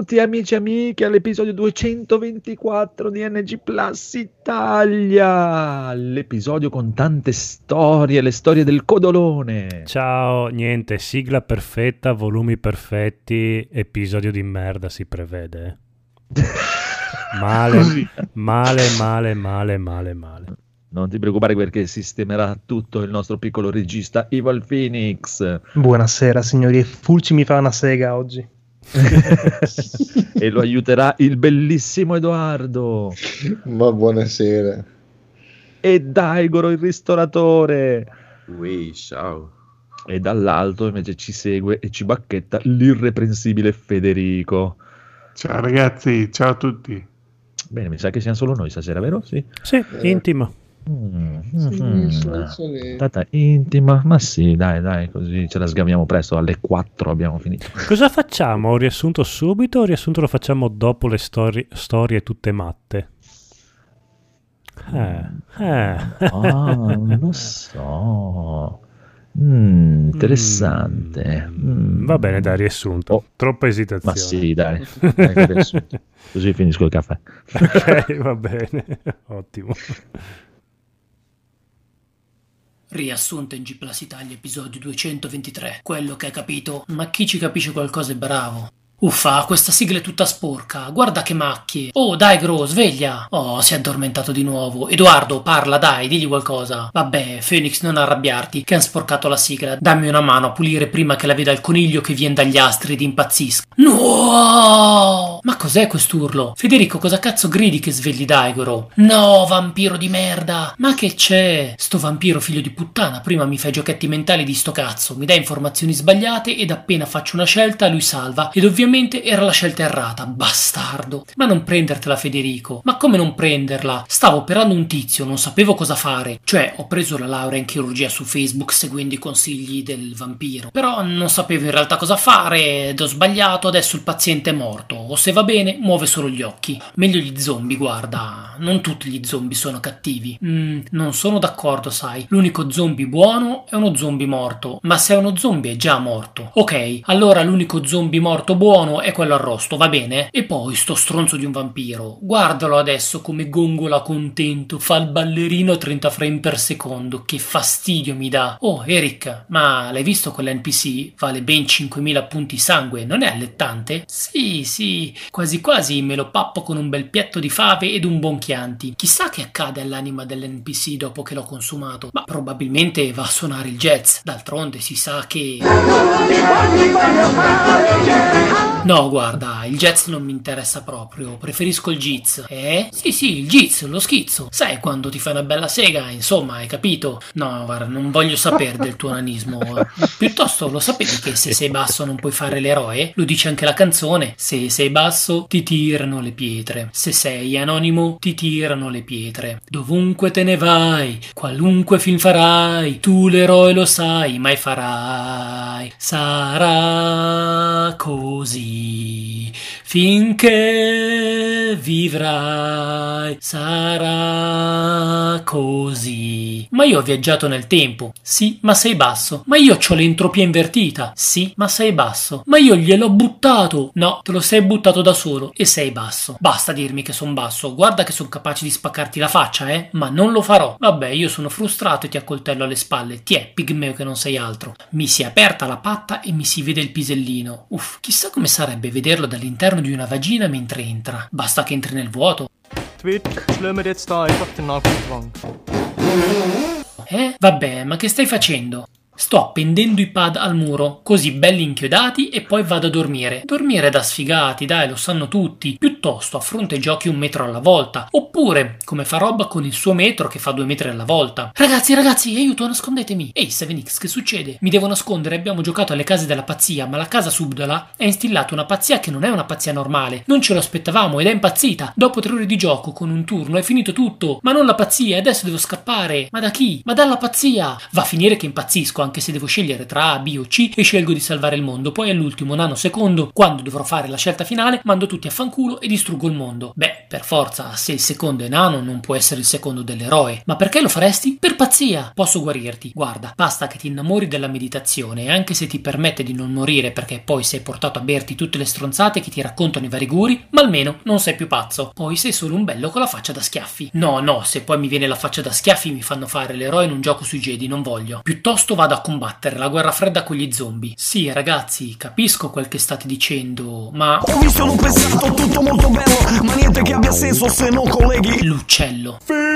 Benvenuti amici e amiche all'episodio 224 di NG Plus Italia, l'episodio con tante storie, le storie del codolone. Ciao, niente, sigla perfetta, volumi perfetti, episodio di merda si prevede. Male. Non ti preoccupare perché sistemerà tutto il nostro piccolo regista Evil Phoenix. Buonasera signori, Fulci mi fa una sega oggi. E lo aiuterà il bellissimo Edoardo. Ma buonasera. E Daigoro il ristoratore. Ui, ciao. E dall'alto invece ci segue e ci bacchetta l'irreprensibile Federico. Ciao ragazzi, ciao a tutti. Bene, mi sa che siamo solo noi stasera, vero? Sì, intimo. Tata intima, ma sì, dai, così ce la sgaviamo presto, alle 4 abbiamo finito. Cosa facciamo? Un riassunto subito o un riassunto lo facciamo dopo le storie tutte matte? Non lo so. Interessante. Va bene, dai, riassunto. Troppa esitazione. Ma sì, dai riassunto. Così finisco il caffè. Ok, va bene, ottimo. Riassunto in G Plus Italia, episodio 223. Quello che hai capito, ma chi ci capisce qualcosa è bravo. Uffa, questa sigla è tutta sporca, guarda che macchie. Oh, dai Gro, sveglia. Oh, si è addormentato di nuovo. Edoardo, parla, dai, digli qualcosa. Vabbè, Phoenix, non arrabbiarti, che han sporcato la sigla. Dammi una mano a pulire prima che la veda il coniglio che viene dagli astri ed impazzisca. No! Ma cos'è quest'urlo? Federico, cosa cazzo gridi che svegli Daigoro? No, vampiro di merda! Ma che c'è? Sto vampiro figlio di puttana, prima mi fai giochetti mentali di sto cazzo, mi dà informazioni sbagliate ed appena faccio una scelta lui salva, ed ovviamente era la scelta errata, bastardo. Ma non prendertela, Federico. Ma come non prenderla? Stavo operando un tizio, non sapevo cosa fare. Cioè, ho preso la laurea in chirurgia su Facebook seguendo i consigli del vampiro. Però non sapevo in realtà cosa fare ed ho sbagliato, adesso il paziente è morto. O se va bene, muove solo gli occhi. Meglio gli zombie, guarda. Non tutti gli zombie sono cattivi. Non sono d'accordo, sai. L'unico zombie buono è uno zombie morto. Ma se è uno zombie è già morto. Ok, allora l'unico zombie morto buono è quello arrosto, va bene? E poi sto stronzo di un vampiro, guardalo adesso come gongola contento, fa il ballerino a 30 frame per secondo, che fastidio mi dà. Oh Eric, ma l'hai visto quell'NPC? Vale ben 5000 punti sangue, non è allettante? Sì, quasi quasi me lo pappo con un bel piatto di fave ed un buon Chianti. Chissà che accade all'anima dell'NPC dopo che l'ho consumato, ma probabilmente va a suonare il jazz, d'altronde si sa che... No, guarda, il jazz non mi interessa proprio, preferisco il jizz. Sì, il jizz, lo schizzo. Sai quando ti fai una bella sega, insomma, hai capito? No, guarda, non voglio sapere del tuo nanismo. Piuttosto, lo sapevi che se sei basso non puoi fare l'eroe? Lo dice anche la canzone. Se sei basso, ti tirano le pietre. Se sei anonimo, ti tirano le pietre. Dovunque te ne vai, qualunque film farai, tu l'eroe lo sai, mai farai. Sarà così finché vivrai, sarà così. Ma io ho viaggiato nel tempo. Sì, ma sei basso. Ma io c'ho l'entropia invertita. Sì, ma sei basso. Ma io gliel'ho buttato. No, te lo sei buttato da solo e sei basso. Basta dirmi che son basso. Guarda che sono capace di spaccarti la faccia, ma non lo farò. Vabbè, io sono frustrato e ti accoltello alle spalle. Ti è, pigmeo che non sei altro. Mi si è aperta la patta e mi si vede il pisellino. Uff, chissà come sarebbe vederlo dall'interno di una vagina mentre entra. Basta che entri nel vuoto. Vabbè, ma che stai facendo? Sto appendendo i pad al muro, così belli inchiodati, e poi vado a dormire. Dormire da sfigati, dai, lo sanno tutti. Piuttosto affronta i giochi 1 metro alla volta. Oppure, come fa Rob con il suo metro che fa 2 metri alla volta. Ragazzi, aiuto, nascondetemi. Ehi, 7X, che succede? Mi devo nascondere, abbiamo giocato alle case della pazzia, ma la casa Subdola ha instillato una pazzia che non è una pazzia normale. Non ce lo aspettavamo ed è impazzita. Dopo 3 ore di gioco, con un turno, è finito tutto. Ma non la pazzia, adesso devo scappare. Ma da chi? Ma dalla pazzia. Va a finire che impazzisco. capisco, anche se devo scegliere tra A, B o C e scelgo di salvare il mondo. Poi all'ultimo nanosecondo, quando dovrò fare la scelta finale, mando tutti a fanculo e distruggo il mondo. Beh, per forza, se il secondo è nano non può essere il secondo dell'eroe. Ma perché lo faresti? Per pazzia! Posso guarirti. Guarda, basta che ti innamori della meditazione e anche se ti permette di non morire perché poi sei portato a berti tutte le stronzate che ti raccontano i vari guri, ma almeno non sei più pazzo. Poi sei solo un bello con la faccia da schiaffi. No, se poi mi viene la faccia da schiaffi mi fanno fare l'eroe in un gioco sui Jedi, non voglio. Piuttosto vado a combattere la guerra fredda con gli zombie. Sì, ragazzi, capisco quel che state dicendo, ma... Ho visto in un passato tutto molto bello, ma niente che abbia senso se non colleghi l'uccello.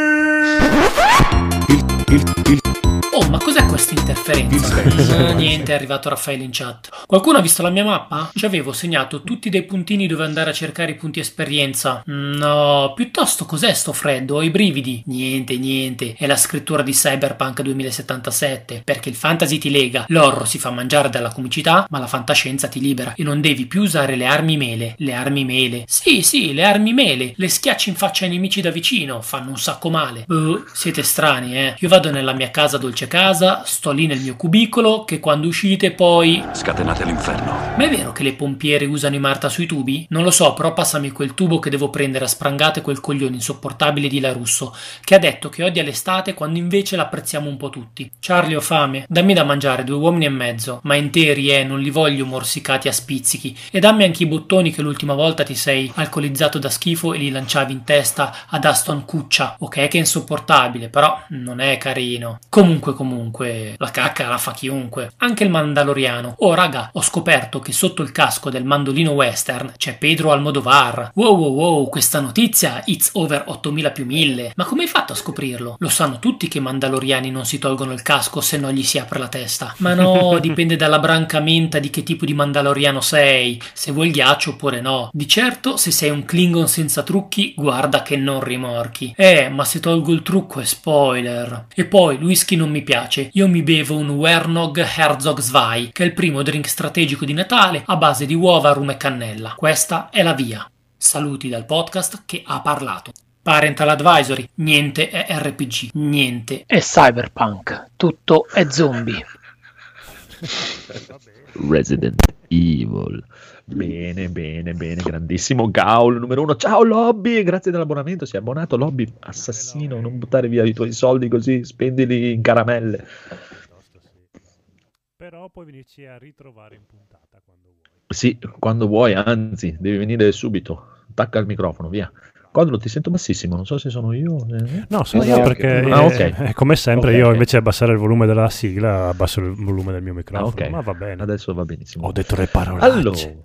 Oh, ma cos'è questa interferenza? Niente, è arrivato Raffaele in chat. Qualcuno ha visto la mia mappa? Ci avevo segnato tutti dei puntini dove andare a cercare i punti esperienza. No, piuttosto cos'è sto freddo? Ho i brividi. Niente, è la scrittura di Cyberpunk 2077, perché il fantasy ti lega, l'horror si fa mangiare dalla comicità, ma la fantascienza ti libera e non devi più usare le armi mele. Le armi mele. Sì, le armi mele. Le schiacci in faccia ai nemici da vicino, fanno un sacco male. Siete strani, eh? Io vado nella mia casa dolce casa, sto lì nel mio cubicolo, che quando uscite poi... scatenate l'inferno. Ma è vero che le pompiere usano i martasui-tubi? Non lo so, però passami quel tubo che devo prendere a sprangate quel coglione insopportabile di La Russo, che ha detto che odia l'estate quando invece l'apprezziamo un po' tutti. Charlie, ho fame. Dammi da mangiare 2 uomini e mezzo, ma interi, non li voglio morsicati a spizzichi. E dammi anche i bottoni che l'ultima volta ti sei alcolizzato da schifo e li lanciavi in testa ad Aston Cuccia. Ok che è insopportabile, però non è carino. Comunque, la cacca la fa chiunque, anche il Mandaloriano. Oh raga, ho scoperto che sotto il casco del mandolino western c'è Pedro Almodovar. Wow, questa notizia it's over 8000 più 1000. Ma come hai fatto a scoprirlo? Lo sanno tutti che i mandaloriani non si tolgono il casco se non gli si apre la testa. Ma no, dipende dalla branca menta di che tipo di mandaloriano sei, se vuoi il ghiaccio oppure no. Di certo, se sei un Klingon senza trucchi, guarda che non rimorchi. Ma se tolgo il trucco è spoiler. E poi, il whisky non mi piace, io mi bevo un Wernog Herzog Zwei, che è il primo drink strategico di Natale a base di uova, rum e cannella. Questa è la via. Saluti dal podcast che ha parlato. Parental advisory, niente è RPG, niente è cyberpunk, tutto è zombie. Resident Evil. Bene, grandissimo Gaul numero 1. Ciao Lobby, grazie dell'abbonamento, sei abbonato Lobby, assassino, non buttare via i tuoi soldi così, spendili in caramelle. Però puoi venirci a ritrovare in puntata quando vuoi. Sì, quando vuoi, anzi, devi venire subito, attacca il microfono, via. Codolo, ti sento bassissimo, non so se sono io. No, sono io perché okay. Come sempre io invece di abbassare il volume della sigla abbasso il volume del mio microfono. Okay. Ma va bene. Adesso va benissimo. Ho detto le parolacce.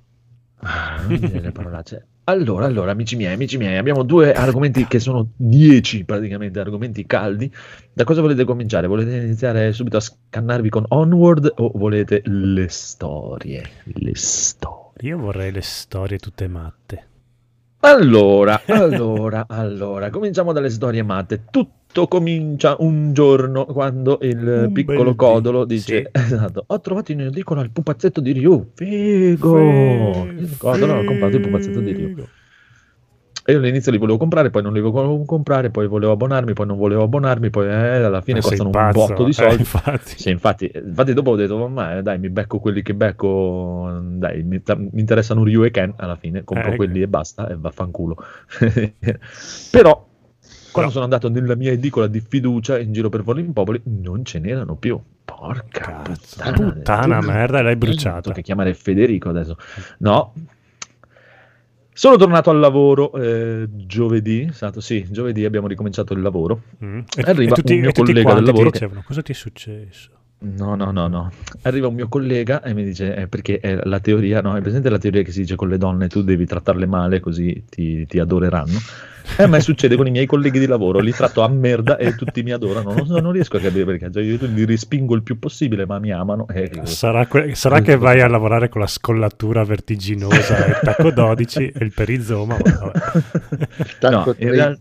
Allora, amici miei, abbiamo 2 argomenti che sono 10 praticamente argomenti caldi. Da cosa volete cominciare? Volete iniziare subito a scannarvi con Onward o volete le storie? Io vorrei le storie tutte matte. Allora, cominciamo dalle storie matte. Tutto comincia un giorno quando il piccolo Codolo dice: sì. Esatto, ho trovato in edicola il pupazzetto di Ryu. Figo! Il Codolo ha comprato il pupazzetto di Ryu. E io all'inizio li volevo comprare, poi non li volevo comprare, poi volevo abbonarmi, poi non volevo abbonarmi, poi alla fine costano un botto di soldi. Infatti. Sì, infatti dopo ho detto, ma dai, mi becco quelli che becco, dai, mi interessano Ryu e Ken, alla fine compro quelli e basta, e vaffanculo. Però, quando sono andato nella mia edicola di fiducia in giro per Falling Popoli, non ce n'erano più. Porca puttana merda, l'hai bruciata. Che chiamare Federico adesso. No. Sono tornato al lavoro giovedì, giovedì abbiamo ricominciato il lavoro. Arriva un mio collega del lavoro. Dicevano, cosa ti è successo? No. Arriva un mio collega e mi dice, perché è la teoria, no? È presente la teoria che si dice con le donne tu devi trattarle male così ti adoreranno? A me succede con i miei colleghi di lavoro, li tratto a merda e tutti mi adorano. Non riesco a capire perché, cioè, io li respingo il più possibile, ma mi amano. Sarà che vai a lavorare con la scollatura vertiginosa e tacco 12 e il perizoma. No,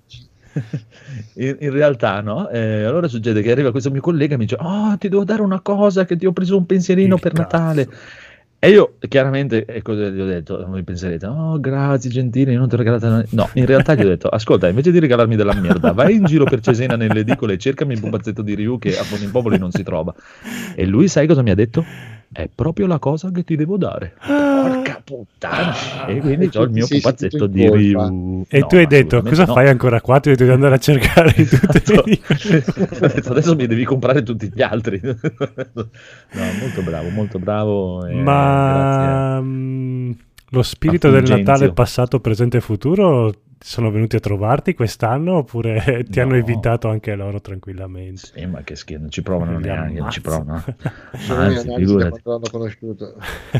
in realtà no. Allora succede che arriva questo mio collega e mi dice: oh, ti devo dare una cosa, che ti ho preso un pensierino per Natale. E io chiaramente, cosa gli ho detto? Voi penserete, oh grazie gentile, non ti ho regalato. No, in realtà gli ho detto, ascolta, invece di regalarmi della merda, vai in giro per Cesena nelle edicole e cercami il pupazzetto di Ryu che a Forlimpopoli non si trova. E lui sai cosa mi ha detto? È proprio la cosa che ti devo dare. Porca puttana. E quindi ho il mio pupazzetto di Ryu. E tu hai detto, cosa fai ancora qua? Ti ho detto di andare a cercare in tutte le edicole. Adesso mi devi comprare tutti gli altri. No, molto bravo. Ma lo spirito del Natale passato, presente e futuro sono venuti a trovarti quest'anno oppure ti hanno evitato anche loro tranquillamente? Sì, ma che schifo, non ci provano neanche, non ci provano. Anzi, figurati. L'hanno conosciuto.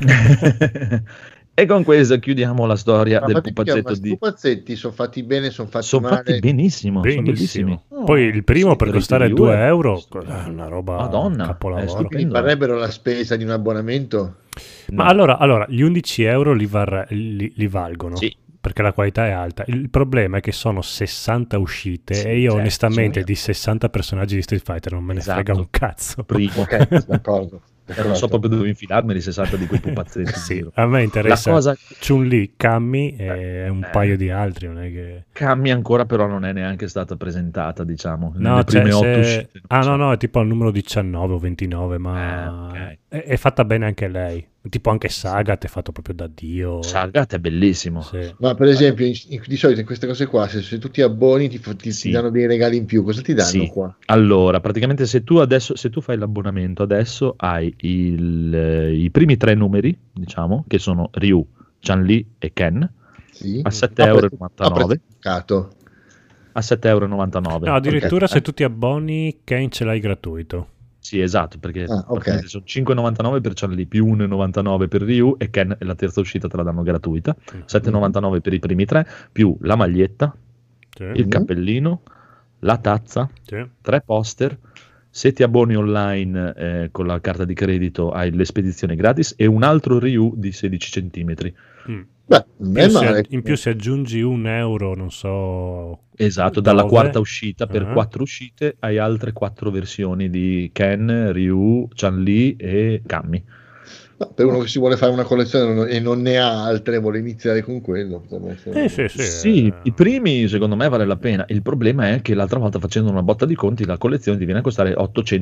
E con questo chiudiamo la storia del pupazzetto I pupazzetti sono fatti bene, sono fatti male. Sono fatti benissimo, sono bellissimi. Poi il primo per costare 2 euro è una roba Madonna, capolavoro. Quindi varrebbero la spesa di un abbonamento? Ma allora gli 11 euro li valgono. Sì. Perché la qualità è alta. Il problema è che sono 60 uscite e io onestamente di 60 personaggi di Street Fighter non me ne frega un cazzo. Primo, d'accordo. Non so proprio dove infilarmeli 60 di quei pupazzetti. Sì, a me interessa Chun-Li, Cammy e un paio di altri. Non è che... Cammy ancora però non è neanche stata presentata, diciamo. Nelle prime 8 uscite. No, è tipo al numero 19 o 29, ma è fatta bene anche lei. Tipo anche Sagat è fatto proprio da Dio. Sagat è bellissimo. Sì. Ma per esempio di solito in queste cose qua se tu ti abboni ti danno dei regali in più. Cosa ti danno qua? Allora praticamente se tu fai l'abbonamento adesso hai i primi 3 numeri, diciamo, che sono Ryu, Chun-Li e Ken a 7,99 €. A 7,99 €. No, addirittura se tu ti abboni Ken ce l'hai gratuito. Sì, esatto, perché sono 5,99 per Chun-Li più 1,99 per Ryu e Ken è la terza uscita, te la danno gratuita. 7,99 per i primi 3 più la maglietta, il cappellino, la tazza, 3 poster. Se ti abboni online con la carta di credito hai le spedizioni gratis e un altro Ryu di 16 centimetri. Beh, in più se aggiungi 1 euro, non so... Esatto, dalla quarta uscita per 4 uscite hai altre 4 versioni di Ken, Ryu, Chun-Li e Cammy. Per uno che si vuole fare una collezione e non ne ha altre, vuole iniziare con quello. Sì, i primi secondo me vale la pena. Il problema è che l'altra volta facendo una botta di conti la collezione ti viene a costare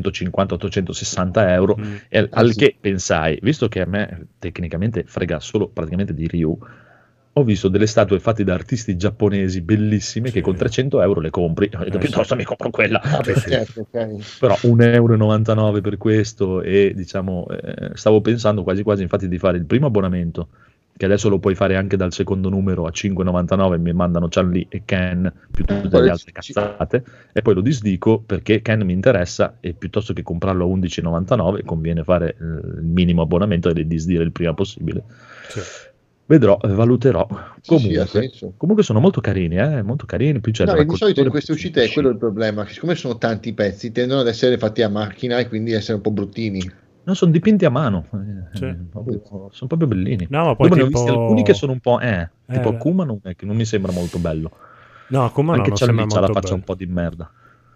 850-860 €. Al che pensai, visto che a me tecnicamente frega solo praticamente di Ryu, ho visto delle statue fatte da artisti giapponesi bellissime che con 300 € le compri. Piuttosto mi compro quella. Però 1,99 € per questo e diciamo stavo pensando quasi infatti di fare il primo abbonamento, che adesso lo puoi fare anche dal secondo numero a 5,99 € mi mandano Chun-Li e Ken più tutte le altre cazzate e poi lo disdico perché Ken mi interessa e piuttosto che comprarlo a 11,99 € conviene fare il minimo abbonamento e disdire il prima possibile. Vedrò, valuterò. Comunque sono molto carini, molto carini. Più di solito in queste uscite è quello il problema, che siccome sono tanti pezzi tendono ad essere fatti a macchina e quindi essere un po' bruttini. No, sono dipinti a mano, sono proprio bellini. No, ma poi ne ho visti alcuni che sono un po' tipo Akuma che non mi sembra molto bello. No, Akuma anche non sembra molto la bello. faccia un po' di merda.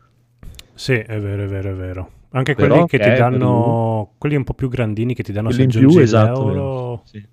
Sì, è vero. Anche quelli che ti danno, quelli un po' più grandini che ti danno se aggiungi l'euro. Sì.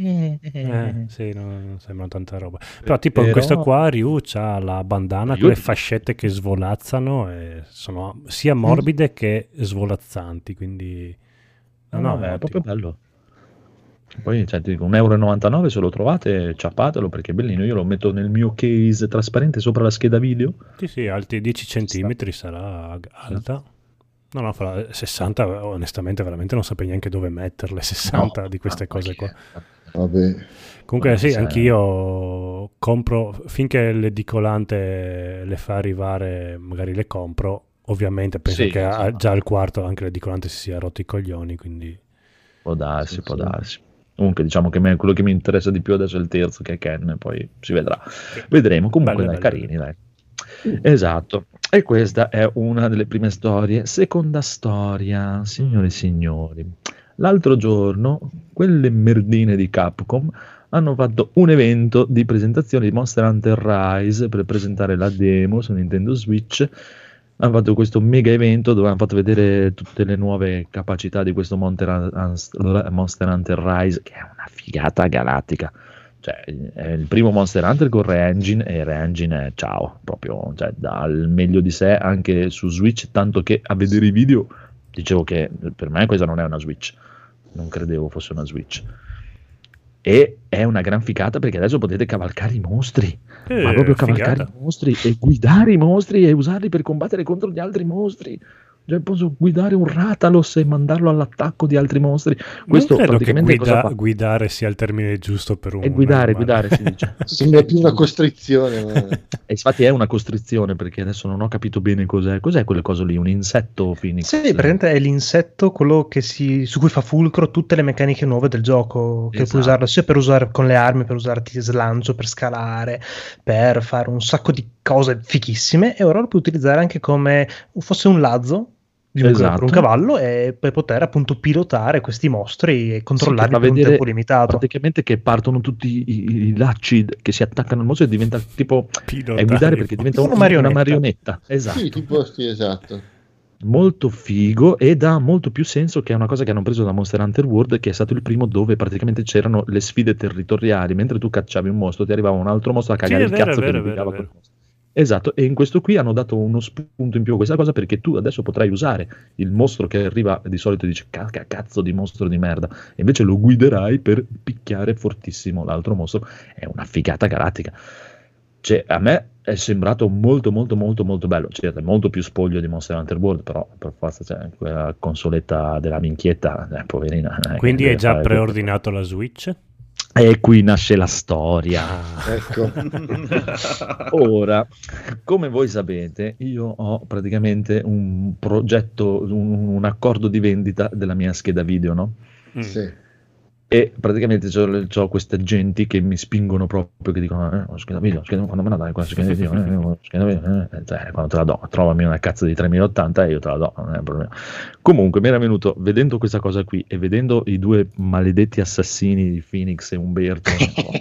Sì, non sembra tanta roba. Però tipo in questo qua Ryu c'ha la bandana con le fascette che svolazzano e sono sia morbide che svolazzanti, quindi è proprio bello. Poi ti dico 1,99 € se lo trovate, ciappatelo perché è bellino. Io lo metto nel mio case trasparente sopra la scheda video. Sì, alti 10 centimetri sarà alta. No, 60 onestamente veramente non saprei neanche dove metterle 60 di queste cose qua. Vabbè. Comunque sì, anch'io compro finché l'edicolante le fa arrivare, magari le compro. Ovviamente penso che già al quarto anche l'edicolante si sia rotto i coglioni, quindi può darsi. Comunque diciamo che quello che mi interessa di più adesso è il terzo che è Ken, poi si vedrà. Vedremo, comunque carini, dai. Esatto, e questa è una delle prime storie. Seconda storia, signori e signori, l'altro giorno quelle merdine di Capcom hanno fatto un evento di presentazione di Monster Hunter Rise per presentare la demo su Nintendo Switch hanno fatto questo mega evento dove hanno fatto vedere tutte le nuove capacità di questo Monster Hunter Rise, che è una figata galattica. Cioè, è il primo Monster Hunter con Re-Engine, e Re-Engine è ciao, proprio, cioè, dà il meglio di sé anche su Switch, tanto che a vedere i video dicevo che per me questa non è una Switch, non credevo fosse una Switch. E è una gran figata perché adesso potete cavalcare i mostri, ma proprio cavalcare i mostri e guidare i mostri e usarli per combattere contro gli altri mostri. Cioè, posso guidare un Ratalos e mandarlo all'attacco di altri mostri. Questo non credo praticamente che guidare sia il termine giusto per un... E guidare si dice. Sembra più una costrizione. Ma... E infatti è una costrizione, perché adesso non ho capito bene cos'è. Cos'è quelle cose lì? Un insetto Phoenix? Sì, praticamente è l'insetto, quello che su cui fa fulcro tutte le meccaniche nuove del gioco, che puoi usarlo sia per usare con le armi, per usarti slancio, per scalare, per fare un sacco di cose fighissime, e ora lo puoi utilizzare anche come fosse un lazzo per un cavallo, e per poter appunto pilotare questi mostri e controllarli per un tempo limitato. Praticamente che partono tutti i lacci che si attaccano al mostro e diventa tipo è guidare, perché diventa una marionetta. Esatto. Sì, tipo esatto. Molto figo, e dà molto più senso, che è una cosa che hanno preso da Monster Hunter World, che è stato il primo dove praticamente c'erano le sfide territoriali. Mentre tu cacciavi un mostro, ti arrivava un altro mostro a cagare il cazzo che litigava col mostro. Esatto, e in questo qui hanno dato uno spunto in più a questa cosa, perché tu adesso potrai usare il mostro che arriva di solito e dice cazzo di mostro di merda, e invece lo guiderai per picchiare fortissimo l'altro mostro. È una figata galattica. Cioè, a me è sembrato molto molto molto molto bello. Cioè, è molto più spoglio di Monster Hunter World, però per forza, cioè, quella consoletta della minchietta, poverina. Quindi hai già preordinato la Switch? E qui nasce la storia. Ecco. Ora, come voi sapete, io ho praticamente un progetto, un accordo di vendita della mia scheda video, no? Sì. E praticamente c'ho queste agenti che mi spingono proprio, che dicono scheda video, quando me la dai quella scheda video, cioè, quando te la do, trovami una cazzo di 3080 e io te la do, non è un problema. Comunque mi era venuto, vedendo questa cosa qui e vedendo i due maledetti assassini di Phoenix e Umberto,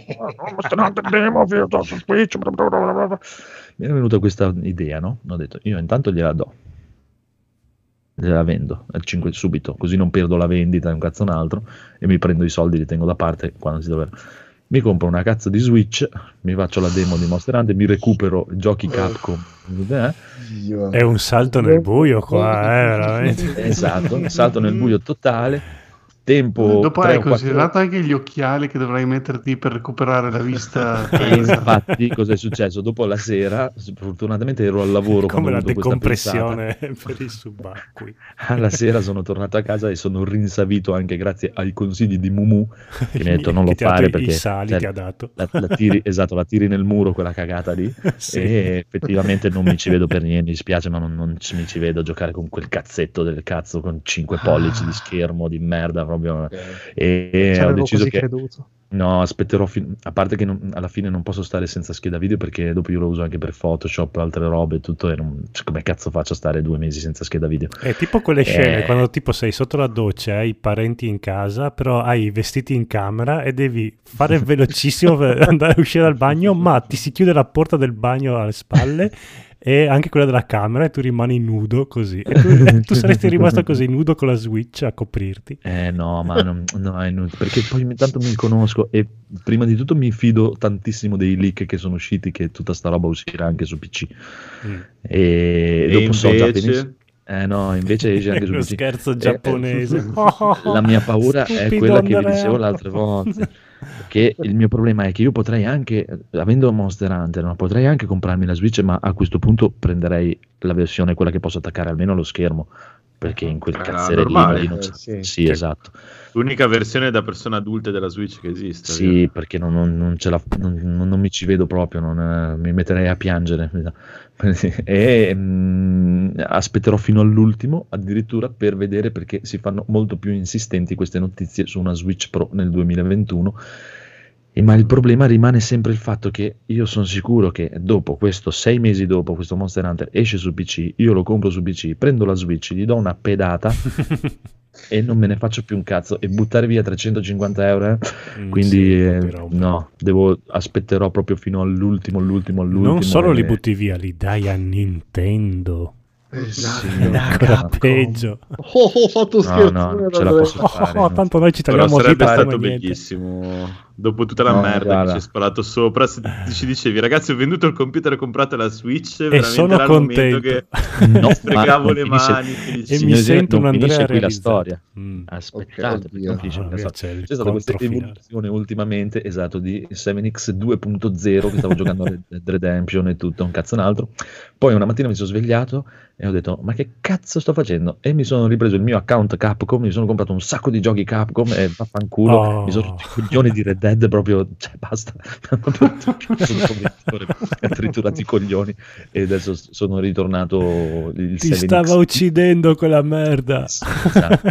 mi era venuta questa idea, no? Ho detto, io intanto gliela do, gliela vendo al 5 subito, così non perdo la vendita, un cazzo un altro, e mi prendo i soldi, li tengo da parte quando si doveva. Mi compro una cazzo di Switch, mi faccio la demo di Monster Hunter, mi recupero giochi Capcom. È un salto nel buio qua, veramente. Esatto, un salto nel buio totale. Tempo dopo hai considerato anche gli occhiali che dovrai metterti per recuperare la vista. Infatti cosa è successo? Dopo la sera, fortunatamente ero al lavoro, come la decompressione per i subacquei. Alla sera sono tornato a casa e sono rinsavito anche grazie ai consigli di Mumu, che mi ha detto non lo fare perché i sali ti ha dato. La tiri, esatto, la tiri nel muro quella cagata lì. Sì. E effettivamente non mi ci vedo per niente, mi dispiace, ma non mi ci vedo a giocare con quel cazzetto del cazzo con 5 pollici di schermo di merda proprio. E ho deciso che creduto. No, aspetterò a parte che alla fine non posso stare senza scheda video, perché dopo io lo uso anche per Photoshop, altre robe e tutto, e come cazzo faccio a stare 2 mesi senza scheda video? È tipo quelle scene quando tipo sei sotto la doccia, hai i parenti in casa, però hai i vestiti in camera e devi fare velocissimo per andare a uscire dal bagno, ma ti si chiude la porta del bagno alle spalle e anche quella della camera, e tu rimani nudo così, e tu saresti rimasto così nudo con la Switch a coprirti. No, ma no, è inutile, perché poi tanto mi conosco, e prima di tutto mi fido tantissimo dei leak che sono usciti, che tutta sta roba uscirà anche su PC. E dopo so già benissimo. No, invece esce anche su PC. Scherzo giapponese. La mia paura è quella che vi dicevo l'altra volta, che il mio problema è che io potrei anche, avendo Monster Hunter, ma potrei anche comprarmi la Switch, ma a questo punto prenderei la versione quella che posso attaccare almeno allo schermo, perché in quel cazzerellino lì non c'è. Sì, esatto. L'unica versione da persona adulte della Switch che esiste. Sì, perché non mi ci vedo proprio, mi metterei a piangere. E aspetterò fino all'ultimo addirittura per vedere, perché si fanno molto più insistenti queste notizie su una Switch Pro nel 2021. Ma il problema rimane sempre il fatto che io sono sicuro che dopo questo, 6 mesi dopo, questo Monster Hunter esce su PC, io lo compro su PC, prendo la Switch, gli do una pedata e non me ne faccio più un cazzo, e buttare via 350 euro, quindi no, aspetterò proprio fino all'ultimo. Non solo li butti via, li dai a Nintendo. ancora peggio. Ho fatto scherzo. No, ce la posso fare. Tanto noi ci tagliamo sarebbe vita stato come bellissimo. Dopo tutta la merda che ci hai sparato sopra, se ci dicevi ragazzi ho venduto il computer e ho comprato la Switch, e veramente sono era il momento contento che mi sprecavo le mani e mi sento un Andrea finisce qui la realizzato. Storia. Aspettate, perché non finisce la storia. C'è stata questa evoluzione ultimamente, esatto, di 7X 2.0 che stavo giocando a Red Redemption e tutto, un cazzo un altro. Poi una mattina mi sono svegliato e ho detto ma che cazzo sto facendo? E mi sono ripreso il mio account Capcom, mi sono comprato un sacco di giochi Capcom e vaffanculo, mi sono rotto i coglioni di Red Dead proprio, cioè basta, triturati i coglioni e adesso sono ritornato il ti stava uccidendo quella merda. Esatto.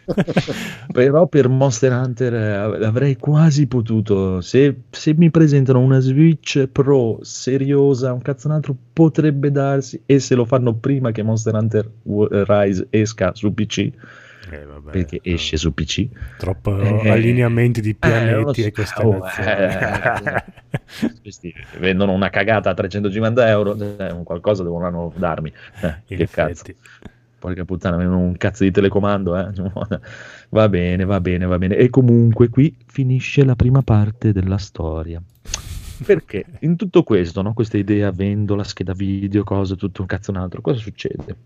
Però per Monster Hunter avrei quasi potuto, se mi presentano una Switch Pro seriosa, un cazzo un altro potrebbe darsi, e se lo fanno prima che Monster Hunter Rise esca su PC, vabbè, perché esce su PC, troppo allineamenti di pianeti e costellazioni. Questi vendono una cagata a 350 euro, un qualcosa devono darmi, che cazzo, porca puttana, vendono un cazzo di telecomando, va bene, e comunque qui finisce la prima parte della storia. Perché in tutto questo, no, questa idea, vendo la scheda video, cosa, tutto un cazzo un altro, cosa succede?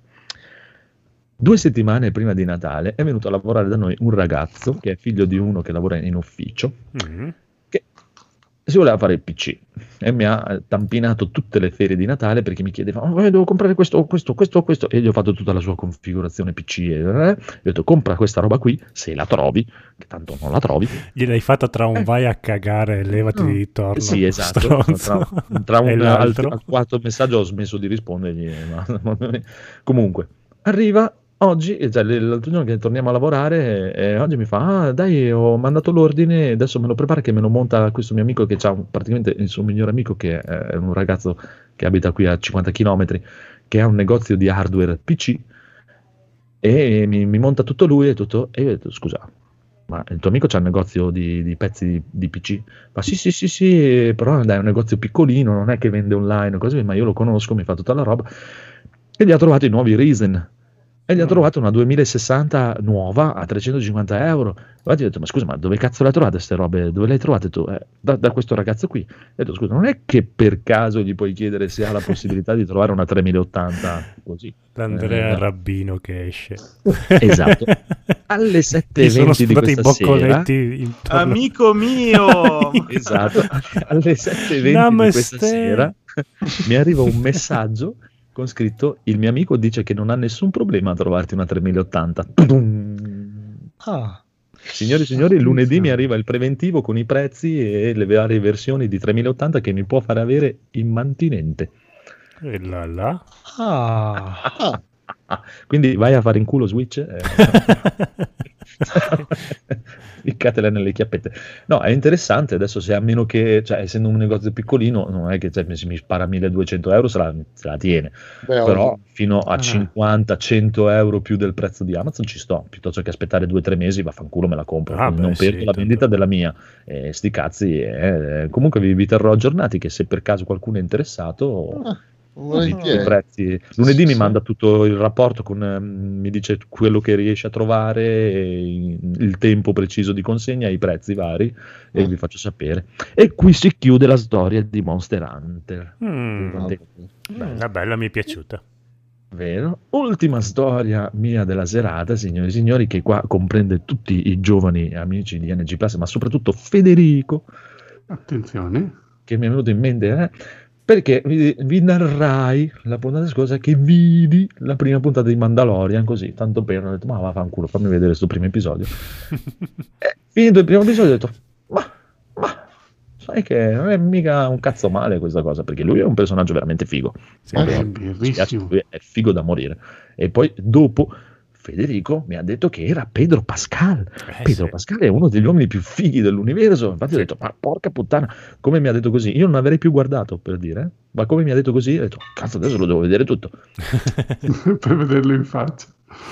2 settimane prima di Natale è venuto a lavorare da noi un ragazzo che è figlio di uno che lavora in ufficio, che si voleva fare il PC e mi ha tampinato tutte le ferie di Natale perché mi chiedeva devo comprare questo, e gli ho fatto tutta la sua configurazione PC e gli ho detto compra questa roba qui se la trovi, che tanto non la trovi. Gliel'hai fatta tra un vai a cagare e levati di ritorno. Sì, esatto, tra un altro, al quarto messaggio ho smesso di rispondergli, comunque arriva oggi, cioè l'altro giorno che torniamo a lavorare, oggi mi fa dai, ho mandato l'ordine, adesso me lo prepara che me lo monta questo mio amico che ha praticamente il suo migliore amico che è un ragazzo che abita qui a 50 km, che ha un negozio di hardware PC e mi monta tutto lui e tutto, e io ho detto scusa, ma il tuo amico c'ha un negozio di pezzi di PC? Ma sì, però dai, è un negozio piccolino, non è che vende online o così, ma io lo conosco, mi fa tutta la roba, e gli ha trovato i nuovi Ryzen. E gli ha trovato una 2060 nuova a 350 euro. Infatti ho detto, ma scusa, ma dove cazzo le hai trovate queste robe? Dove le hai trovate tu? Da questo ragazzo qui. E ho detto, scusa, non è che per caso gli puoi chiedere se ha la possibilità di trovare una 3080 così? L'Andrea Rabbino che esce. Esatto. Alle 7:20 di questa sera. Amico mio! Esatto. Alle 7:20 di questa sera mi arriva un messaggio con scritto: il mio amico dice che non ha nessun problema a trovarti una 3080. Signori e signori, lunedì mi arriva il preventivo con i prezzi e le varie versioni di 3080 che mi può fare avere in mantinente. E là. Quindi vai a fare in culo Switch. Ficcatela nelle chiappette. No, è interessante adesso, se a meno che, cioè, essendo un negozio piccolino, non è che se mi spara 1200 euro se la tiene. Però fino a 50-100 euro più del prezzo di Amazon ci sto, piuttosto che aspettare 2-3 mesi, vaffanculo, me la compro. Non perdo la vendita della mia, sti cazzi. Comunque vi terrò aggiornati, che se per caso qualcuno è interessato, i prezzi. Lunedì mi manda tutto il rapporto mi dice quello che riesce a trovare, il tempo preciso di consegna, i prezzi vari, e vi faccio sapere. E qui si chiude la storia di Monster Hunter. Bella, mi è piaciuta. Vero? Ultima storia mia della serata, signori e signori, che qua comprende tutti i giovani amici di NG Plus, ma soprattutto Federico. Attenzione, che mi è venuto in mente, perché vi narrai la puntata scorsa che vidi la prima puntata di Mandalorian, così, tanto per, ho detto, ma vaffanculo, fammi vedere questo primo episodio. Finito il primo episodio ho detto, ma sai che non è mica un cazzo male questa cosa, perché lui è un personaggio veramente figo. Lui è figo da morire. E poi dopo Federico mi ha detto che era Pedro Pascal. Pascal è uno degli uomini più fighi dell'universo. Infatti ho detto, ma porca puttana, come mi ha detto così? Io non avrei più guardato, per dire, ma come mi ha detto così, ho detto, cazzo, adesso lo devo vedere tutto. Per vederlo in faccia.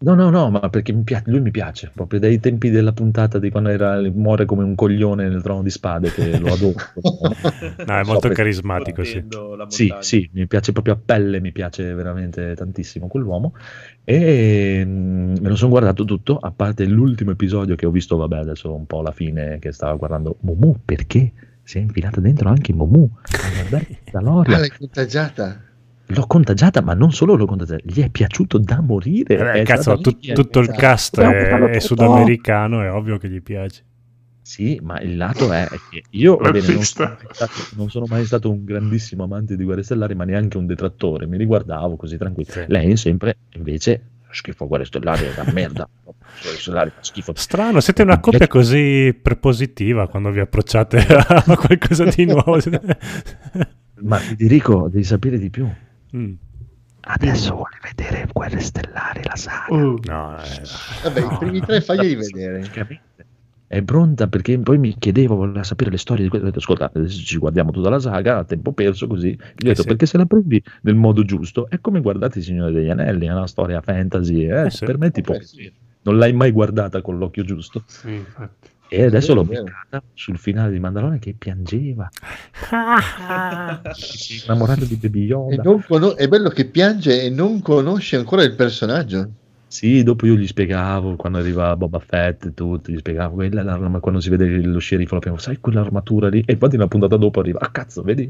No, ma perché lui mi piace, proprio dai tempi della puntata di quando muore come un coglione nel Trono di Spade, che lo adoro. No, è molto carismatico, sì. Sì, mi piace proprio a pelle, mi piace veramente tantissimo quell'uomo, e me lo sono guardato tutto, a parte l'ultimo episodio che ho visto, vabbè, adesso un po' alla fine, che stava guardando Momu, perché si è infilata dentro anche Momu, l'hai contagiata? L'ho contagiata, ma non solo l'ho contagiata, gli è piaciuto da morire. Cazzo, tutto il cast è sudamericano, è ovvio che gli piace. Sì, ma il lato è che io non sono mai stato un grandissimo amante di Guerre Stellari, ma neanche un detrattore, mi riguardavo così tranquillo. Sì. Lei sempre, invece, schifo Guerre Stellari, è una merda. Guerre Stellari fa schifo. Strano, siete una coppia così prepositiva quando vi approcciate a qualcosa di nuovo. Ma Federico, devi sapere di più. Adesso vuole vedere Guerre Stellari, la saga. Vabbè, i primi 3 fagli vedere. È pronta, perché poi mi chiedevo, voleva sapere le storie di questo. Ho detto, ascolta, adesso ci guardiamo tutta la saga a tempo perso, così. Gli ho detto, perché se la prendi nel modo giusto è come guardate Il Signore degli Anelli, è una storia fantasy, per me tipo non l'hai mai guardata con l'occhio giusto. Sì, infatti. E adesso l'ho beccata sul finale di Mandalorian che piangeva. Innamorato di Baby Yoda. È bello che piange e non conosce ancora il personaggio. Sì, dopo io gli spiegavo, quando arriva Boba Fett e tutto, gli spiegavo quando si vede lo sceriffo, sai quell'armatura lì? E poi una puntata dopo arriva, cazzo, vedi?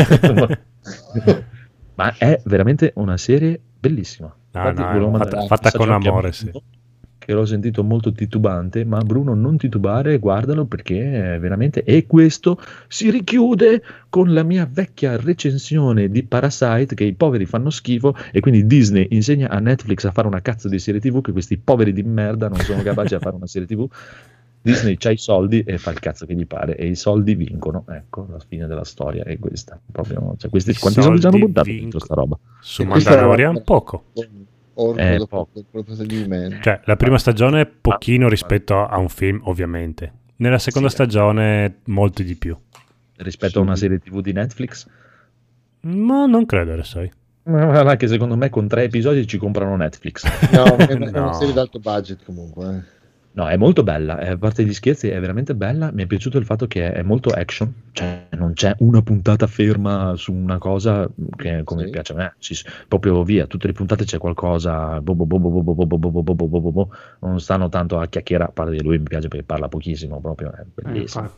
Ma è veramente una serie bellissima. Fatta con amore, sì. Che l'ho sentito molto titubante, ma Bruno, non titubare, guardalo, perché è veramente... E questo si richiude con la mia vecchia recensione di Parasite, che i poveri fanno schifo, e quindi Disney insegna a Netflix a fare una cazzo di serie TV, che questi poveri di merda non sono capaci a fare una serie TV. Disney c'ha i soldi e fa il cazzo che gli pare, e i soldi vincono. Ecco, la fine della storia è questa. Proprio, cioè, quanti soldi ci hanno buttato dentro sta roba? Su Mandalorian poco. Cioè, la prima stagione pochino rispetto a un film, ovviamente. Nella seconda stagione molto di più. Rispetto a una serie TV di Netflix? No, non credo, sai. Ma che secondo me con 3 episodi ci comprano Netflix. No, è una serie d'alto budget comunque. No, è molto bella, a parte gli scherzi è veramente bella. Mi è piaciuto il fatto che è molto action, cioè non c'è una puntata ferma su una cosa, che come piace a me, proprio via, tutte le puntate c'è qualcosa, non stanno tanto a chiacchierare, a parte di lui mi piace perché parla pochissimo, proprio è bellissimo.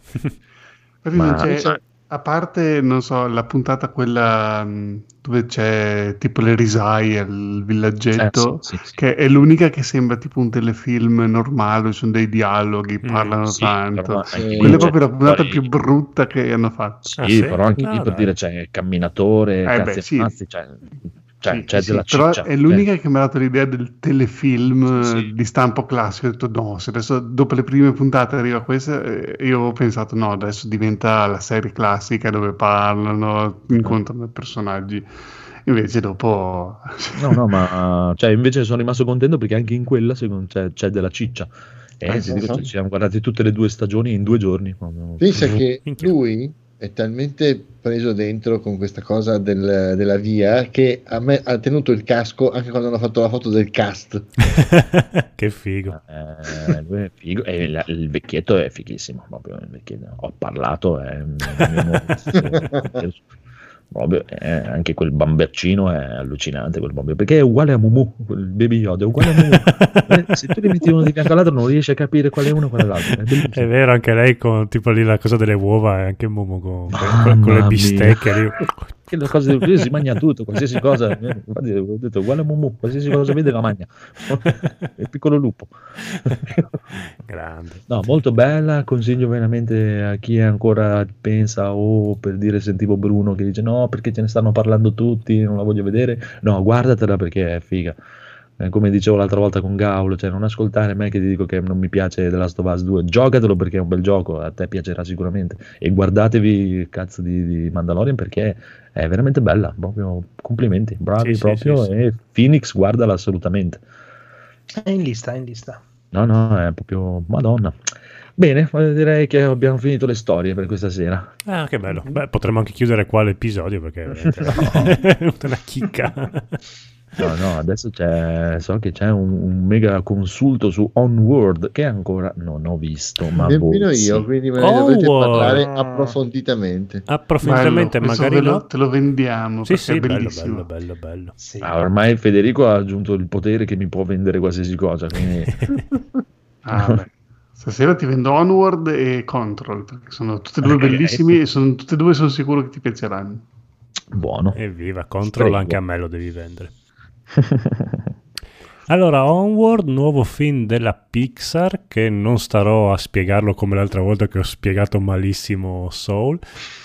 A parte, non so, la puntata quella dove c'è tipo le risaie, il villaggetto, che è l'unica che sembra tipo un telefilm normale, sono dei dialoghi, parlano tanto. Quella è proprio la puntata più brutta che hanno fatto. Però anche lì per dire c'è camminatore, cazzi, c'è della però ciccia. È l'unica che mi ha dato l'idea del telefilm di stampo classico. Ho detto no, se adesso dopo le prime puntate arriva questa, io ho pensato no, adesso diventa la serie classica dove parlano, incontrano i personaggi. Invece dopo ma cioè, invece sono rimasto contento perché anche in quella c'è della ciccia. Ci siamo guardati tutte le 2 stagioni in 2 giorni. Pensa che lui è talmente preso dentro con questa cosa della via che a me ha tenuto il casco anche quando hanno fatto la foto del cast. Che figo. Lui è figo, e il vecchietto è fighissimo, proprio il vecchietto. Ho parlato, proprio, anche quel bambercino è allucinante, quel bambino, perché è uguale a Mumu, quel Baby Yoda è uguale a Mumu. Se tu li metti uno di fianco all'altro non riesci a capire qual è uno e qual è l'altro. È vero, anche lei con tipo lì la cosa delle uova, e anche Mumu con le bistecche lì. Che le cose del si mangia tutto, qualsiasi cosa. Infatti ho detto uguale a Mumu, qualsiasi cosa vede la mangia. Il piccolo lupo. Grande. No, molto bella, consiglio veramente a chi ancora pensa per dire, sentivo Bruno che dice no perché ce ne stanno parlando tutti, non la voglio vedere. No, guardatela perché è figa. Come dicevo l'altra volta con Gaulo, cioè non ascoltare me che ti dico che non mi piace The Last of Us 2, giocatelo perché è un bel gioco, a te piacerà sicuramente, e guardatevi il cazzo di Mandalorian perché è veramente bella, proprio complimenti, bravi proprio. E Phoenix guardala assolutamente. È in lista. No, è proprio Madonna. Bene, direi che abbiamo finito le storie per questa sera. Ah, che bello. Beh, potremmo anche chiudere qua l'episodio perché è una chicca. No, adesso so che c'è un mega consulto su Onward che ancora non ho visto, ma nemmeno io, quindi me ne dovete parlare approfonditamente. Bello, magari te lo vendiamo, sì, è bellissimo. Bello. Sì. Ormai Federico ha aggiunto il potere che mi può vendere qualsiasi cosa, quindi... Beh. Stasera ti vendo Onward e Control, perché sono tutti e due bellissimi e tutti e due sono sicuro che ti piaceranno. Buono. Evviva, Control anche a me lo devi vendere. Allora, Onward, nuovo film della Pixar, che non starò a spiegarlo come l'altra volta che ho spiegato malissimo Soul.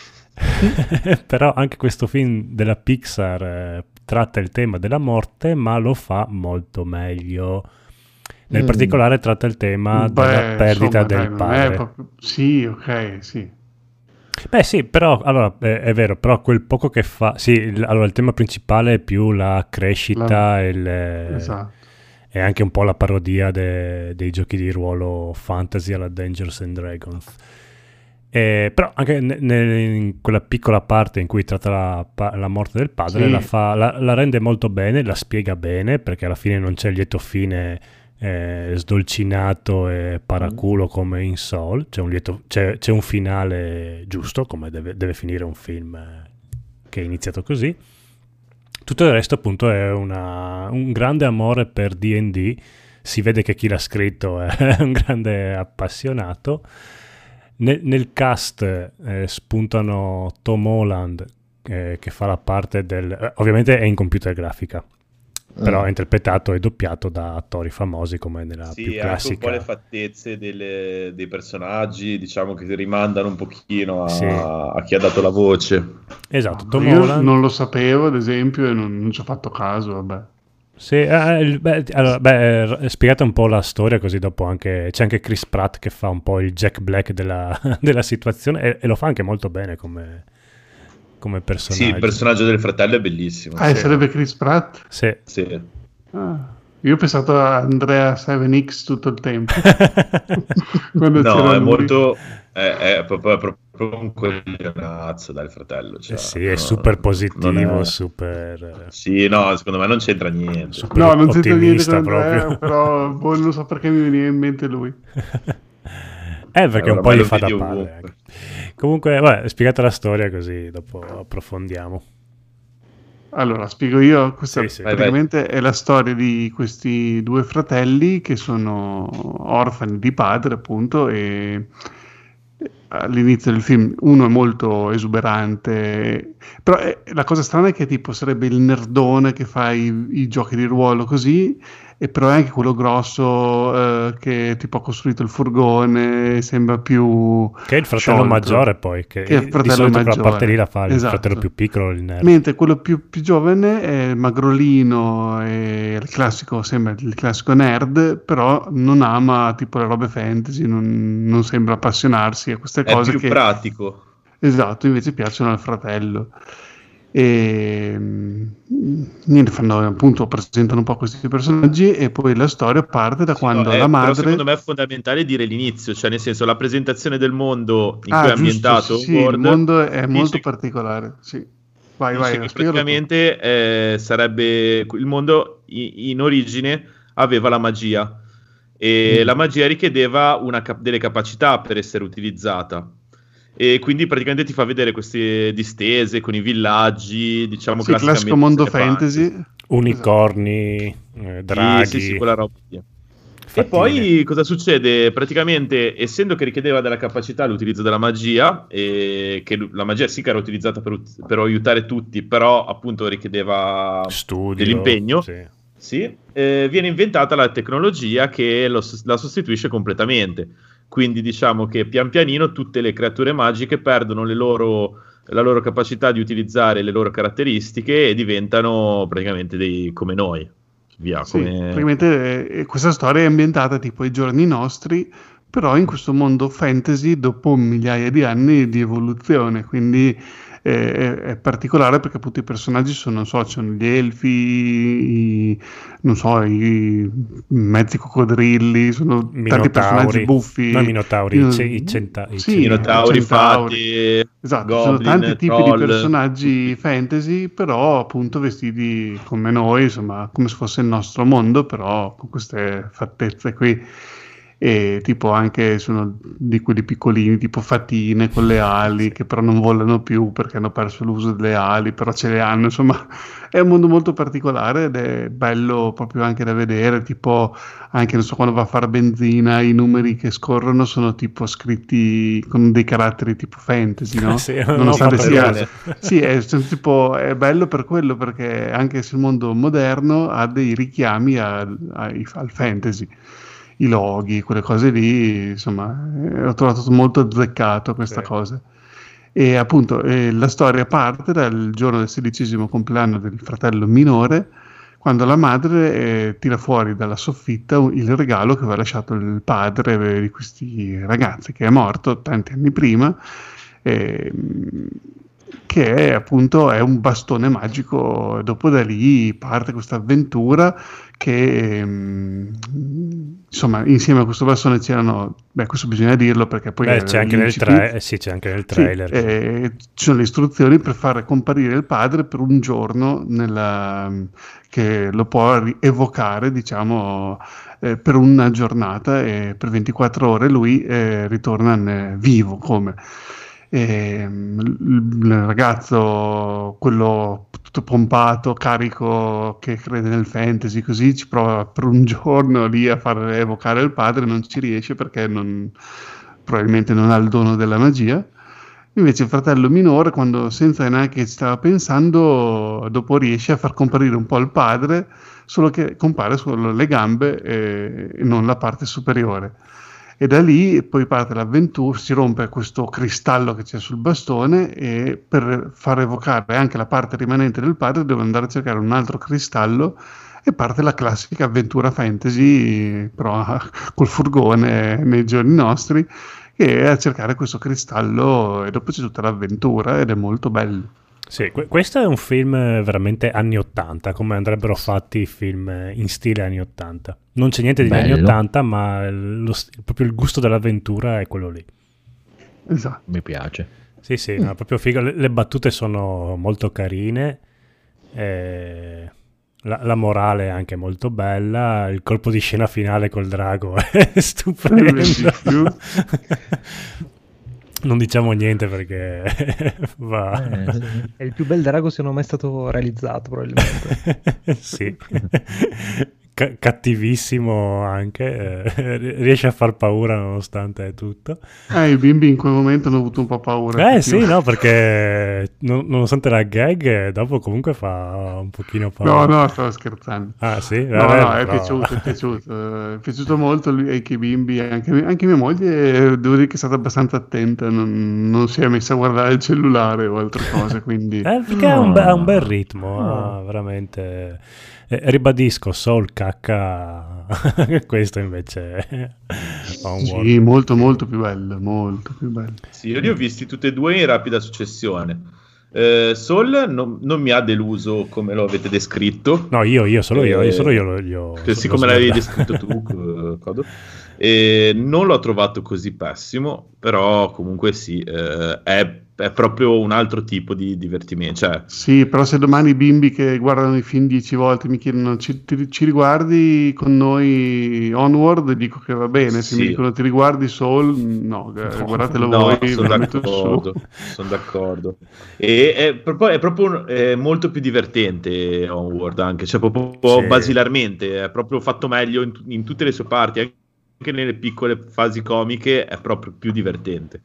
Però anche questo film della Pixar tratta il tema della morte, ma lo fa molto meglio. Nel particolare tratta il tema della perdita del padre. Sì, ok, sì. Beh sì, però allora è vero, però quel poco che fa, sì, allora il tema principale è più la crescita esatto. E anche un po' la parodia dei giochi di ruolo fantasy alla Dungeons and Dragons. Però anche in quella piccola parte in cui tratta la morte del padre, sì. la rende molto bene, la spiega bene, perché alla fine non c'è il lieto fine sdolcinato e paraculo come in Soul, c'è un finale giusto come deve finire un film che è iniziato così. Tutto il resto appunto è un grande amore per D&D, si vede che chi l'ha scritto è un grande appassionato. Nel cast spuntano Tom Holland che fa la parte ovviamente è in computer grafica, però è interpretato e doppiato da attori famosi come nella più classica. Anche un po' le fattezze dei personaggi, diciamo, che rimandano un pochino a chi ha dato la voce. Esatto, Tom io Holland non lo sapevo, ad esempio, e non ci ho fatto caso, vabbè. Sì, spiegate un po' la storia, così dopo c'è anche Chris Pratt che fa un po' il Jack Black della situazione e lo fa anche molto bene come personaggio. Sì, il personaggio del fratello è bellissimo. Sarebbe Chris Pratt? Sì. Io ho pensato a Andrea 7X tutto il tempo. No, è molto... È proprio un coglionazzo dal fratello. Cioè, sì, è super positivo, super... Sì, no, secondo me non c'entra niente. No, non c'entra niente con proprio. Però non so perché mi veniva in mente lui. Perché un po' gli fa da palle. Comunque, spiegate la storia così dopo approfondiamo. Allora, spiego io. Questa sì. praticamente è la storia di questi due fratelli che sono orfani di padre, appunto, e all'inizio del film uno è molto esuberante, però la cosa strana è che tipo sarebbe il nerdone che fa i giochi di ruolo così, e però è anche quello grosso che tipo ha costruito il furgone, sembra più che è il fratello maggiore, poi che è il fratello di solito maggiore. quella parte lì la fa il Esatto. fratello più piccolo, il nerd. Mentre quello più giovane è magrolino, è sembra il classico nerd, però non ama tipo le robe fantasy, non sembra appassionarsi a queste cose. È più pratico. Esatto, invece piacciono al fratello. E niente, presentano un po' questi personaggi e poi la storia parte da quando la madre... Però secondo me è fondamentale dire l'inizio, cioè nel senso la presentazione del mondo in cui è ambientato sì, il mondo è molto particolare, sì. Vai, praticamente sarebbe il mondo in origine aveva la magia e la magia richiedeva delle capacità per essere utilizzata. E quindi praticamente ti fa vedere queste distese con i villaggi, diciamo, sì, classico mondo fantasy, unicorni, draghi, sì, quella roba lì. E poi cosa succede? Praticamente, essendo che richiedeva della capacità l'utilizzo della magia, e che la magia sì che era utilizzata per aiutare tutti, però appunto richiedeva dell'impegno, viene inventata la tecnologia che la sostituisce completamente. Quindi diciamo che pian pianino tutte le creature magiche perdono la loro capacità di utilizzare le loro caratteristiche e diventano praticamente dei come noi. Praticamente questa storia è ambientata tipo ai giorni nostri, però in questo mondo fantasy dopo migliaia di anni di evoluzione, quindi è particolare perché appunto i personaggi sono, non so, sono gli elfi, non so, i mezzi coccodrilli, sono tanti personaggi buffi. No, minotauri, i minotauri fatti, esatto, goblin, sono tanti tipi troll, di personaggi fantasy, però appunto vestiti come noi, insomma, come se fosse il nostro mondo, però con queste fattezze qui. E tipo anche sono di quelli piccolini tipo fatine con le ali che però non volano più perché hanno perso l'uso delle ali, però ce le hanno, insomma è un mondo molto particolare ed è bello proprio anche da vedere, tipo anche non so, quando va a fare benzina i numeri che scorrono sono tipo scritti con dei caratteri tipo fantasy, no? Sì, nonostante sia sì, è bello per quello, perché anche se il mondo moderno ha dei richiami al fantasy, i loghi, quelle cose lì, insomma, ho trovato molto azzeccato questa cosa. E appunto la storia parte dal giorno del 16° compleanno del fratello minore, quando la madre tira fuori dalla soffitta il regalo che aveva lasciato il padre di questi ragazzi, che è morto tanti anni prima, che è appunto è un bastone magico. Dopo da lì parte questa avventura che insomma insieme a questo bastone c'erano, questo bisogna dirlo perché poi c'è anche nel trailer, ci sono le istruzioni per far comparire il padre per un giorno che lo può evocare, diciamo, per una giornata, e per 24 ore lui ritorna vivo come il ragazzo, quello tutto pompato, carico, che crede nel fantasy, così ci prova per un giorno lì a far evocare il padre, non ci riesce perché probabilmente non ha il dono della magia. Invece il fratello minore, quando senza neanche ci stava pensando, dopo riesce a far comparire un po' il padre, solo che compare solo le gambe e non la parte superiore. E da lì poi parte l'avventura, si rompe questo cristallo che c'è sul bastone, e per far evocare anche la parte rimanente del padre devo andare a cercare un altro cristallo, e parte la classica avventura fantasy, però col furgone nei giorni nostri, che è a cercare questo cristallo, e dopo c'è tutta l'avventura ed è molto bello. Sì, questo è un film veramente anni 80, come andrebbero fatti i film in stile anni 80. Non c'è niente di anni 80, ma proprio il gusto dell'avventura è quello lì. Esatto. Mi piace. Sì, no, proprio figo. Le battute sono molto carine, la morale è anche molto bella, il colpo di scena finale col drago è stupendo. Non diciamo niente perché è il più bel drago se non mai stato realizzato, probabilmente. Sì. Cattivissimo anche, riesce a far paura nonostante tutto. I bimbi in quel momento hanno avuto un po' paura. Sì, no, perché nonostante la gag dopo comunque fa un pochino paura. No, stavo scherzando. Ah sì? È piaciuto molto anche i bimbi, anche mia moglie, devo dire che è stata abbastanza attenta, non si è messa a guardare il cellulare o altre cose, quindi perché ha un bel ritmo, veramente. Ribadisco, Soul cacca. Questo invece sì, molto molto più bello, molto più bello. Sì, io li ho visti tutti e due in rapida successione. Soul non mi ha deluso come lo avete descritto. No, solo io siccome l'avevi descritto tu, Codo. Non l'ho trovato così pessimo, però comunque sì, è proprio un altro tipo di divertimento. Cioè... Sì, però se domani i bimbi che guardano i film 10 volte mi chiedono ci riguardi con noi Onward, dico che va bene. Se mi dicono ti riguardi Soul, no, guardatelo voi. Sono d'accordo. E è proprio molto più divertente Onward, anche, cioè proprio basilarmente, è proprio fatto meglio in tutte le sue parti, anche nelle piccole fasi comiche è proprio più divertente.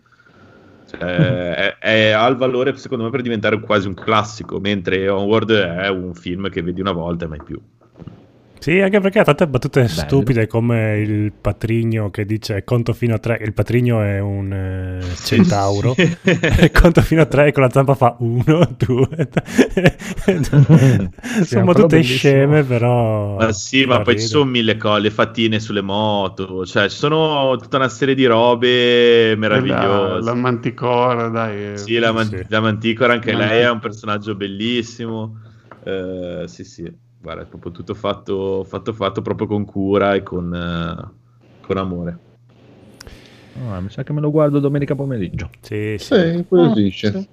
Ha il valore secondo me per diventare quasi un classico, mentre Onward è un film che vedi una volta e mai più. Sì, anche perché ha tante battute stupide come il patrigno che dice conto fino a 3. Il patrigno è un centauro. Conto fino a 3 e con la zampa fa 1, 2. Sono tutte sceme, però. Ma sì, ma poi ci sono mille cose, le fattine sulle moto, cioè ci sono tutta una serie di robe meravigliose. La Manticora, dai. Sì, la Manticora, anche lei è un personaggio bellissimo. Sì. Guarda, è proprio tutto fatto proprio con cura e con amore. Mi sa che me lo guardo domenica pomeriggio. Sì. Incuriosisce.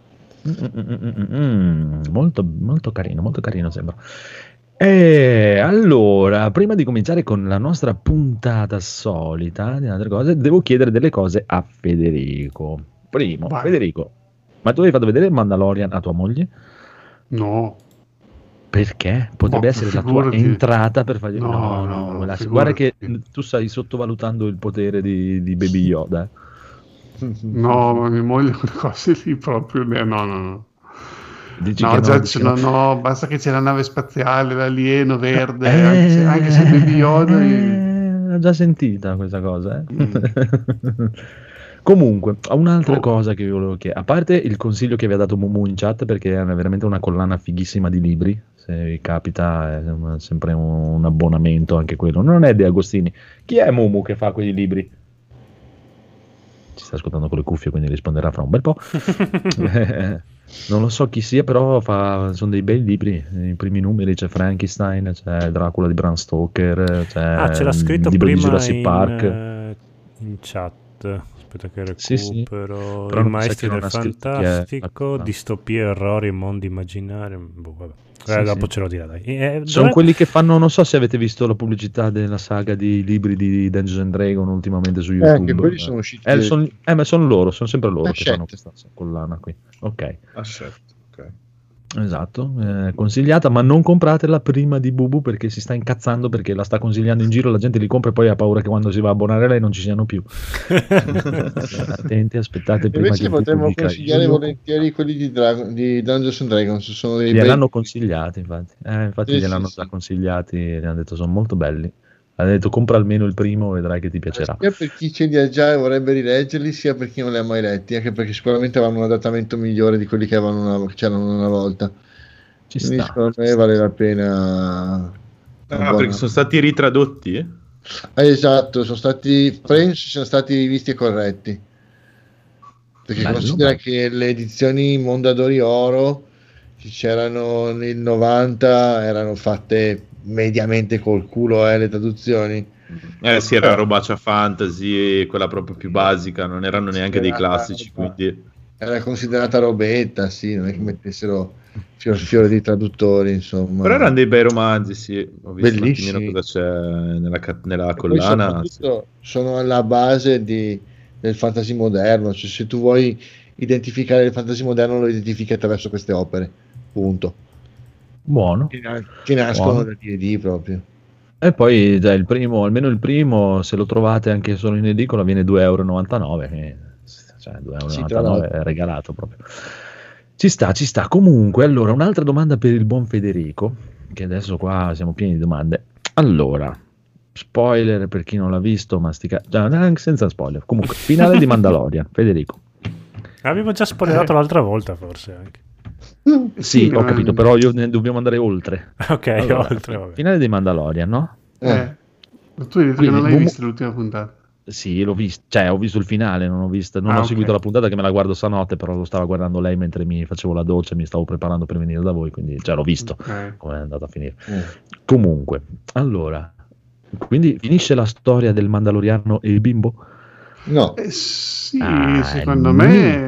Molto, molto carino sembra. E allora, prima di cominciare con la nostra puntata solita di altre cose, devo chiedere delle cose a Federico. Primo, vai. Federico, ma tu hai fatto vedere Mandalorian a tua moglie? No. Perché? Potrebbe essere la tua entrata per fargli... No, guarda che tu stai sottovalutando il potere di Baby Yoda. No, ma mia moglie quelle cose lì proprio... No. Dici no, basta che c'è la nave spaziale, l'alieno verde, anche se Baby Yoda... L'ho già sentita questa cosa, Comunque, un'altra cosa che vi volevo chiedere, a parte il consiglio che vi ha dato Mumu in chat, perché è veramente una collana fighissima di libri, se vi capita è sempre un abbonamento anche quello, non è De Agostini. Chi è Mumu che fa quei libri? Ci sta ascoltando con le cuffie, quindi risponderà fra un bel po'. Non lo so chi sia, però sono dei bei libri. I primi numeri c'è Frankenstein, c'è Dracula di Bram Stoker, c'è l'ha scritto il libro prima di Jurassic Park. In chat. Aspetta che recupero. Sì. Però I maestri del fantastico, distopie, errori, mondi immaginari. Dopo ce lo dirà, dai. Sono quelli che fanno, non so se avete visto la pubblicità della saga di libri di Dungeons and Dragons ultimamente su YouTube. Anche quelli sono usciti. Ma sono loro, sono sempre loro che fanno questa collana qui. Ok. Ok. Esatto, consigliata, ma non compratela prima di Bubu perché si sta incazzando perché la sta consigliando in giro, la gente li compra e poi ha paura che quando si va a abbonare lei non ci siano più. Attenti, aspettate prima invece che potremmo consigliare volentieri quelli di Dungeons and Dragons, sono dei gliel'hanno consigliati infatti gliel'hanno già consigliati, gli hanno detto sono molto belli. Ha detto compra almeno il primo, vedrai che ti piacerà. Sia per chi ce li ha già e vorrebbe rileggerli, sia per chi non li ha mai letti, anche perché sicuramente avranno un adattamento migliore di quelli che c'erano una volta. Quindi secondo me vale la pena. Perché sono stati ritradotti? Esatto, sono stati rivisti e corretti. Perché considera che le edizioni Mondadori Oro che c'erano nel 90 erano fatte mediamente col culo, le traduzioni. Sì, era robaccia fantasy, quella proprio più basica, non erano neanche dei classici, quindi era considerata robetta, sì, non è che mettessero fiore di traduttori, insomma. Però erano dei bei romanzi, sì, ho visto un attimino cosa c'è nella collana. Sono alla base del fantasy moderno, cioè se tu vuoi identificare il fantasy moderno lo identifichi attraverso queste opere, punto. Buono. Che nascono da D&D proprio. E poi il primo, almeno il primo, se lo trovate anche solo in edicola, viene 2,99 €. Cioè 2,99 € è regalato proprio. Ci sta. Comunque, allora, un'altra domanda per il buon Federico, che adesso qua siamo pieni di domande. Allora, spoiler per chi non l'ha visto, anche senza spoiler. Comunque, finale di Mandalorian, Federico. Avevo già spoilerato l'altra volta, forse anche. Sì, ho capito, però dobbiamo andare oltre. Ok, allora, oltre. Vabbè. Finale di Mandalorian, no? Tu hai detto che non l'hai vista l'ultima puntata? Sì, l'ho visto, cioè ho visto il finale, non ho seguito la puntata che me la guardo stanotte, però lo stava guardando lei mentre mi facevo la doccia e mi stavo preparando per venire da voi, quindi l'ho visto come è andato a finire. Comunque, allora, quindi finisce la storia del Mandaloriano e il bimbo? No. Sì, secondo me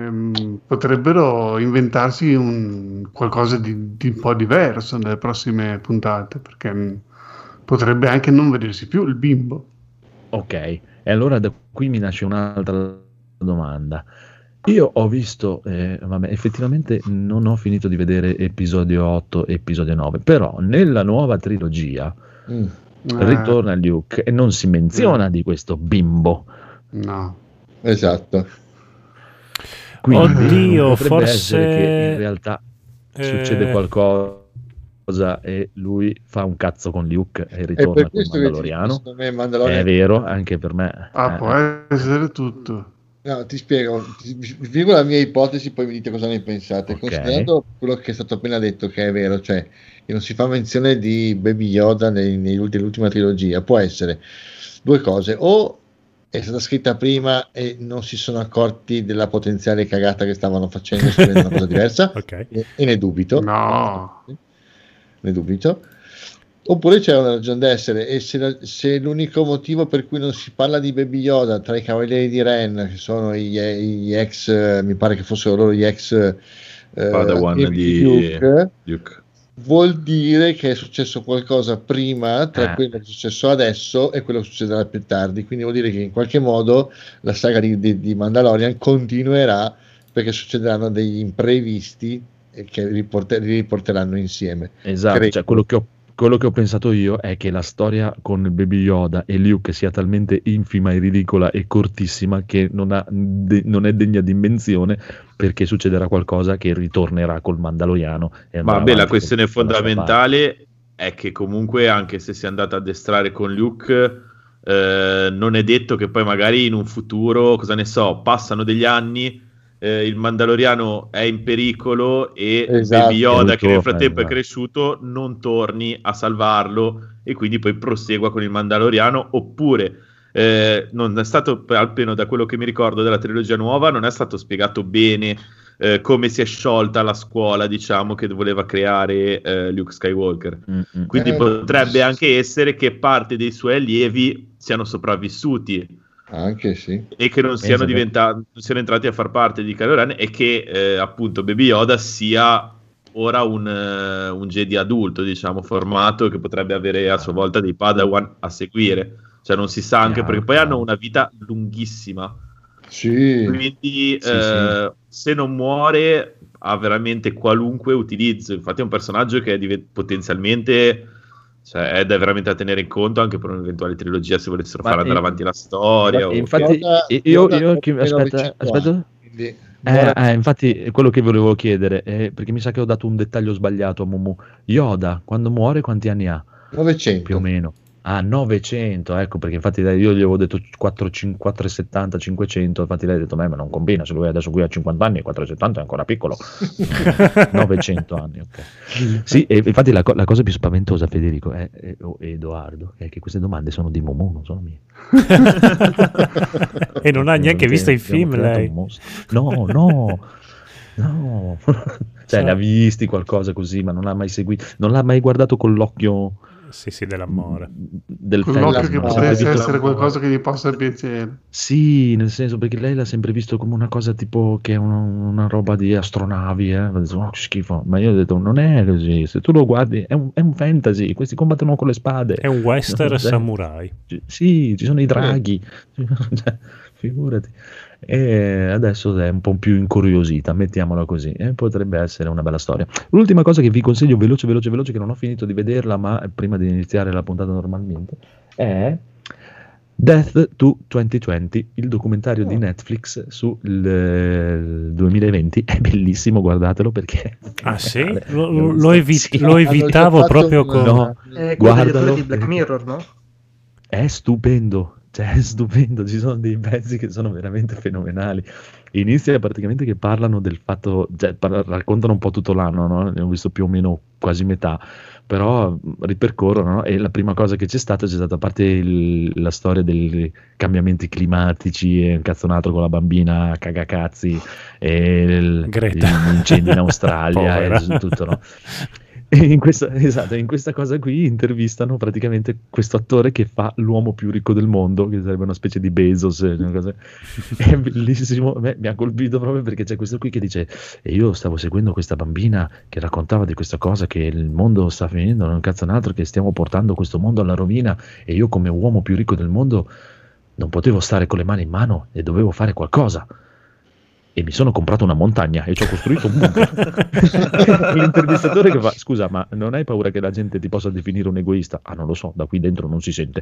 potrebbero inventarsi qualcosa di un po' diverso nelle prossime puntate, perché potrebbe anche non vedersi più il bimbo. Ok, e allora da qui mi nasce un'altra domanda. Io ho visto, effettivamente non ho finito di vedere episodio 8 e episodio 9, però nella nuova trilogia ritorna Luke e non si menziona di questo bimbo. No. Esatto. Quindi oddio, potrebbe forse essere che in realtà succede qualcosa cosa e lui fa un cazzo con Luke e ritorna con Mandaloriano. È vero, anche per me. Può essere tutto. No, ti spiego la mia ipotesi, poi mi dite cosa ne pensate. Okay. Considerando quello che è stato appena detto, che è vero, cioè che non si fa menzione di Baby Yoda nell'ultima trilogia, può essere due cose: o è stata scritta prima e non si sono accorti della potenziale cagata che stavano facendo, scrivendo una cosa diversa, okay. e ne dubito. Ne dubito. Oppure c'è una ragione d'essere, e se l'unico motivo per cui non si parla di Baby Yoda tra i Cavalieri di Ren, che sono gli ex, mi pare che fossero loro gli ex Padawan di Luke, vuol dire che è successo qualcosa prima tra quello che è successo adesso e quello che succederà più tardi, quindi vuol dire che in qualche modo la saga di Mandalorian continuerà, perché succederanno degli imprevisti che riporteranno insieme. Esatto, cioè quello che ho pensato io è che la storia con Baby Yoda e Luke sia talmente infima e ridicola e cortissima che non è degna di invenzione, perché succederà qualcosa che ritornerà col Mandaloriano. La questione fondamentale è che comunque, anche se si è andata a addestrare con Luke, non è detto che poi magari in un futuro, cosa ne so, passano degli anni, il Mandaloriano è in pericolo e Baby Yoda, che nel frattempo è cresciuto, non torni a salvarlo e quindi poi prosegua con il Mandaloriano. Oppure non è stato, almeno da quello che mi ricordo della trilogia nuova, non è stato spiegato bene come si è sciolta la scuola, diciamo, che voleva creare Luke Skywalker. Quindi potrebbe anche essere che parte dei suoi allievi siano sopravvissuti, anche sì, e che non siano siano entrati a far parte di Kylo Ren, e che appunto Baby Yoda sia ora un Jedi adulto, diciamo, formato, che potrebbe avere a sua volta dei Padawan a seguire, cioè non si sa, anche perché poi hanno una vita lunghissima, quindi se non muore ha veramente qualunque utilizzo. Infatti è un personaggio che è potenzialmente, cioè, è veramente da tenere in conto anche per un'eventuale trilogia, se volessero far andare avanti la storia. Infatti, aspetta. Infatti, quello che volevo chiedere è, perché mi sa che ho dato un dettaglio sbagliato a Mumu. Yoda, quando muore, quanti anni ha? 900. Più o meno. 900, ecco, perché infatti io gli avevo detto 470, 500, infatti lei ha detto, ma non combina, se lui adesso qui ha 50 anni e 470 è ancora piccolo. 900 anni, ok. Sì, e infatti la cosa più spaventosa, Federico, Edoardo, è che queste domande sono di Momo, non sono mie. E non ha neanche visto i film, lei? No. Cioè, ne ha visti qualcosa così, ma non l'ha mai seguito, non l'ha mai guardato con l'occhio... Sì, dell'amore. L'occhio che potesse essere qualcosa che gli possa piacere. Sì, nel senso, perché lei l'ha sempre visto come una cosa tipo che è una roba di astronavi, che schifo. Ma io ho detto, non è così, se tu lo guardi è un fantasy, questi combattono con le spade. È un western samurai. Sì, ci sono i draghi. Figurati. E adesso è un po' più incuriosita, mettiamola così, potrebbe essere una bella storia. L'ultima cosa che vi consiglio veloce, che non ho finito di vederla, ma prima di iniziare la puntata normalmente, è Death to 2020, il documentario di Netflix sul 2020. È bellissimo, guardatelo, perché sì? Lo evitavo proprio con... guardalo, di Black Mirror, no? È stupendo. Cioè, è stupendo, ci sono dei pezzi che sono veramente fenomenali. Inizia praticamente che parlano del fatto, cioè raccontano un po' tutto l'anno, no? Ne ho visto più o meno quasi metà, però ripercorrono, no? E la prima cosa che c'è stata, a parte la storia dei cambiamenti climatici e un cazzonato con la bambina cagacazzi e gli incendi in Australia e tutto, no? E in questa cosa qui intervistano praticamente questo attore che fa l'uomo più ricco del mondo, che sarebbe una specie di Bezos, è bellissimo. Mi ha colpito proprio perché c'è questo qui che dice: e io stavo seguendo questa bambina che raccontava di questa cosa, che il mondo sta finendo, non cazzo un altro, che stiamo portando questo mondo alla rovina, e io come uomo più ricco del mondo non potevo stare con le mani in mano e dovevo fare qualcosa. E mi sono comprato una montagna e ci ho costruito un bunker. L'intervistatore che fa: scusa, ma non hai paura che la gente ti possa definire un egoista? Ah, non lo so, da qui dentro non si sente.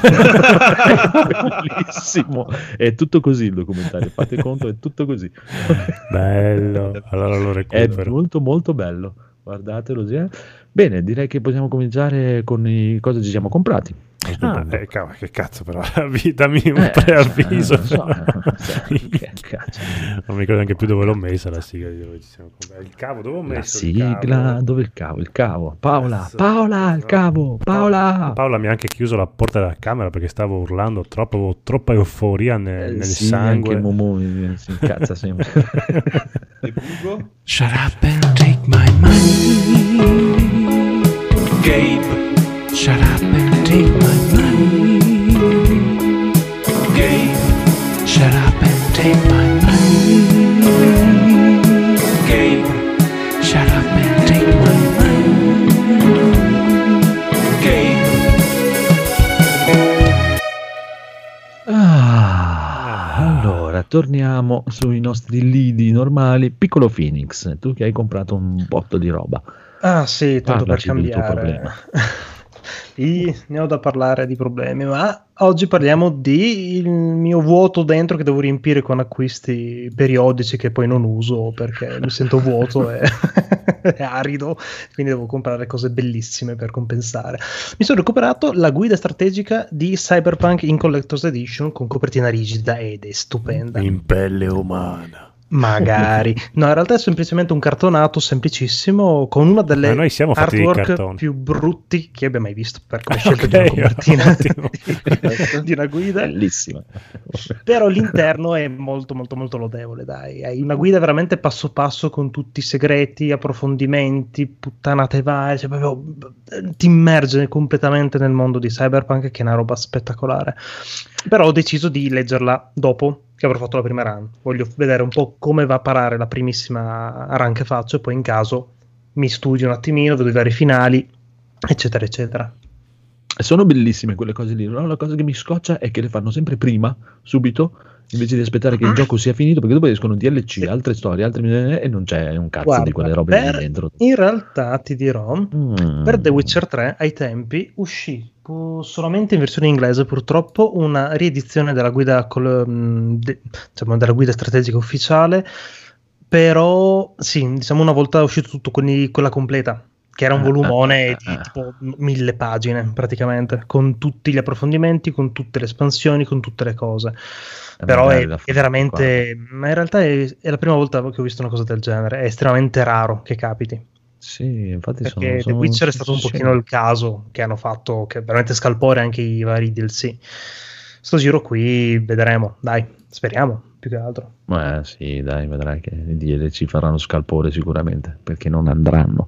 Bellissimo. È tutto così il documentario, fate conto, è tutto così. Bello, allora lo recupero. È molto molto bello. guardatelo. Bene, direi che possiamo cominciare con i cosa ci siamo comprati. Che cazzo, però dammi un preavviso. Non mi ricordo neanche più dove l'ho messa la sigla di dove ci siamo comprati. Il cavo, dove ho messo la sigla? Dove il cavo? Paola, il cavo, Paola mi ha anche chiuso la porta della camera perché stavo urlando troppo, avevo troppa euforia nel sangue. Anche Momo si incazza sempre. E Bugo? Shut up and take my money, Gabe. Shut up and take my money, Gabe. Shut up and take my money, Gabe. Shut up and take my money, Gabe. Allora, torniamo sui nostri lidi normali. Piccolo Phoenix, tu che hai comprato un botto di roba. Ah sì, tanto Parlaci per cambiare. Ne ho da parlare di problemi, ma oggi parliamo di il mio vuoto dentro che devo riempire con acquisti periodici che poi non uso perché mi sento vuoto e è arido, quindi devo comprare cose bellissime per compensare. Mi sono recuperato la guida strategica di Cyberpunk in Collector's Edition con copertina rigida ed è stupenda. In pelle umana. Magari. No, in realtà è semplicemente un cartonato semplicissimo con una delle artwork più brutti che abbia mai visto per come scelta di una copertina di una guida. Bellissima. Però l'interno è molto molto molto lodevole, dai. Hai una guida veramente passo passo con tutti i segreti, approfondimenti, puttanate varie, cioè proprio ti immerge completamente nel mondo di Cyberpunk, che è una roba spettacolare. Però ho deciso di leggerla dopo che avrò fatto la prima run. Voglio vedere un po' come va a parare la primissima run che faccio e poi in caso mi studio un attimino, vedo i vari finali, eccetera eccetera. Sono bellissime quelle cose lì. No? La cosa che mi scoccia è che le fanno sempre prima, subito, invece di aspettare che il gioco sia finito, perché dopo escono DLC, altre storie, e non c'è un cazzo di quelle robe lì dentro. In realtà ti dirò, per The Witcher 3 ai tempi uscì solamente in versione inglese purtroppo una riedizione della guida diciamo della guida strategica ufficiale, però sì, diciamo una volta uscito tutto con quella completa, che era un volumone di tipo 1000 pagine praticamente, con tutti gli approfondimenti, con tutte le espansioni, con tutte le cose. Però è veramente, ma in realtà è la prima volta che ho visto una cosa del genere, è estremamente raro che capiti. Sì, infatti perché The Witcher è stato un pochino il caso che hanno fatto, che veramente scalpore anche i vari DLC. Sto giro qui vedremo, dai, speriamo più che altro. Sì, dai, vedrai che i DLC faranno scalpore sicuramente, perché non andranno.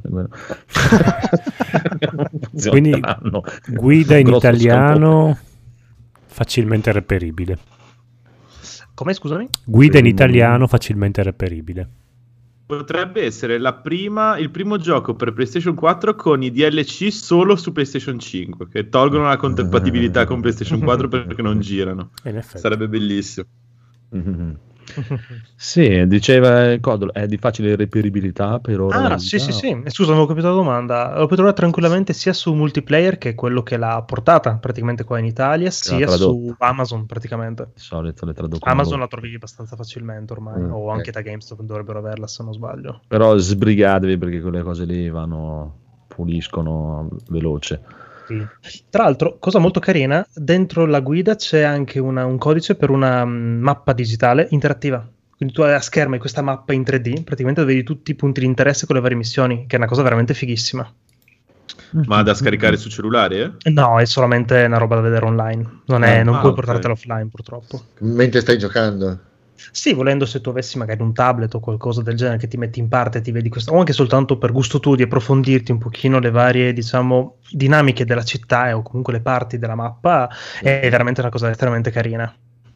Quindi guida in italiano facilmente reperibile. Come, scusami? Guida in italiano facilmente reperibile. Potrebbe essere il primo gioco per PlayStation 4 con i DLC solo su PlayStation 5, che tolgono la compatibilità con PlayStation 4 perché non girano. Sarebbe bellissimo. Sì, diceva il Codolo, è di facile reperibilità per ora. Sì. Scusa, non ho capito la domanda. Lo puoi trovare tranquillamente sia su Multiplayer, che è quello che l'ha portata praticamente qua in Italia, sia su Amazon praticamente. Di solito le traducono. Amazon la trovi abbastanza facilmente ormai, o anche da GameStop dovrebbero averla se non sbaglio. Però sbrigatevi perché quelle cose lì puliscono veloce. Sì. Tra l'altro, cosa molto carina, dentro la guida c'è anche un codice per una mappa digitale interattiva. Quindi tu hai a schermo questa mappa in 3D, praticamente vedi tutti i punti di interesse con le varie missioni, che è una cosa veramente fighissima. Ma da scaricare su cellulare? No, è solamente una roba da vedere online. Non puoi portartela offline, purtroppo. Mentre stai giocando? Sì, volendo, se tu avessi magari un tablet o qualcosa del genere che ti metti in parte e ti vedi questo, o anche soltanto per gusto tuo di approfondirti un pochino le varie, diciamo, dinamiche della città o comunque le parti della mappa, è veramente una cosa estremamente carina.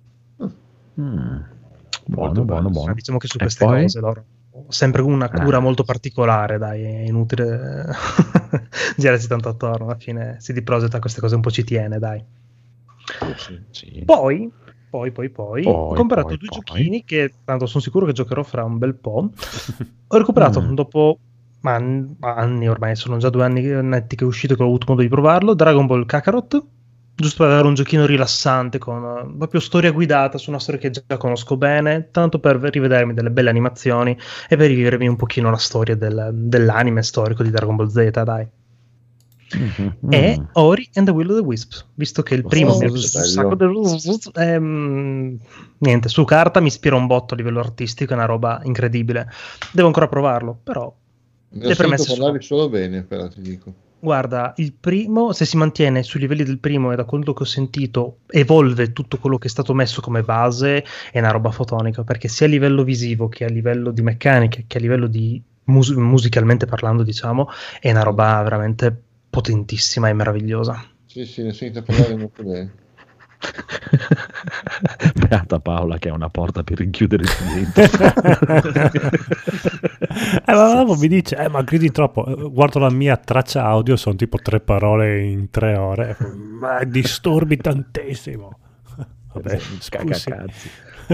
Buono. Diciamo che su queste cose loro sempre una cura molto particolare, dai, è inutile girarsi tanto attorno, alla fine CD Projekt a queste cose un po' ci tiene, dai. Sì. Poi ho comprato due giochini che tanto sono sicuro che giocherò fra un bel po'. Ho recuperato dopo anni ormai, sono già 2 anni netti che è uscito, che ho avuto modo di provarlo, Dragon Ball Kakarot giusto per dare un giochino rilassante con proprio storia guidata su una storia che già conosco bene, tanto per rivedermi delle belle animazioni e per rivivermi un pochino la storia dell'anime storico di Dragon Ball Z, dai. E Ori and the Will of the Wisps, visto che il primo mi ha piaciuto un sacco niente, su carta mi ispira un botto a livello artistico, è una roba incredibile, devo ancora provarlo, però le premesse parlare solo bene, però ti dico. Guarda, il primo, se si mantiene sui livelli del primo e da quello che ho sentito evolve tutto quello che è stato messo come base, è una roba fotonica, perché sia a livello visivo che a livello di meccanica che a livello di musicalmente parlando, diciamo, è una roba veramente potentissima e meravigliosa. Sì, ne sento parlare molto bene. Beata Paola che ha una porta per rinchiudere il cliente. Ma mi dice ma gridi troppo, guardo la mia traccia audio, sono tipo 3 parole in 3 ore, ma disturbi tantissimo. Vabbè, cagacazzi.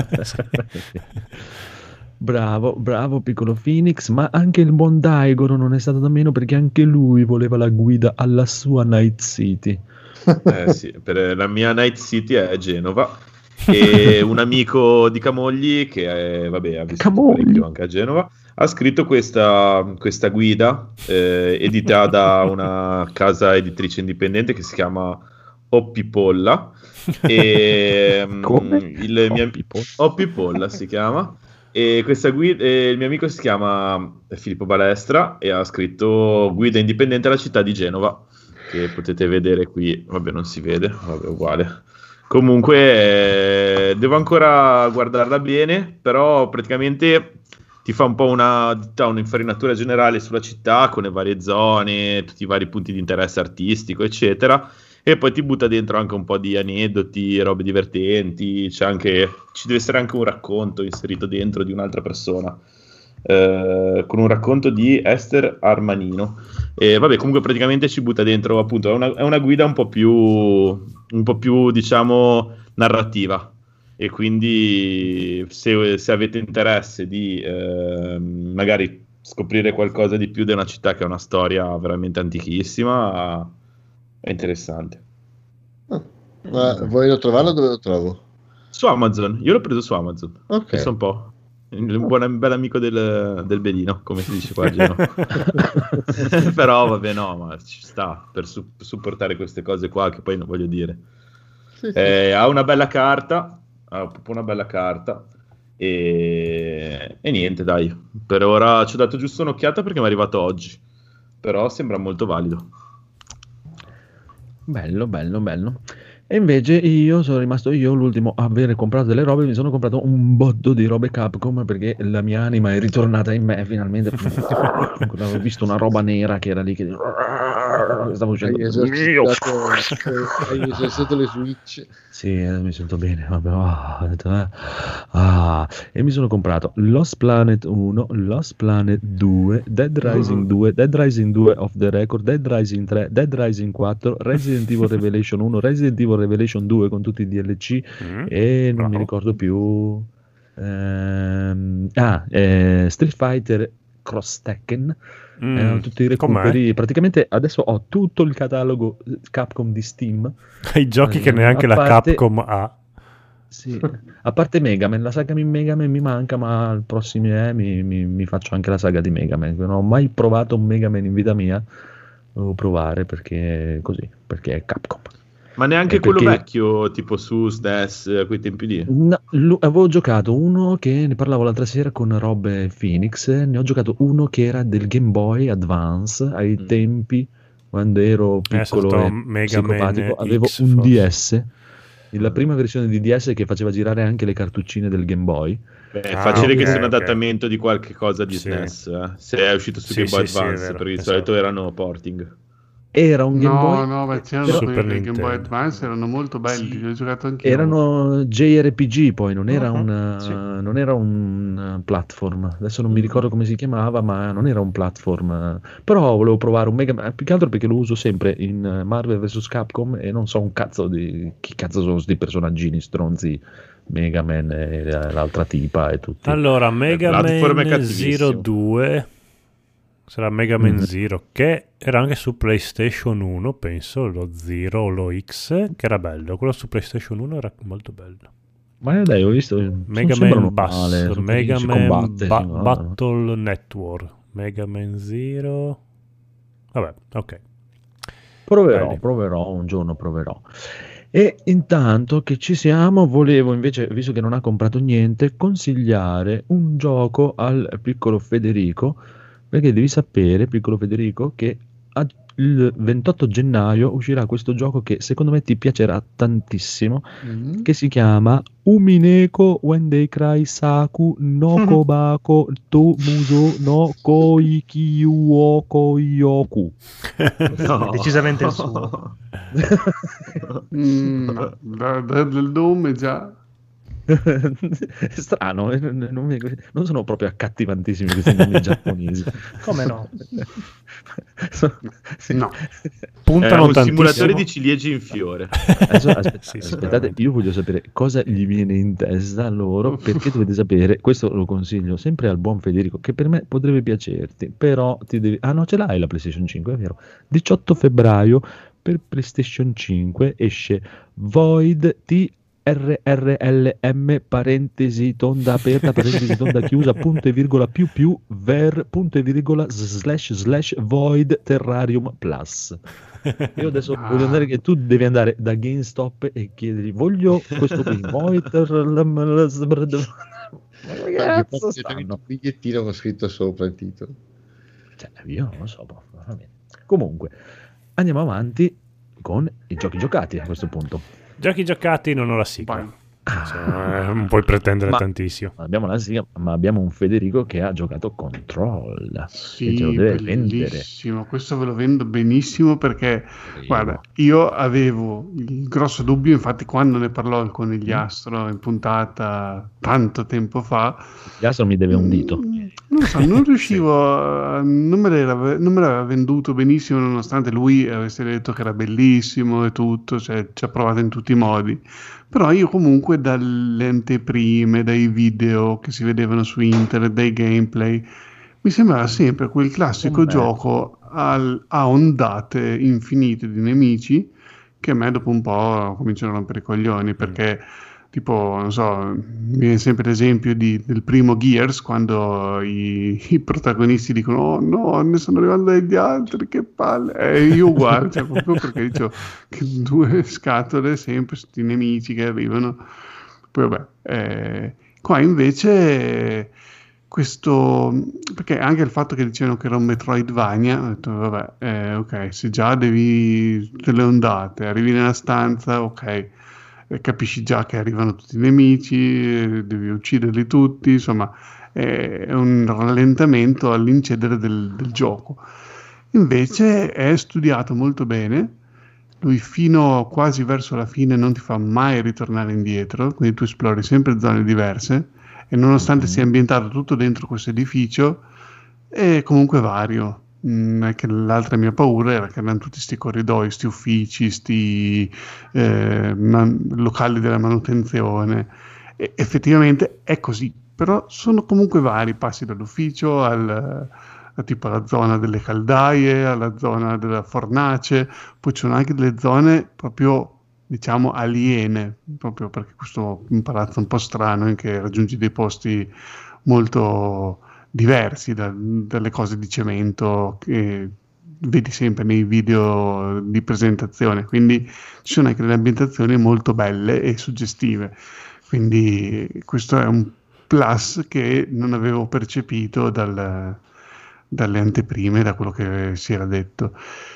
Bravo piccolo Phoenix, ma anche il buon Daigoro non è stato da meno, perché anche lui voleva la guida alla sua Night City. Sì, per la mia Night City è Genova, e un amico di Camogli che ha vissuto parecchio anche a Genova, ha scritto questa guida editata da una casa editrice indipendente che si chiama Oppipolla, e Oppipolla si chiama. E questa guida, il mio amico si chiama Filippo Balestra e ha scritto Guida indipendente alla città di Genova, che potete vedere qui. Vabbè, non si vede, vabbè, uguale. Comunque devo ancora guardarla bene, però praticamente ti fa un po' un'infarinatura generale sulla città, con le varie zone, tutti i vari punti di interesse artistico, eccetera, e poi ti butta dentro anche un po' di aneddoti, robe divertenti, ci deve essere anche un racconto inserito dentro di un'altra persona, con un racconto di Esther Armanino, e vabbè, comunque praticamente ci butta dentro, appunto, è una guida un po' più diciamo narrativa, e quindi se avete interesse di magari scoprire qualcosa di più di una città che ha una storia veramente antichissima, è interessante. Ma voglio trovarlo, dove lo trovo? Su Amazon, io l'ho preso su Amazon. Ok. Questo è un po' un bel amico del Belino, come si dice qua a Genova. Però vabbè, no, ma ci sta per supportare queste cose qua, che poi non voglio dire. Sì. Ha una bella carta, e niente, dai, per ora ci ho dato giusto un'occhiata perché mi è arrivato oggi, però sembra molto valido. Bello. E invece io sono rimasto l'ultimo a avere comprato delle robe. Mi sono comprato un botto di robe Capcom, perché la mia anima è ritornata in me finalmente. Ho visto una roba nera che era lì che stavo uscendo. Hai esercitato le Switch. Sì, mi sento bene. Vabbè, e mi sono comprato Lost Planet 1, Lost Planet 2, Dead Rising 2, Dead Rising 2 off the record, Dead Rising 3, Dead Rising 4, Resident Evil Revelation 1, Resident Evil Revelation 2 con tutti i DLC, e non mi ricordo più Street Fighter Cross Tekken, tutti i recuperi. Com'è? Praticamente adesso ho tutto il catalogo Capcom di Steam, i giochi che neanche la Capcom ha. Sì, a parte Mega Man, la saga di Mega Man mi manca, ma al prossimo mi faccio anche la saga di Mega Man. Non ho mai provato un Mega Man in vita mia, devo provare perché è Capcom. Ma neanche quello vecchio, tipo su SNES, a quei tempi lì? No, avevo giocato uno che ne parlavo l'altra sera con Rob e Phoenix, ne ho giocato uno che era del Game Boy Advance ai tempi, quando ero piccolo e psicopatico, avevo X, un forse. DS, la prima versione di DS che faceva girare anche le cartuccine del Game Boy. È facile che sia un adattamento di qualche cosa di SNES, se è uscito su Game Boy Advance, perché di solito erano porting. Era un Game Boy. No, ma c'erano quelli Game Boy Advance, erano molto belli, li ho giocato anche io. Erano JRPG, poi non era non era un platform. Adesso non mi ricordo come si chiamava, ma non era un platform. Però volevo provare un Mega Man, più che altro perché lo uso sempre in Marvel vs Capcom e non so un cazzo di chi cazzo sono sti personaggini stronzi, Mega Man e l'altra tipa e tutti. Allora, Mega Man 02 Sarà Mega Man Zero, che era anche su PlayStation 1, penso, lo Zero o lo X, che era bello. Quello su PlayStation 1 era molto bello. Ma dai, ho visto Mega Man Bass, Mega Man Battle Network, Mega Man Zero. Vabbè, ok. Proverò, un giorno proverò. E intanto che ci siamo, volevo invece, visto che non ha comprato niente, consigliare un gioco al piccolo Federico, perché devi sapere, piccolo Federico, che il 28 gennaio uscirà questo gioco che secondo me ti piacerà tantissimo, che si chiama Umineko When They Cry Saku no Kobako to Muso no Koikiuo Koyoku. No. Decisamente il suo. Del nome già. Strano, non sono proprio accattivantissimi questi nomi giapponesi. Come no? No. Puntano un simulatore di ciliegi in fiore. Aspettate, io voglio sapere cosa gli viene in testa a loro, perché dovete sapere, questo lo consiglio sempre al buon Federico, che per me potrebbe piacerti, però ti devi... Ah no, ce l'hai la PlayStation 5, è vero. 18 febbraio per PlayStation 5 esce Void RRLM parentesi tonda aperta parentesi tonda chiusa punto e virgola più ver punto e virgola / void terrarium plus. Io adesso voglio andare, che tu devi andare da GameStop e chiedergli voglio questo qui void un bigliettino con scritto sopra il titolo. Cioè, io non lo so, comunque andiamo avanti con i giochi giocati a questo punto. Giochi giocati, non ho la sigla. Non puoi pretendere tantissimo. Abbiamo la sigla, ma abbiamo un Federico che ha giocato Control. Sì, e ce lo deve bellissimo. vendere. Questo ve lo vendo benissimo perché, guarda, io avevo il grosso dubbio, infatti quando ne parlò il Conigliastro in puntata tanto tempo fa. Il Conigliastro mi deve un dito. Non so, non riuscivo, non me l'aveva venduto benissimo, nonostante lui avesse detto che era bellissimo e tutto, cioè ci ha provato in tutti i modi. Però io comunque dalle anteprime, dai video che si vedevano su internet, dai gameplay, mi sembrava sempre quel classico gioco a ondate infinite di nemici che a me dopo un po' cominciano a rompere i coglioni, perché tipo, non so, mi viene sempre l'esempio del primo Gears, quando i protagonisti dicono oh no, ne stanno arrivando degli altri, che palle, e io uguale, cioè, proprio perché dicevo che due scatole sempre questi nemici che arrivano. Poi vabbè, qua invece questo, perché anche il fatto che dicevano che era un Metroidvania, ho detto vabbè, ok, se già devi delle ondate, arrivi nella stanza, ok, capisci già che arrivano tutti i nemici, devi ucciderli tutti, insomma è un rallentamento all'incedere del gioco. Invece è studiato molto bene, lui fino quasi verso la fine non ti fa mai ritornare indietro, quindi tu esplori sempre zone diverse e nonostante sia ambientato tutto dentro questo edificio è comunque vario. Che l'altra mia paura era che erano tutti sti corridoi, sti uffici, sti locali della manutenzione, e effettivamente è così, però sono comunque vari, passi dall'ufficio tipo alla zona delle caldaie, alla zona della fornace, poi ci sono anche delle zone proprio diciamo aliene, proprio perché questo è un palazzo un po' strano in che raggiungi dei posti molto diversi dalle cose di cemento che vedi sempre nei video di presentazione, quindi ci sono anche delle ambientazioni molto belle e suggestive, quindi questo è un plus che non avevo percepito dalle anteprime, da quello che si era detto.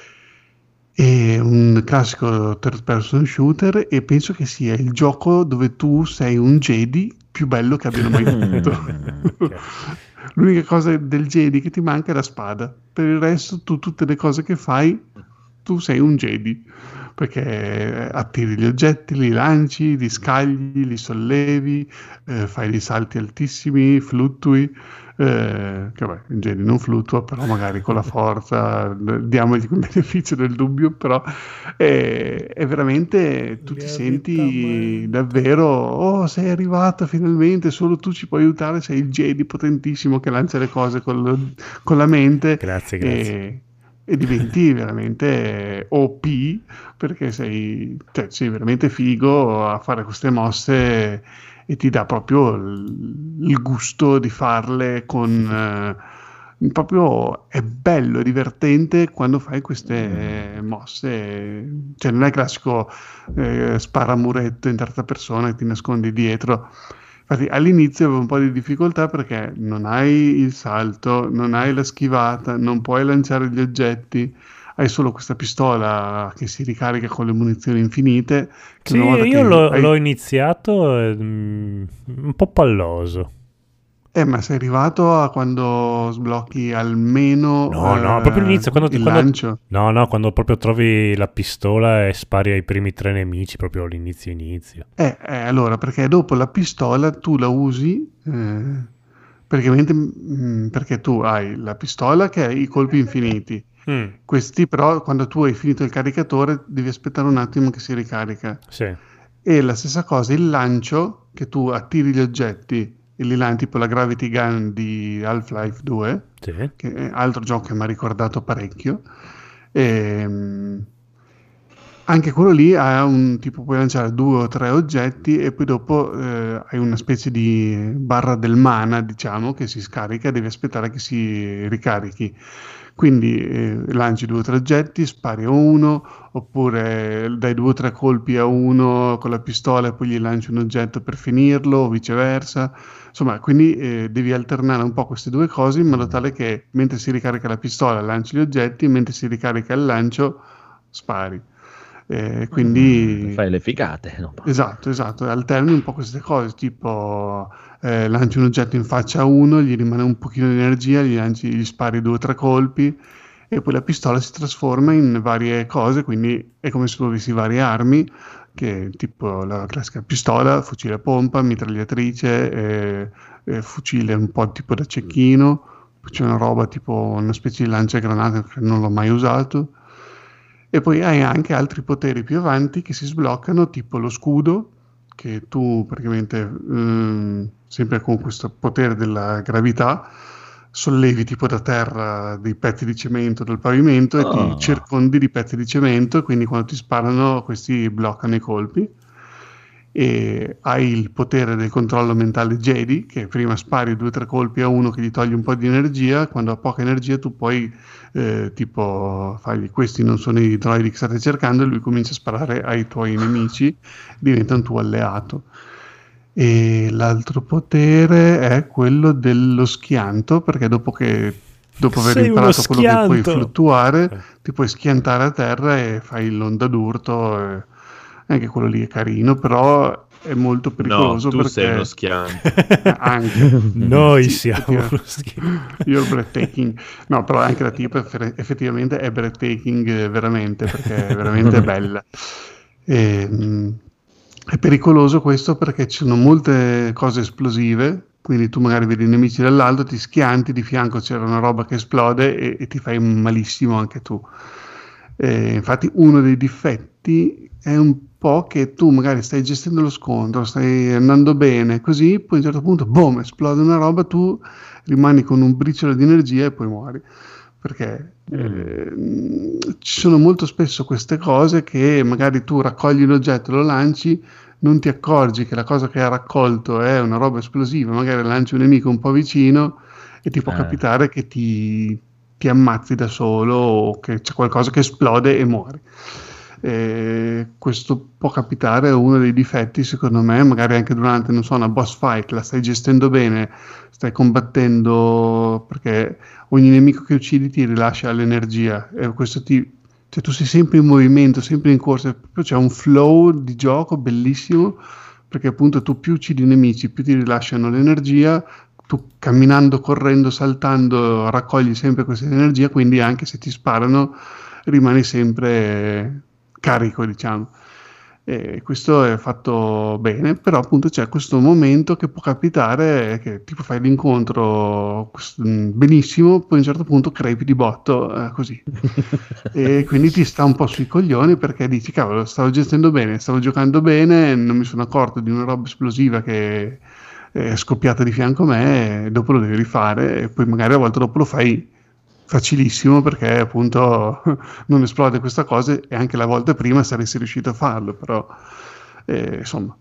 È un classico third person shooter e penso che sia il gioco dove tu sei un Jedi più bello che abbiano mai fatto. L'unica cosa del Jedi che ti manca è la spada, per il resto tu tutte le cose che fai tu sei un Jedi, perché attiri gli oggetti, li lanci, li scagli, li sollevi, fai dei salti altissimi, fluttui, che vabbè, il Jedi non fluttua, però magari con la forza, diamogli quel beneficio del dubbio, però è veramente, tu ti senti davvero, oh, sei arrivato finalmente, solo tu ci puoi aiutare, sei il Jedi potentissimo che lancia le cose con la mente. Grazie. E diventi veramente OP, perché sei veramente figo a fare queste mosse e ti dà proprio il gusto di farle con... proprio è bello, è divertente quando fai queste mosse, cioè non è il classico sparamuretto in terza persona che ti nascondi dietro. Infatti all'inizio avevo un po' di difficoltà perché non hai il salto, non hai la schivata, non puoi lanciare gli oggetti, hai solo questa pistola che si ricarica con le munizioni infinite. Sì, io l'ho iniziato un po' palloso. Ma sei arrivato a quando sblocchi almeno no, proprio l'inizio, quando lancio? No, quando proprio trovi la pistola e spari ai primi 3 nemici, proprio l'inizio. Allora, perché dopo la pistola tu la usi praticamente perché tu hai la pistola che ha i colpi infiniti. Questi però, quando tu hai finito il caricatore, devi aspettare un attimo che si ricarica. Sì. E la stessa cosa, il lancio, che tu attiri gli oggetti e li lanci, tipo la Gravity Gun di Half-Life 2, sì, che è altro gioco che mi ha ricordato parecchio. Anche quello lì ha puoi lanciare 2 o 3 oggetti e poi dopo hai una specie di barra del mana, diciamo, che si scarica, devi aspettare che si ricarichi. Quindi lanci 2 o 3 oggetti, spari a uno, oppure dai 2 o 3 colpi a uno con la pistola e poi gli lanci un oggetto per finirlo, o viceversa. Insomma, quindi devi alternare un po' queste due cose in modo tale che mentre si ricarica la pistola lanci gli oggetti, mentre si ricarica il lancio spari. Quindi fai le figate, no? Esatto, alterni un po' queste cose, tipo lanci un oggetto in faccia a uno, gli rimane un pochino di energia, gli spari 2 o 3 colpi e poi la pistola si trasforma in varie cose, quindi è come se tu avessi varie armi, che tipo la classica pistola, fucile a pompa, mitragliatrice, fucile un po' tipo da cecchino, poi c'è una roba tipo una specie di lanciagranate che non l'ho mai usato. E poi hai anche altri poteri più avanti che si sbloccano, tipo lo scudo, che tu praticamente, sempre con questo potere della gravità, sollevi tipo da terra dei pezzi di cemento dal pavimento e ti circondi di pezzi di cemento, e quindi quando ti sparano questi bloccano i colpi. E hai il potere del controllo mentale Jedi, che prima spari 2 o 3 colpi a uno che gli togli un po' di energia, quando ha poca energia tu puoi tipo fagli questi non sono i droidi che state cercando, e lui comincia a sparare ai tuoi nemici, diventa un tuo alleato. E l'altro potere è quello dello schianto, perché dopo aver imparato quello che puoi fluttuare ti puoi schiantare a terra e fai l'onda d'urto. Anche quello lì è carino, però è molto pericoloso. No, tu perché sei uno schianto. Anche. Noi siamo uno schianto. You're breathtaking. No, però anche la tipa effettivamente è breathtaking veramente, perché è veramente bella. È pericoloso questo perché ci sono molte cose esplosive, quindi tu magari vedi i nemici dall'alto, ti schianti, di fianco c'era una roba che esplode e ti fai malissimo anche tu. Infatti uno dei difetti è un po' che tu magari stai gestendo lo scontro, stai andando bene, così poi a un certo punto boom, esplode una roba, tu rimani con un briciolo di energia e poi muori, perché ci sono molto spesso queste cose che magari tu raccogli l'oggetto, lo lanci, non ti accorgi che la cosa che hai raccolto è una roba esplosiva, magari lanci un nemico un po' vicino e ti può capitare che ti ammazzi da solo o che c'è qualcosa che esplode e muori. Questo può capitare, è uno dei difetti secondo me, magari anche durante, non so, una boss fight, la stai gestendo bene, stai combattendo, perché ogni nemico che uccidi ti rilascia l'energia e questo cioè tu sei sempre in movimento, sempre in corsa, proprio c'è un flow di gioco bellissimo, perché appunto tu più uccidi i nemici, più ti rilasciano l'energia, tu camminando, correndo, saltando raccogli sempre questa energia, quindi anche se ti sparano rimani sempre carico, diciamo. E questo è fatto bene, però appunto c'è questo momento che può capitare che tipo fai l'incontro benissimo, poi a un certo punto crepi di botto così e quindi ti sta un po' sui coglioni perché dici cavolo, stavo gestendo bene, stavo giocando bene, non mi sono accorto di una roba esplosiva che è scoppiata di fianco a me e dopo lo devi rifare e poi magari a volte dopo lo fai facilissimo perché appunto non esplode questa cosa e anche la volta prima saresti riuscito a farlo, però insomma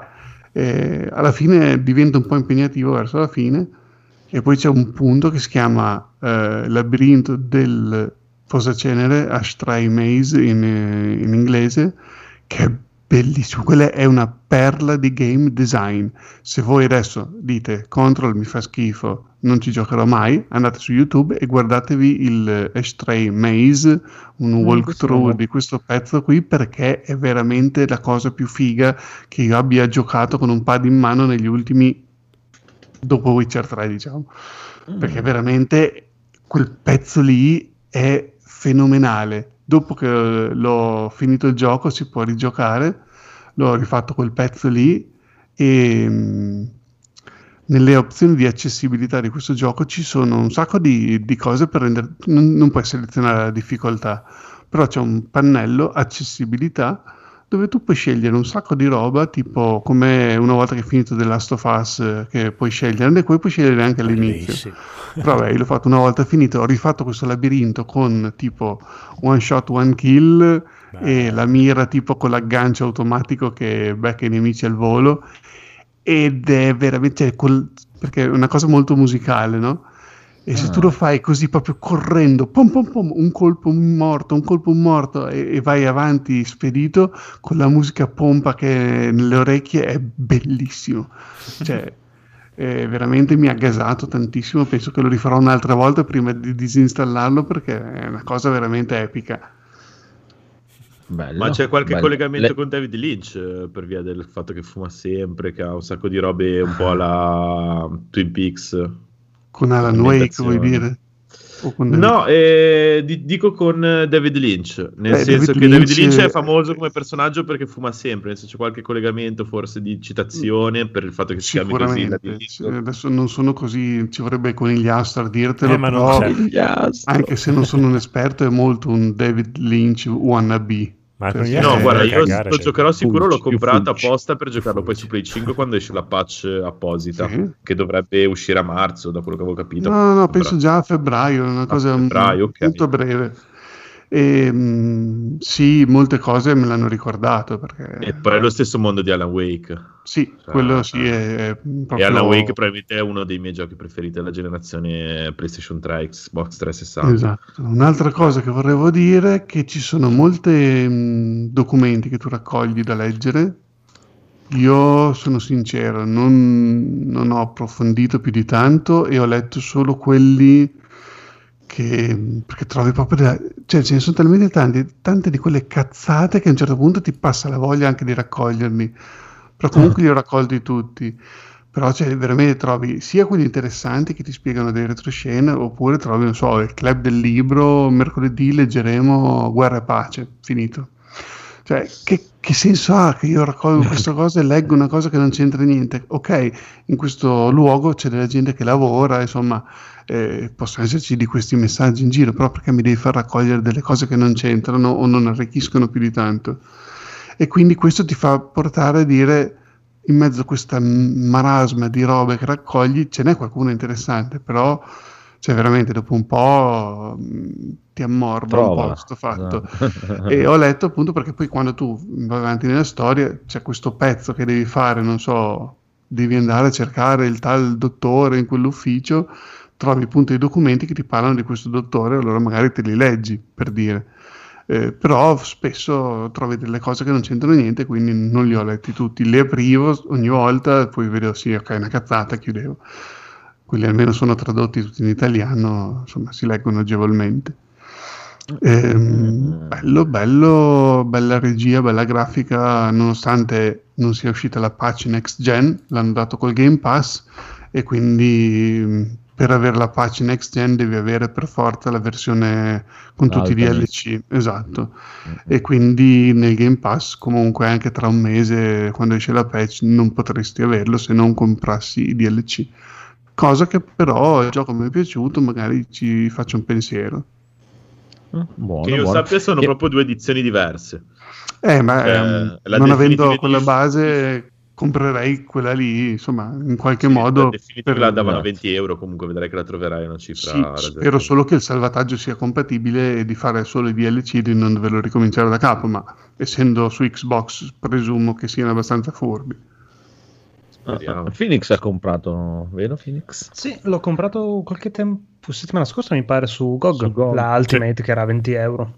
alla fine diventa un po' impegnativo verso la fine e poi c'è un punto che si chiama labirinto del posacenere, Ashtray Maze in inglese, che è bellissimo, quella è una perla di game design. Se voi adesso dite Control mi fa schifo, non ci giocherò mai, andate su YouTube e guardatevi il Ashtray Maze, un walkthrough di questo pezzo qui, perché è veramente la cosa più figa che io abbia giocato con un pad in mano negli ultimi, dopo Witcher 3 diciamo, perché veramente quel pezzo lì è fenomenale. Dopo che l'ho finito il gioco si può rigiocare, l'ho rifatto quel pezzo lì e nelle opzioni di accessibilità di questo gioco ci sono un sacco di cose per rendere, non puoi selezionare la difficoltà, però c'è un pannello accessibilità dove tu puoi scegliere un sacco di roba, tipo come una volta che hai finito The Last of Us che puoi sceglierne, poi puoi scegliere anche all'inizio. Però vabbè, io l'ho fatto una volta finito, ho rifatto questo labirinto con tipo one shot, one kill e la mira tipo con l'aggancio automatico che becca i nemici al volo ed è veramente, perché è una cosa molto musicale, no? E se tu lo fai così proprio correndo, pom pom pom, un colpo un morto e vai avanti spedito con la musica pompa che nelle orecchie è bellissimo. Cioè, veramente mi ha gasato tantissimo, penso che lo rifarò un'altra volta prima di disinstallarlo perché è una cosa veramente epica. Bello, ma c'è qualche collegamento con David Lynch per via del fatto che fuma sempre, che ha un sacco di robe un po' alla Twin Peaks? Con Alan Wake vuoi dire? No, dico con David Lynch, nel senso che David Lynch è famoso come personaggio perché fuma sempre, nel senso c'è qualche collegamento forse di citazione per il fatto che si chiami così. Adesso non sono così, ci vorrebbe conigliastro a dirtelo, ma però anche se non sono un esperto è molto un David Lynch wannabe. No, guarda, io lo giocherò sicuro, l'ho comprato apposta per giocarlo poi su Play 5 quando esce la patch apposita, che dovrebbe uscire a marzo, da quello che avevo capito. No, penso già a febbraio, una cosa molto breve. E, sì, molte cose me l'hanno ricordato perché... E poi è lo stesso mondo di Alan Wake. Sì, quello sì è proprio... E Alan Wake probabilmente è uno dei miei giochi preferiti della generazione PlayStation 3, Xbox 360. Esatto. Un'altra cosa che vorrevo dire è che ci sono molti documenti che tu raccogli da leggere. Io sono sincero, non ho approfondito più di tanto e ho letto solo quelli perché trovi proprio cioè ce ne sono talmente tante di quelle cazzate che a un certo punto ti passa la voglia anche di raccoglierli, però comunque li ho raccolti tutti, però cioè, veramente trovi sia quelli interessanti che ti spiegano dei retroscena oppure trovi, non so, il club del libro, mercoledì leggeremo Guerra e Pace, finito. Cioè, che senso ha che io raccolgo questa cosa e leggo una cosa che non c'entra niente? Ok, in questo luogo c'è della gente che lavora, insomma, possono esserci di questi messaggi in giro, però perché mi devi far raccogliere delle cose che non c'entrano o non arricchiscono più di tanto? E quindi questo ti fa portare a dire, in mezzo a questa marasma di robe che raccogli, ce n'è qualcuno interessante, però... Cioè veramente dopo un po' ti ammorba un po' questo fatto. No. E ho letto appunto perché poi quando tu vai avanti nella storia c'è questo pezzo che devi fare, non so, devi andare a cercare il tal dottore in quell'ufficio, trovi appunto i documenti che ti parlano di questo dottore, allora magari te li leggi, per dire. Però spesso trovi delle cose che non c'entrano niente, quindi non li ho letti tutti, li aprivo ogni volta, poi vedo sì, ok, una cazzata, chiudevo. Quelli almeno sono tradotti tutti in italiano, insomma si leggono agevolmente. Bello, bella regia, bella grafica, nonostante non sia uscita la patch next gen, l'hanno dato col Game Pass e quindi per avere la patch next gen devi avere per forza la versione con tutti i DLC, esatto, e quindi nel Game Pass comunque anche tra un mese, quando esce la patch, non potresti averlo se non comprassi i DLC, cosa che però il gioco mi è piaciuto, magari ci faccio un pensiero. Buono, che io sappia sono proprio 2 edizioni diverse, ma non avendo quella base comprerei quella lì, insomma, in qualche modo. Per la davano 20 euro, comunque vedrai che la troverai una cifra. Sì, spero solo che il salvataggio sia compatibile e di fare solo i DLC, di non doverlo ricominciare da capo, ma essendo su Xbox presumo che siano abbastanza furbi. Phoenix ha comprato, vero Phoenix? Sì, l'ho comprato qualche tempo, settimana scorsa mi pare, su GOG. La Ultimate che era 20 euro.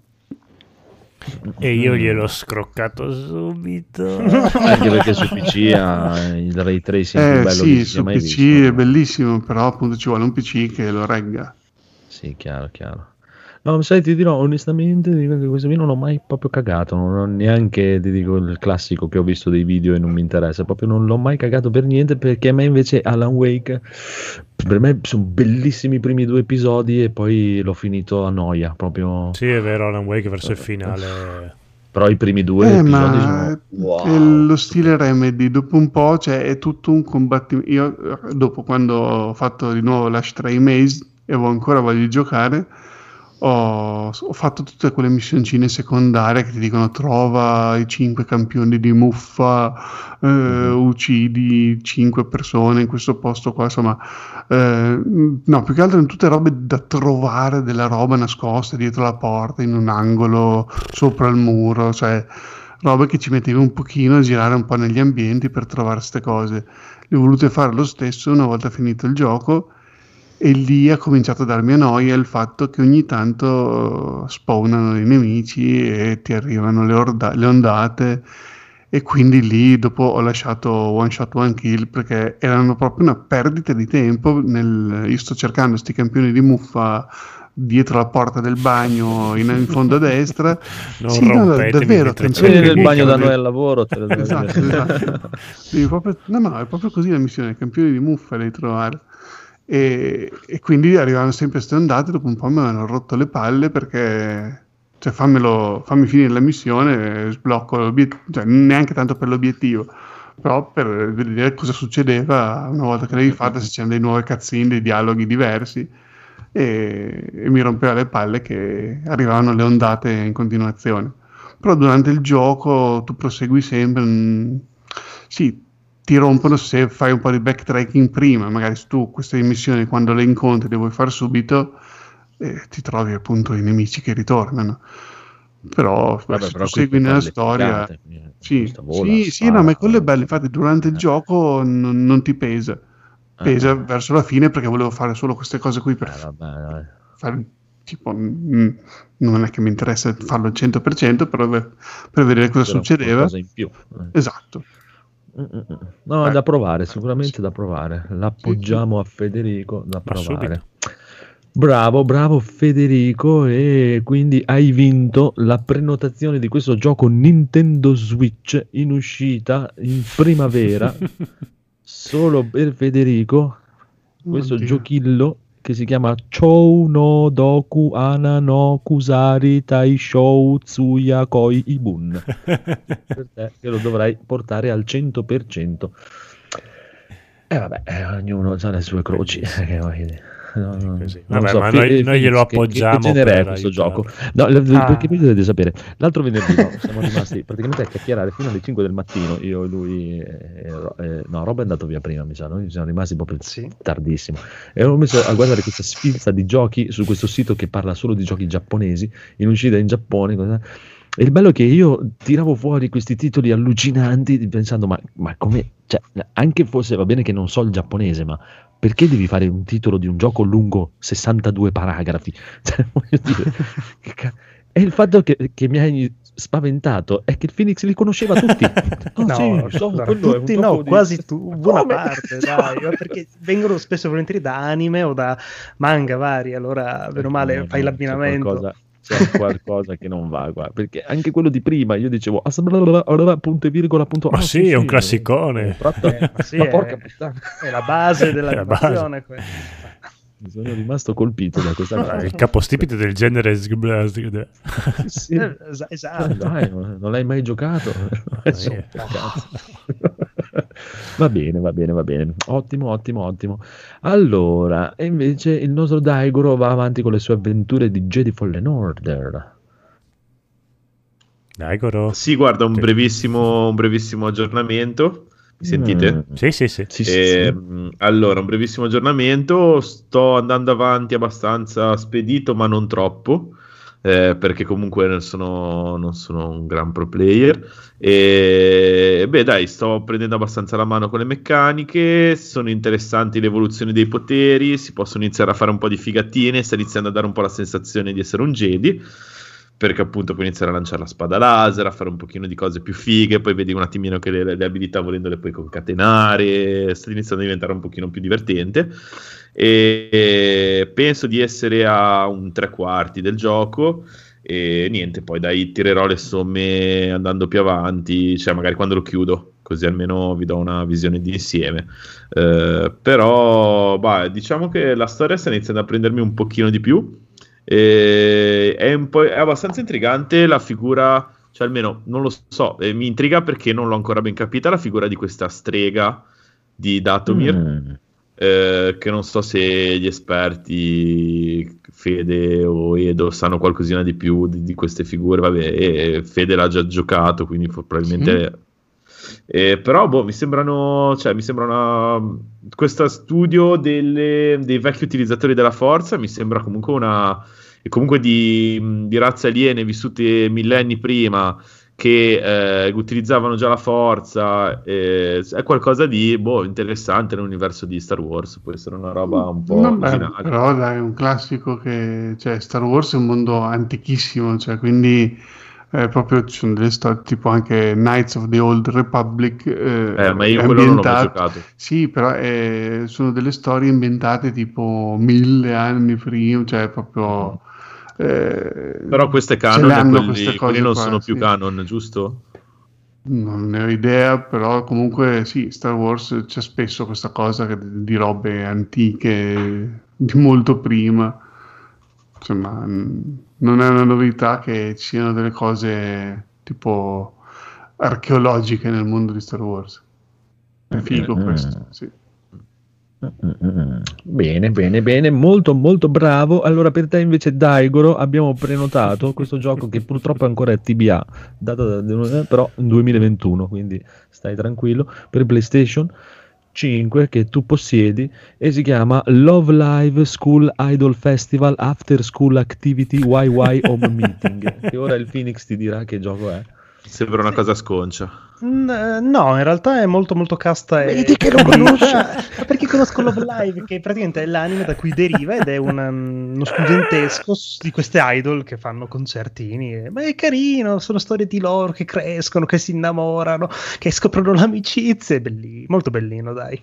E io gliel'ho scroccato subito. Anche perché su PC ha il ray tracing più bello che si sia mai visto. Sì, su PC è bellissimo, però appunto ci vuole un PC che lo regga. Sì, chiaro. No, sai, ti dirò onestamente, dico che questo qui non l'ho mai proprio cagato, non ho neanche, ti dico, il classico che ho visto dei video e non mi interessa, proprio non l'ho mai cagato per niente, perché a me invece Alan Wake, per me sono bellissimi i primi 2 episodi e poi l'ho finito a noia, proprio. Sì, è vero, Alan Wake verso il finale. Però i primi 2 episodi sono wow. Lo stile Remedy, dopo un po', cioè è tutto un combattimento. Io dopo, quando ho fatto di nuovo l'Ashtray Maze e avevo ancora voglia di giocare, ho fatto tutte quelle missioncine secondarie che ti dicono trova i 5 campioni di muffa, uccidi 5 persone in questo posto qua, insomma, no, più che altro in tutte robe da trovare, della roba nascosta dietro la porta, in un angolo, sopra il muro, cioè robe che ci mettevi un pochino a girare un po' negli ambienti per trovare queste cose. Le ho volute fare lo stesso una volta finito il gioco, e lì ha cominciato a darmi a noia il fatto che ogni tanto spawnano i nemici e ti arrivano le ondate, e quindi lì dopo ho lasciato one shot one kill, perché erano proprio una perdita di tempo. Io sto cercando sti campioni di muffa dietro la porta del bagno in fondo a destra. Non sì, davvero, vieni nel bagno da noi al lavoro, te lo esatto. È proprio così la missione, campioni di muffa devi trovare. E quindi arrivavano sempre queste ondate, dopo un po' mi avevano rotto le palle, perché cioè fammi finire la missione, sblocco l'obiettivo, cioè neanche tanto per l'obiettivo, però per vedere cosa succedeva una volta che l'avevi fatta, se c'erano dei nuovi cutscene, dei dialoghi diversi, e mi rompeva le palle che arrivavano le ondate in continuazione. Però durante il gioco tu prosegui sempre, sì, ti rompono se fai un po' di backtracking prima, magari tu queste missioni quando le incontri le vuoi fare subito, ti trovi appunto i nemici che ritornano. Però se tu segui nella storia, no, ma quello è bello, infatti durante il gioco non ti pesa verso la fine, perché volevo fare solo queste cose qui per fare, tipo, non è che mi interessa farlo al 100%, però per vedere cosa succedeva, cosa in più. Esatto. No, è da provare, sicuramente da provare. L'appoggiamo a Federico, da provare. Bravo Federico, e quindi hai vinto la prenotazione di questo gioco Nintendo Switch in uscita in primavera solo per Federico. Questo giochillo che si chiama Chou no Doku Ana no Kusari Taishou Tsuya Koi Ibun, per te, che lo dovrai portare al 100%. Vabbè, ognuno ha le sue croci. Vabbè, ma noi glielo appoggiamo. Che genere è questo gioco? No, perché voi dovete sapere, l'altro venerdì siamo rimasti praticamente a chiacchierare fino alle 5 del mattino, io e lui, no, Rob è andato via prima, mi sa, noi siamo rimasti proprio tardissimo, e ho messo a guardare questa sfilza di giochi su questo sito che parla solo di giochi giapponesi in uscita in Giappone, e il bello è che io tiravo fuori questi titoli allucinanti pensando ma come, cioè, anche fosse, va bene che non so il giapponese, ma perché devi fare un titolo di un gioco lungo 62 paragrafi? Cioè, voglio dire, e il fatto che mi hai spaventato è che il Phoenix li conosceva tutti. Tutti no, quasi tu, buona parte, dai, perché vengono spesso e volentieri da anime o da manga vari, allora meno male fai l'abbinamento. c'è qualcosa che non va qua, perché anche quello di prima io dicevo punto e virgola punto. Ma sì, è un classicone. Ma porca puttana, è la base dell'animazione questa. Sono rimasto colpito da questa cosa. Il capostipite del genere. Sì. Esatto. Dai, non l'hai mai giocato? Va bene. Ottimo. Allora, e invece il nostro Daigoro va avanti con le sue avventure di Jedi Fallen Order. Daigoro? Sì, guarda, un brevissimo aggiornamento. Mi sentite? Sì. Allora, un brevissimo aggiornamento. Sto andando avanti abbastanza spedito, ma non troppo, perché comunque non sono un gran pro player. E beh, dai, sto prendendo abbastanza la mano con le meccaniche. Sono interessanti le evoluzioni dei poteri. Si possono iniziare a fare un po' di figatine. Sta iniziando a dare un po' la sensazione di essere un Jedi, perché appunto puoi iniziare a lanciare la spada laser, a fare un pochino di cose più fighe, poi vedi un attimino che le abilità volendo le puoi concatenare, sta iniziando a diventare un pochino più divertente, e penso di essere a un 3/4 del gioco, e niente, poi dai, tirerò le somme andando più avanti, cioè magari quando lo chiudo, così almeno vi do una visione di insieme. Però diciamo che la storia sta iniziando a prendermi un pochino di più. È abbastanza intrigante la figura, cioè almeno non lo so, mi intriga perché non l'ho ancora ben capita, la figura di questa strega di Dathomir, che non so se gli esperti Fede o Edo sanno qualcosina di più di queste figure. Vabbè, Fede l'ha già giocato, quindi probabilmente però mi sembrano questo studio dei vecchi utilizzatori della forza mi sembra comunque di razze aliene vissute millenni prima, che utilizzavano già la forza. È qualcosa di interessante nell'universo di Star Wars, può essere una roba un po' originale. Però dai, è un classico Star Wars è un mondo antichissimo, quindi proprio ci sono delle storie tipo anche Knights of the Old Republic, ma io quello non l'ho mai giocato. Sì, però sono delle storie ambientate tipo 1000 anni prima, proprio però queste canon, quelli non sono più canon, giusto? Non ne ho idea, però comunque sì, Star Wars c'è spesso questa cosa di robe antiche di molto prima, insomma non è una novità che ci siano delle cose tipo archeologiche nel mondo di Star Wars. È figo questo, sì. Bene, molto molto bravo. Allora per te invece Daigoro abbiamo prenotato questo gioco che purtroppo ancora è TBA, però in 2021, quindi stai tranquillo, per PlayStation 5 che tu possiedi, e si chiama Love Live School Idol Festival After School Activity YY Home Meeting, che ora il Phoenix ti dirà che gioco è. Sembra una cosa sconcia. No, in realtà è molto molto casta. Vedi che lo conosci? Perché conosco Love Live, che praticamente è l'anime da cui deriva, ed è uno studentesco di queste idol che fanno concertini. Ma è carino, sono storie di loro che crescono, che si innamorano, che scoprono l'amicizia. È molto bellino, dai.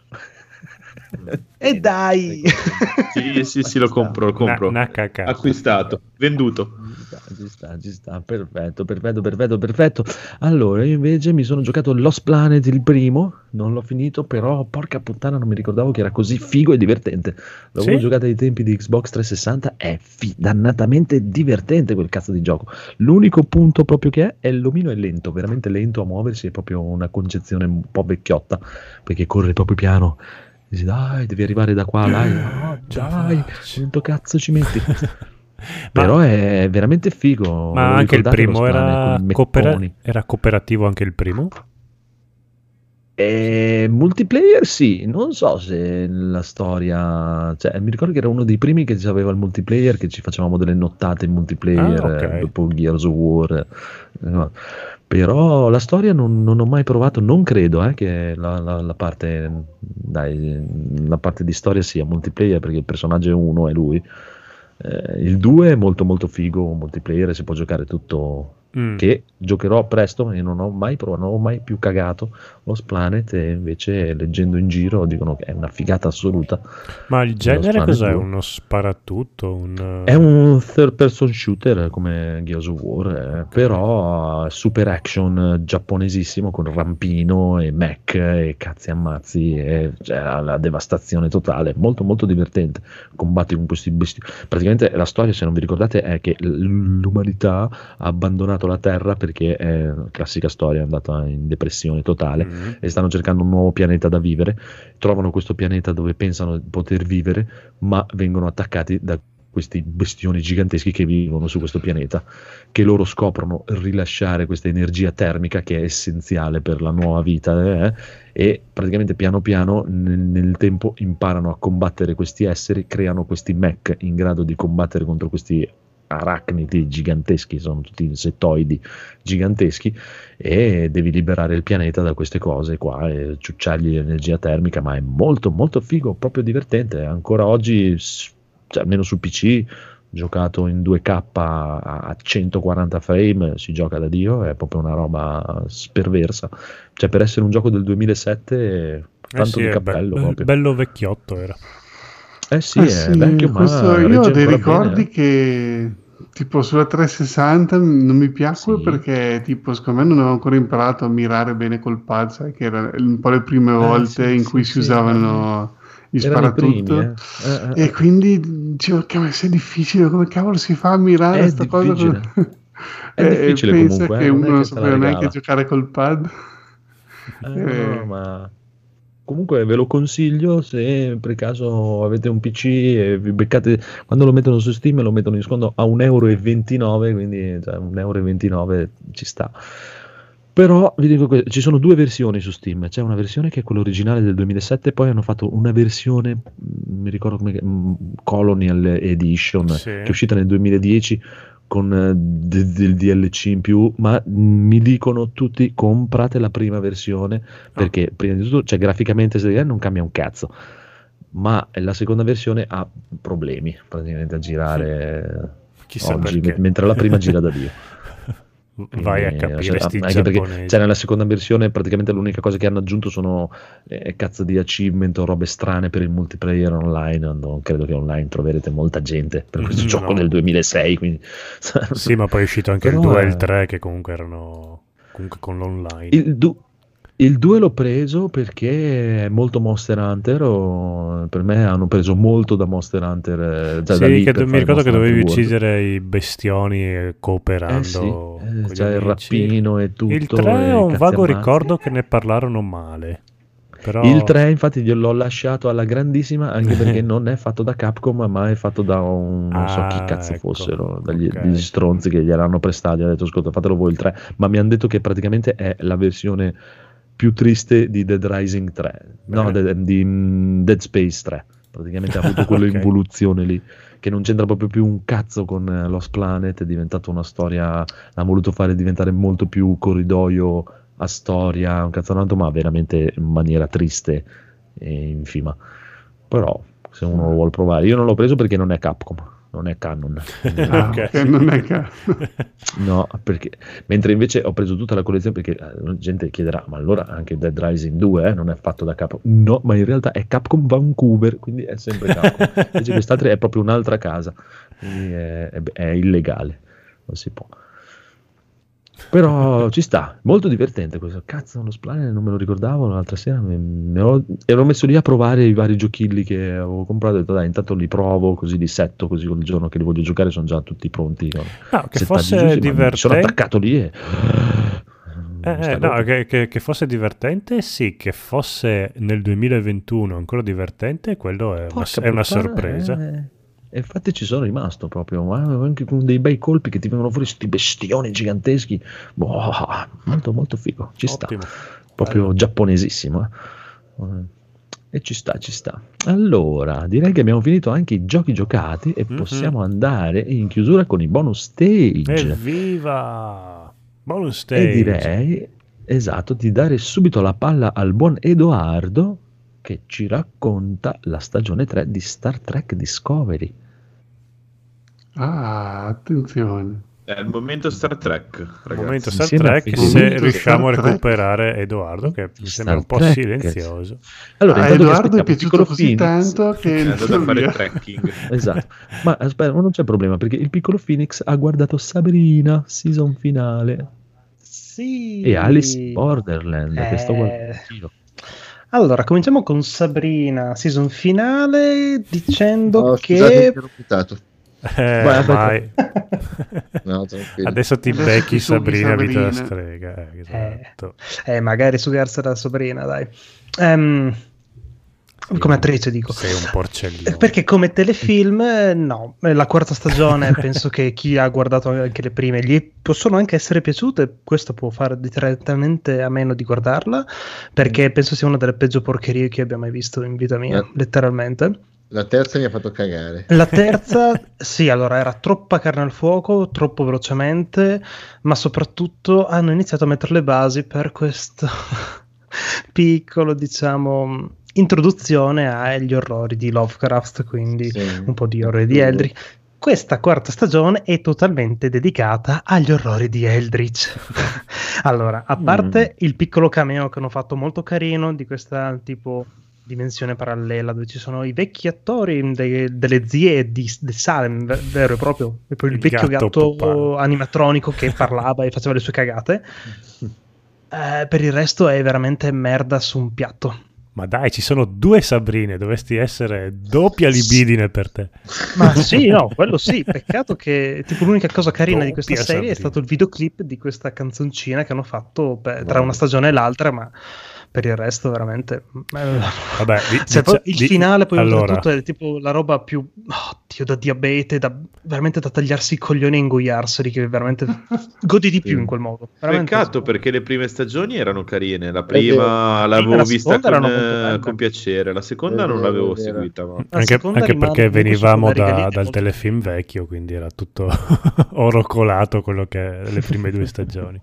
E dai, sì, lo compro. Acquistato, venduto. Ci sta, perfetto. Allora, io invece mi sono giocato Lost Planet il primo, non l'ho finito, però porca puttana non mi ricordavo che era così figo e divertente. L'avevo giocato ai tempi di Xbox 360, è dannatamente divertente quel cazzo di gioco. L'unico punto proprio che è l'omino è lento, veramente lento a muoversi, è proprio una concezione un po' vecchiotta, perché corre proprio piano. Dici, dai, devi arrivare da qua, dai, no, dai, quanto cazzo ci metti? Però è veramente figo. Ma anche il primo era cooperativo anche il primo? Multiplayer sì, non so se la storia, mi ricordo che era uno dei primi che aveva il multiplayer, che ci facevamo delle nottate in multiplayer, dopo Gears of War, però la storia non ho mai provato, non credo che la parte di storia sia multiplayer, perché il personaggio è uno, è lui. Il 2 è molto molto figo multiplayer, si può giocare tutto che giocherò presto, ma io non ho mai provato, non ho mai più cagato Lost Planet, e invece leggendo in giro dicono che è una figata assoluta. Ma il genere cos'è? Uno sparatutto? È un third person shooter come Gears of War, però super action giapponesissimo, con rampino e mech e cazzi ammazzi, e cioè, la devastazione totale, molto molto divertente. Combatti con questi bestioni. Praticamente la storia, se non vi ricordate, è che l'umanità ha abbandonato la Terra perché è classica storia, è andata in depressione totale, e stanno cercando un nuovo pianeta da vivere. Trovano questo pianeta dove pensano di poter vivere, ma vengono attaccati da questi bestioni giganteschi che vivono su questo pianeta, che loro scoprono rilasciare questa energia termica che è essenziale per la nuova vita, e praticamente piano piano nel tempo imparano a combattere questi esseri, creano questi mech in grado di combattere contro questi arachnidi giganteschi, sono tutti insettoidi giganteschi, e devi liberare il pianeta da queste cose qua e ciucciargli l'energia termica. Ma è molto molto figo, proprio divertente. Ancora oggi, cioè, almeno su PC, giocato in 2K a 140 frame, si gioca da Dio, è proprio una roba sperversa, cioè per essere un gioco del 2007 tanto di cappello, bello vecchiotto era. Sì, è vecchio, ma io ho dei ricordi che tipo sulla 360 non mi piacquero, perché tipo secondo me non avevo ancora imparato a mirare bene col pad, sai, che era un po' le prime volte in cui si usavano gli sparatutto, e quindi dicevo che è difficile, come cavolo si fa a mirare questa cosa? È difficile pensa comunque, che uno non sapeva neanche regala. Giocare col pad. No, ma comunque ve lo consiglio se per caso avete un PC e vi beccate, quando lo mettono su Steam lo mettono in sconto a 1,29 euro, quindi cioè, 1,29 euro ci sta. Però vi dico che ci sono due versioni su Steam, c'è una versione che è quella originale del 2007, poi hanno fatto una versione, mi ricordo come Colonial Edition, che è uscita nel 2010 con del DLC in più, ma mi dicono tutti comprate la prima versione, perché prima di tutto, cioè, graficamente non cambia un cazzo, ma la seconda versione ha problemi praticamente a girare oggi, mentre la prima gira da Dio. Vai a capire sti anche perché nella seconda versione praticamente l'unica cosa che hanno aggiunto sono cazzo di achievement o robe strane per il multiplayer online. Non credo che online troverete molta gente per questo gioco del 2006, quindi sì, ma poi è uscito anche il 2 e il 3 che comunque erano con l'online. Il 2 l'ho preso perché è molto Monster Hunter, per me hanno preso molto da Monster Hunter. Sì, mi ricordo che dovevi uccidere i bestioni cooperando. C'è il rappino e tutto. Il 3 ho un vago ricordo che ne parlarono male. Però... Il 3 infatti gliel'ho lasciato alla grandissima, anche perché non è fatto da Capcom, ma è fatto da non so chi cazzo fossero, dagli stronzi che gliel'hanno prestato. Gli ha detto ascolta, fatelo voi il 3, ma mi hanno detto che praticamente è la versione più triste di Dead Rising 3, no, di Dead Space 3, praticamente ha avuto quell'involuzione lì, che non c'entra proprio più un cazzo con Lost Planet, è diventata una storia, l'ha voluto fare diventare molto più corridoio a storia, un cazzonanto, ma veramente in maniera triste e infima. Però se uno lo vuole provare, io non l'ho preso perché non è Capcom, non è canon. Non è canon. No, perché mentre invece ho preso tutta la collezione, perché la gente chiederà ma allora anche Dead Rising 2 non è fatto da Capcom. No, ma in realtà è Capcom Vancouver, quindi è sempre Capcom. Invece quest'altra è proprio un'altra casa, quindi è illegale, non si può. Però ci sta, molto divertente questo. Cazzo, uno Planet non me lo ricordavo. L'altra sera ero messo lì a provare i vari giochilli che avevo comprato, ho detto dai, intanto li provo, così li setto, così il giorno che li voglio giocare sono già tutti pronti. Che fosse divertente. Mi sono attaccato lì e... che fosse divertente, sì, che fosse nel 2021 ancora divertente, quello è una sorpresa. E infatti ci sono rimasto proprio, anche con dei bei colpi che ti vengono fuori questi bestioni giganteschi. Molto molto figo, ci Ottimo. sta, proprio giapponesissimo, e ci sta. Allora direi che abbiamo finito anche i giochi giocati e possiamo andare in chiusura con i bonus stage. Evviva! Bonus stage! E direi, esatto, di dare subito la palla al buon Edoardo, che ci racconta la stagione 3 di Star Trek Discovery. Attenzione. È il momento Star Trek, ragazzi. Il momento Star Trek, se riusciamo a recuperare Edoardo, che mi sembra un po' silenzioso. Allora, Edoardo è piaciuto così tanto che è andato a fare trekking. Esatto. Ma aspetta, non c'è problema, perché il piccolo Phoenix ha guardato Sabrina, season finale. Sì. E Alice in Borderland, che sto guardando. Allora, cominciamo con Sabrina, season finale, dicendo che... Scusate, mi ero buttato. Vai. No, adesso ti becchi Sabrina vita da strega. Esatto. Magari sugarsela da Sabrina, dai. Come attrice dico. Sei un porcellino. Perché come telefilm no, la quarta stagione penso che chi ha guardato anche le prime gli possono anche essere piaciute, questo può fare direttamente a meno di guardarla, perché penso sia una delle peggio porcherie che abbia mai visto in vita mia, letteralmente. La terza mi ha fatto cagare. La terza, sì, allora era troppa carne al fuoco, troppo velocemente, ma soprattutto hanno iniziato a mettere le basi per questo piccolo, diciamo, introduzione agli orrori di Lovecraft, quindi un po' di orrori di Eldritch. Questa quarta stagione è totalmente dedicata agli orrori di Eldritch. Allora, a parte il piccolo cameo che hanno fatto molto carino di questa tipo dimensione parallela dove ci sono i vecchi attori delle zie di Salem, vero e proprio, e poi il vecchio gatto animatronico che parlava e faceva le sue cagate. Per il resto è veramente merda su un piatto. Ma dai, ci sono 2 Sabrine, dovresti essere doppia libidine per te. Ma sì, no, quello sì, peccato che tipo l'unica cosa carina di questa serie Sabrina è stato il videoclip di questa canzoncina che hanno fatto tra una stagione e l'altra, ma per il resto veramente vabbè, il finale poi oltretutto è tipo la roba più oddio, da diabete, veramente da tagliarsi i coglioni e ingoiarseli, che veramente godi di più in quel modo. Peccato, perché le prime stagioni erano carine, la prima l'avevo vista con piacere, la seconda non l'avevo seguita, ma... anche perché venivamo dal telefilm vecchio, quindi era tutto oro colato quello che è le prime 2 stagioni.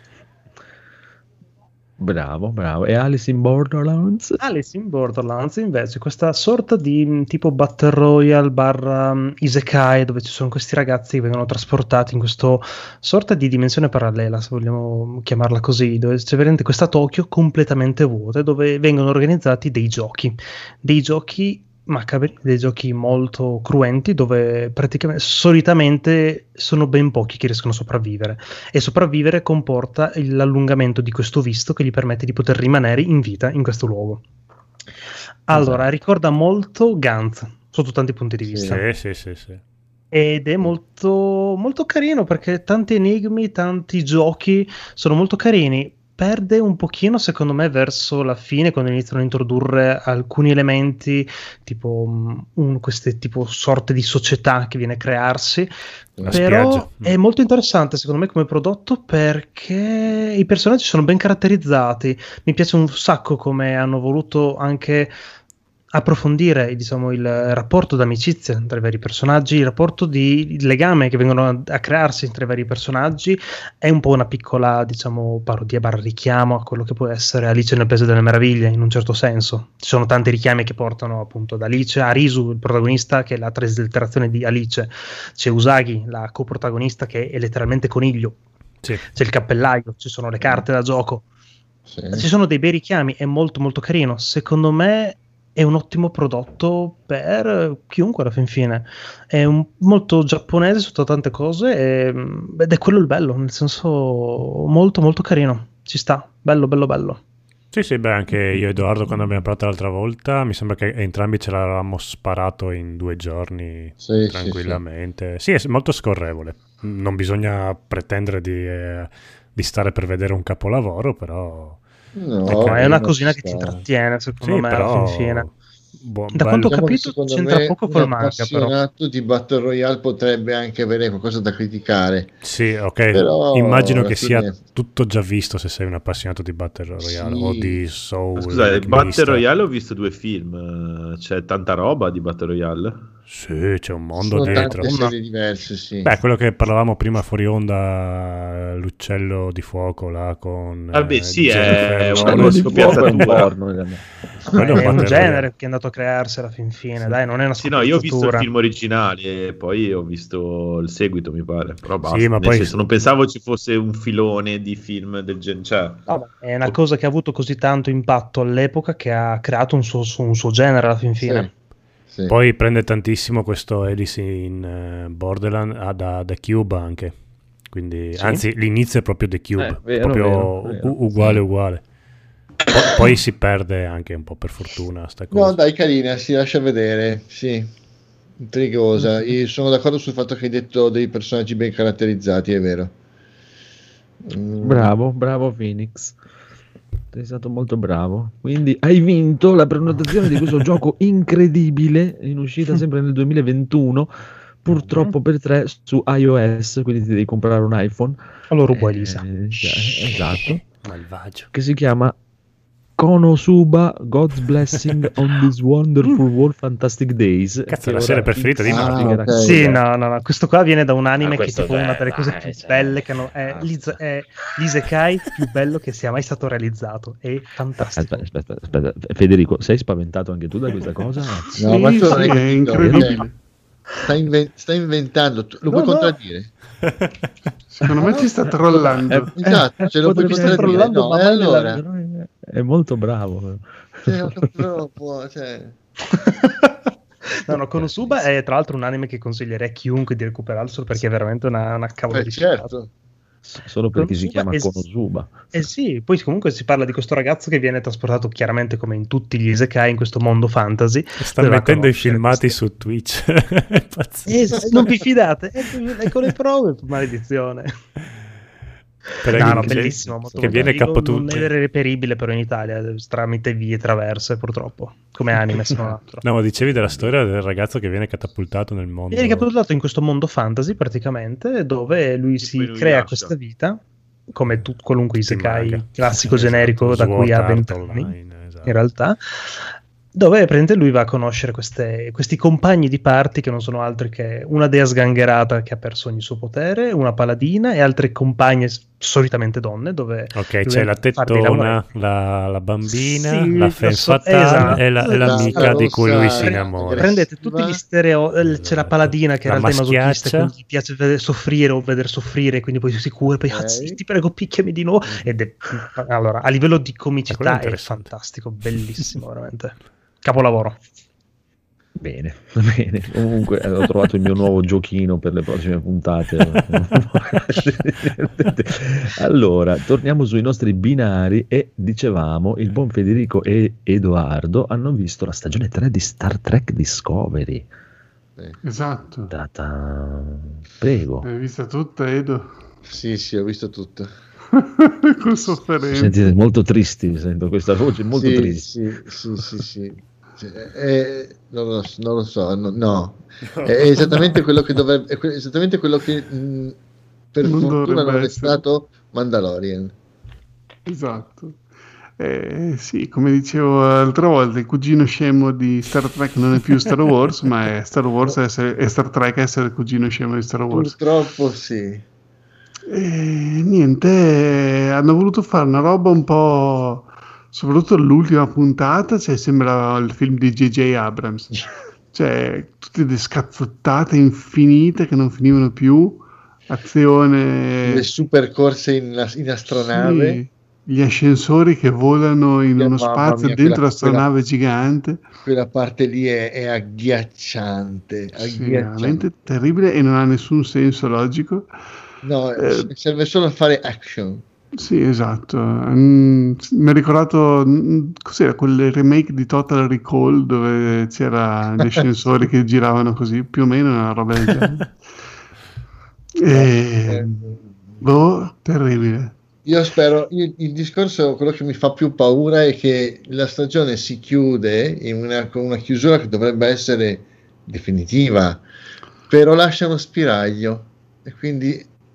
Bravo. E Alice in Borderlands? Alice in Borderlands invece questa sorta di tipo Battle Royale / Isekai, dove ci sono questi ragazzi che vengono trasportati in questa sorta di dimensione parallela, se vogliamo chiamarla così, dove c'è veramente questa Tokyo completamente vuota, dove vengono organizzati dei giochi macabri, dei giochi molto cruenti, dove praticamente solitamente sono ben pochi che riescono a sopravvivere, e sopravvivere comporta l'allungamento di questo visto che gli permette di poter rimanere in vita in questo luogo. Allora, ricorda molto Gantz sotto tanti punti di vista. Sì. Ed è molto, molto carino, perché tanti enigmi, tanti giochi sono molto carini. Perde un pochino, secondo me, verso la fine, quando iniziano a introdurre alcuni elementi, tipo queste tipo sorte di società che viene a crearsi. Però è molto interessante, secondo me, come prodotto, perché i personaggi sono ben caratterizzati. Mi piace un sacco come hanno voluto anche approfondire, diciamo, il rapporto d'amicizia tra i vari personaggi, il rapporto di legame che vengono a crearsi tra i vari personaggi. È un po' una piccola, diciamo, parodia / richiamo a quello che può essere Alice nel Paese delle Meraviglie, in un certo senso. Ci sono tanti richiami che portano appunto da Alice a Risu, il protagonista, che è la traslitterazione di Alice. C'è Usagi, la coprotagonista, che è letteralmente coniglio. C'è il cappellaio, ci sono le carte da gioco. Ci sono dei bei richiami, è molto molto carino. Secondo me è un ottimo prodotto per chiunque alla fin fine. È molto giapponese sotto tante cose, ed è quello il bello, nel senso molto molto carino. Ci sta, bello. Sì, beh, anche io e Edoardo, quando abbiamo parlato l'altra volta, mi sembra che entrambi ce l'avevamo sparato in 2 giorni tranquillamente. Sì, è molto scorrevole. Non bisogna pretendere di stare per vedere un capolavoro, però... No, è una cosina che ti intrattiene, secondo me, però... alla fine. Da quanto ho capito c'entra poco col manga, però. Un appassionato di Battle Royale potrebbe anche avere qualcosa da criticare. Sì, ok, però immagino che sia tutto già visto, se sei un appassionato di Battle Royale o di Soul. Scusate, Battle Royale ho visto 2 film, c'è tanta roba di Battle Royale. Sì, c'è un mondo dietro. Tante serie diverse, sì. Beh, quello che parlavamo prima fuori onda, l'uccello di fuoco là con... sì, è una scopiazzatura. È un genere che è andato a crearsi alla fin fine, dai, non è una scopiazzatura. No, io ho visto il film originale e poi ho visto il seguito, mi pare, però basta. Sì, ma nel poi... senso, non pensavo ci fosse un filone di film del genere. Cioè... No, è una cosa che ha avuto così tanto impatto all'epoca che ha creato un suo genere alla fin fine. Sì. Poi prende tantissimo questo Alice in Borderland da The Cube anche, quindi anzi l'inizio è proprio The Cube, vero. uguale. Poi si perde anche un po', per fortuna, sta cosa. No, dai, carina, si lascia vedere, sì, intrigosa. Io sono d'accordo sul fatto che hai detto dei personaggi ben caratterizzati, è vero. Bravo Phoenix, sei stato molto bravo. Quindi hai vinto la prenotazione di questo gioco incredibile, in uscita sempre nel 2021, purtroppo per 3 su iOS, quindi ti devi comprare un iPhone. Allora rubo Elisa. Esatto. Malvagio. Che si chiama Konosuba God's Blessing on These Wonderful World Fantastic Days. Cazzo, è la serie preferita di Marco. Okay. Sì, no, questo qua viene da un anime che è tipo una delle cose più belle che è l'isekai più bello che sia mai stato realizzato. È fantastico. Aspetta. Federico, sei spaventato anche tu da questa cosa? No, ma tu è incredibile. Sta inventando, lo puoi contraddire? Secondo me ci sta trollando. Esatto, ce lo puoi contraddire. No, ma allora è molto bravo. No, Konosuba è tra l'altro un anime che consiglierei a chiunque di recuperarlo perché è veramente una cavolo di certo. Solo perché si chiama Konosuba. Sì, poi comunque si parla di questo ragazzo che viene trasportato chiaramente come in tutti gli isekai in questo mondo fantasy. Sta mettendo i filmati su Twitch. Non vi fidate, ecco le prove, maledizione. No, bellissimo, molto che viene capito. Non è reperibile però in Italia tramite vie traverse, purtroppo, come anime. No, ma dicevi della storia del ragazzo che viene catapultato nel mondo. Viene catapultato in questo mondo fantasy praticamente, dove lui crea questa vita come qualunque isekai classico generico da cui ha 20 anni, esatto. In realtà, dove prende lui va a conoscere questi compagni di party che non sono altri che una dea sgangherata che ha perso ogni suo potere, una paladina e altre compagne solitamente donne, dove ok, c'è la tettona, la bambina, sì, la femme fatale e l'amica di cui lui si innamora. Prendete tutti gli c'è la paladina che in realtà è masochista, quindi gli piace vedere soffrire o vedere soffrire, quindi poi si cura, poi ti prego picchiami di nuovo, allora a livello di comicità è fantastico, bellissimo veramente. Capolavoro. Bene. Comunque ho trovato il mio nuovo giochino per le prossime puntate. Allora, torniamo sui nostri binari e dicevamo, il buon Federico e Edoardo hanno visto la stagione 3 di Star Trek Discovery. Esatto. Prego. Hai visto tutta, Edo? Sì, ho visto tutta. Con sofferenza. Sentite molto tristi, sento questa voce molto triste. Sì. Non lo so, no. È esattamente quello che dovrebbe, è esattamente quello che per fortuna non è stato Mandalorian. Esatto. Sì, come dicevo l'altra volta, il cugino scemo di Star Trek non è più Star Wars, ma è Star Wars è Star Trek essere il cugino scemo di Star Wars. Purtroppo sì. Niente, hanno voluto fare una roba un po', soprattutto l'ultima puntata, cioè sembra il film di J.J. Abrams, cioè tutte le scazzottate infinite che non finivano più, azione, le super corse in astronave, sì, gli ascensori che volano in uno spazio dentro l'astronave gigante. Quella parte lì è agghiacciante, sì, veramente terribile e non ha nessun senso logico. No, serve solo a fare action. Sì, esatto. Mi ha ricordato, cos'era quel remake di Total Recall dove c'era gli ascensori che giravano così, più o meno una roba del genere. Terribile. Io spero, il discorso, quello che mi fa più paura è che la stagione si chiude con una chiusura che dovrebbe essere definitiva, però lascia uno spiraglio e quindi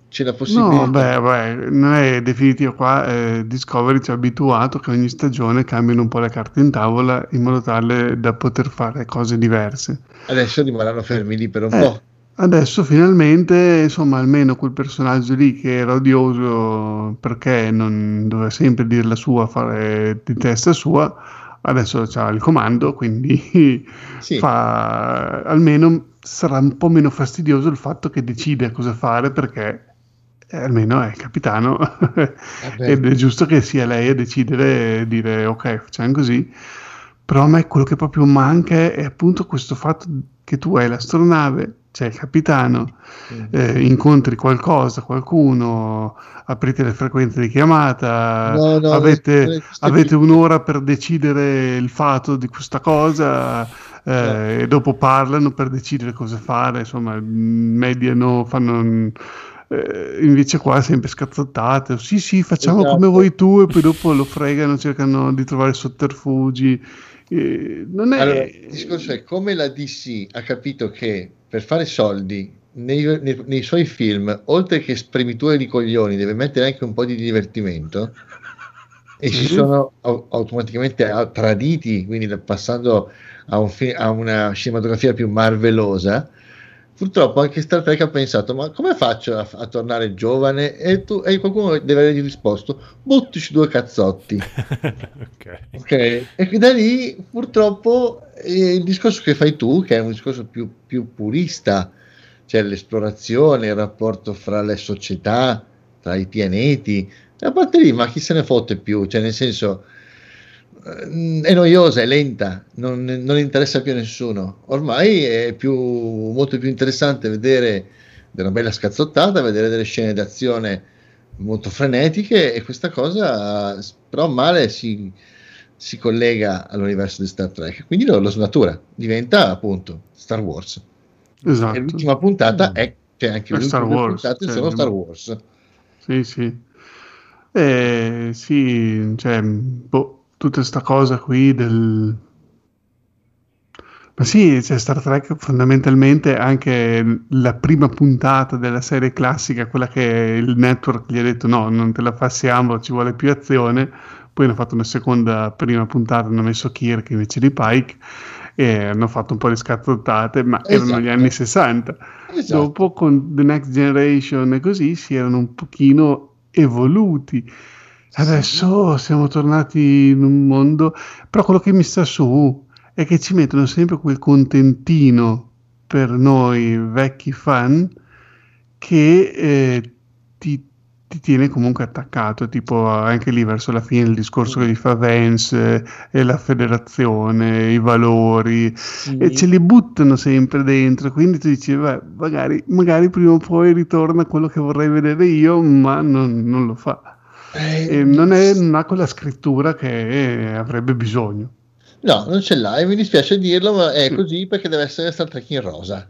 c'è la possibilità. No, beh, non è definitivo qua. Discovery ci ha abituato che ogni stagione cambiano un po' le carte in tavola in modo tale da poter fare cose diverse. Adesso rimarranno fermi lì per un po'. Adesso finalmente, insomma, almeno quel personaggio lì che era odioso perché non doveva sempre dire la sua, fare di testa sua, adesso c'ha il comando, quindi Sì. almeno sarà un po' meno fastidioso il fatto che decide cosa fare, perché almeno è capitano ed è giusto che sia lei a decidere e dire ok, facciamo così. Però a me quello che proprio manca è appunto questo fatto che tu hai l'astronave, c'è il capitano, incontri qualcuno, aprite le frequenze di chiamata, avete un'ora per decidere il fatto di questa cosa, e dopo parlano per decidere cosa fare, insomma, mediano, fanno... invece qua sempre scazzottate, sì facciamo come vuoi tu, e poi dopo lo fregano, cercano di trovare sotterfugi. Non è... Allora, il discorso è come la DC ha capito che per fare soldi nei suoi film, oltre che spremiture di coglioni, deve mettere anche un po' di divertimento, e si sono automaticamente traditi, quindi passando a una cinematografia più marvelosa. Purtroppo anche Star Trek ha pensato: ma come faccio a tornare giovane? E qualcuno deve avergli risposto: buttici 2 cazzotti. Ok. E da lì purtroppo il discorso che fai tu, che è un discorso più purista, cioè l'esplorazione, il rapporto fra le società, tra i pianeti, a parte lì, ma chi se ne fotte più? Cioè, nel senso, è noiosa, è lenta, non interessa più a nessuno. Ormai è molto più interessante vedere una bella scazzottata, vedere delle scene d'azione molto frenetiche, e questa cosa però male si collega all'universo di Star Trek, quindi lo snatura, diventa appunto Star Wars. Esatto. E l'ultima puntata c'è anche le Star ultime Wars, puntate sono Star Wars. Sì. Sì, cioè, tutta sta cosa qui ma sì, cioè Star Trek fondamentalmente anche la prima puntata della serie classica, quella che il network gli ha detto no, non te la passiamo, ci vuole più azione, poi hanno fatto una prima puntata, hanno messo Kirk invece di Pike e hanno fatto un po' di scazzottate, ma erano gli anni 60. Esatto. Dopo con The Next Generation e così si erano un pochino evoluti. Adesso siamo tornati in un mondo, però quello che mi sta su è che ci mettono sempre quel contentino per noi vecchi fan che ti tiene comunque attaccato, tipo anche lì verso la fine il discorso che gli fa Vance e la federazione, i valori, e ce li buttano sempre dentro, quindi tu dici magari prima o poi ritorna quello che vorrei vedere io, ma non lo fa. E non ha quella scrittura che avrebbe bisogno. No, non ce l'ha, e mi dispiace dirlo, ma è così perché deve essere Star Trek in rosa.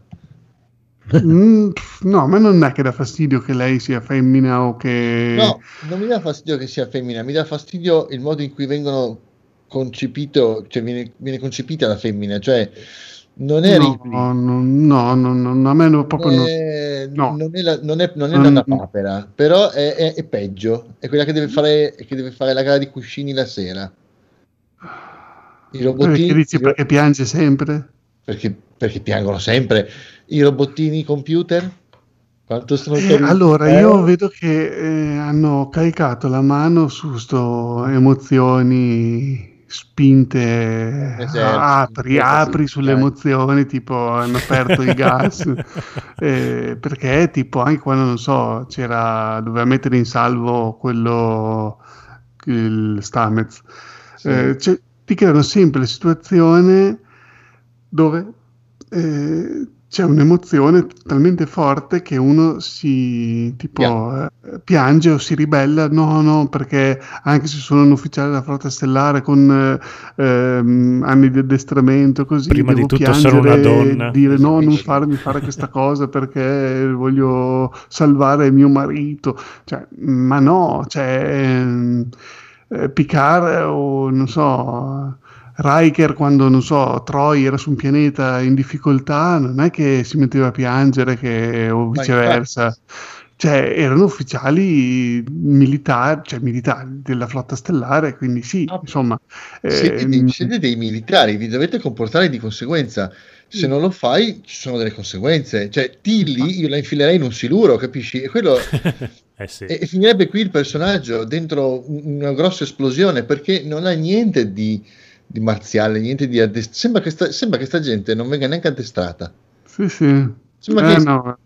No, ma non è che dà fastidio che lei sia femmina o che... No, non mi dà fastidio che sia femmina, mi dà fastidio il modo in cui vengono concepito, cioè viene concepita la femmina, cioè non è Ripley. No, a me proprio non è Nonna Papera, però è peggio, è quella che deve fare la gara di cuscini la sera. I robottini, perché piange sempre? Perché piangono sempre. I robottini computer? Quanto sono carini? Allora, io vedo che hanno caricato la mano su emozioni spinte, apri sulle emozioni, tipo hanno aperto i gas, perché tipo anche quando, non so, doveva mettere in salvo il Stamets, ti creano sempre la situazione dove c'è un'emozione talmente forte che uno piange o si ribella, no, perché anche se sono un ufficiale della flotta stellare con anni di addestramento, così prima devo di tutto piangere, sono una donna, dire no, non farmi fare questa cosa perché voglio salvare mio marito, cioè, ma no, cioè Picard o non so Riker, quando non so Troy era su un pianeta in difficoltà, non è che si metteva a piangere o viceversa, cioè erano ufficiali militari, cioè militari della flotta stellare, quindi sì, insomma. Siete dei militari, vi dovete comportare di conseguenza. Se non lo fai, ci sono delle conseguenze. Cioè, Tilly io la infilerei in un siluro, capisci? E quello sì. e finirebbe qui il personaggio dentro una grossa esplosione, perché non ha niente di marziale, niente di sembra che sta gente non venga neanche addestrata. Sì, sì. Sembra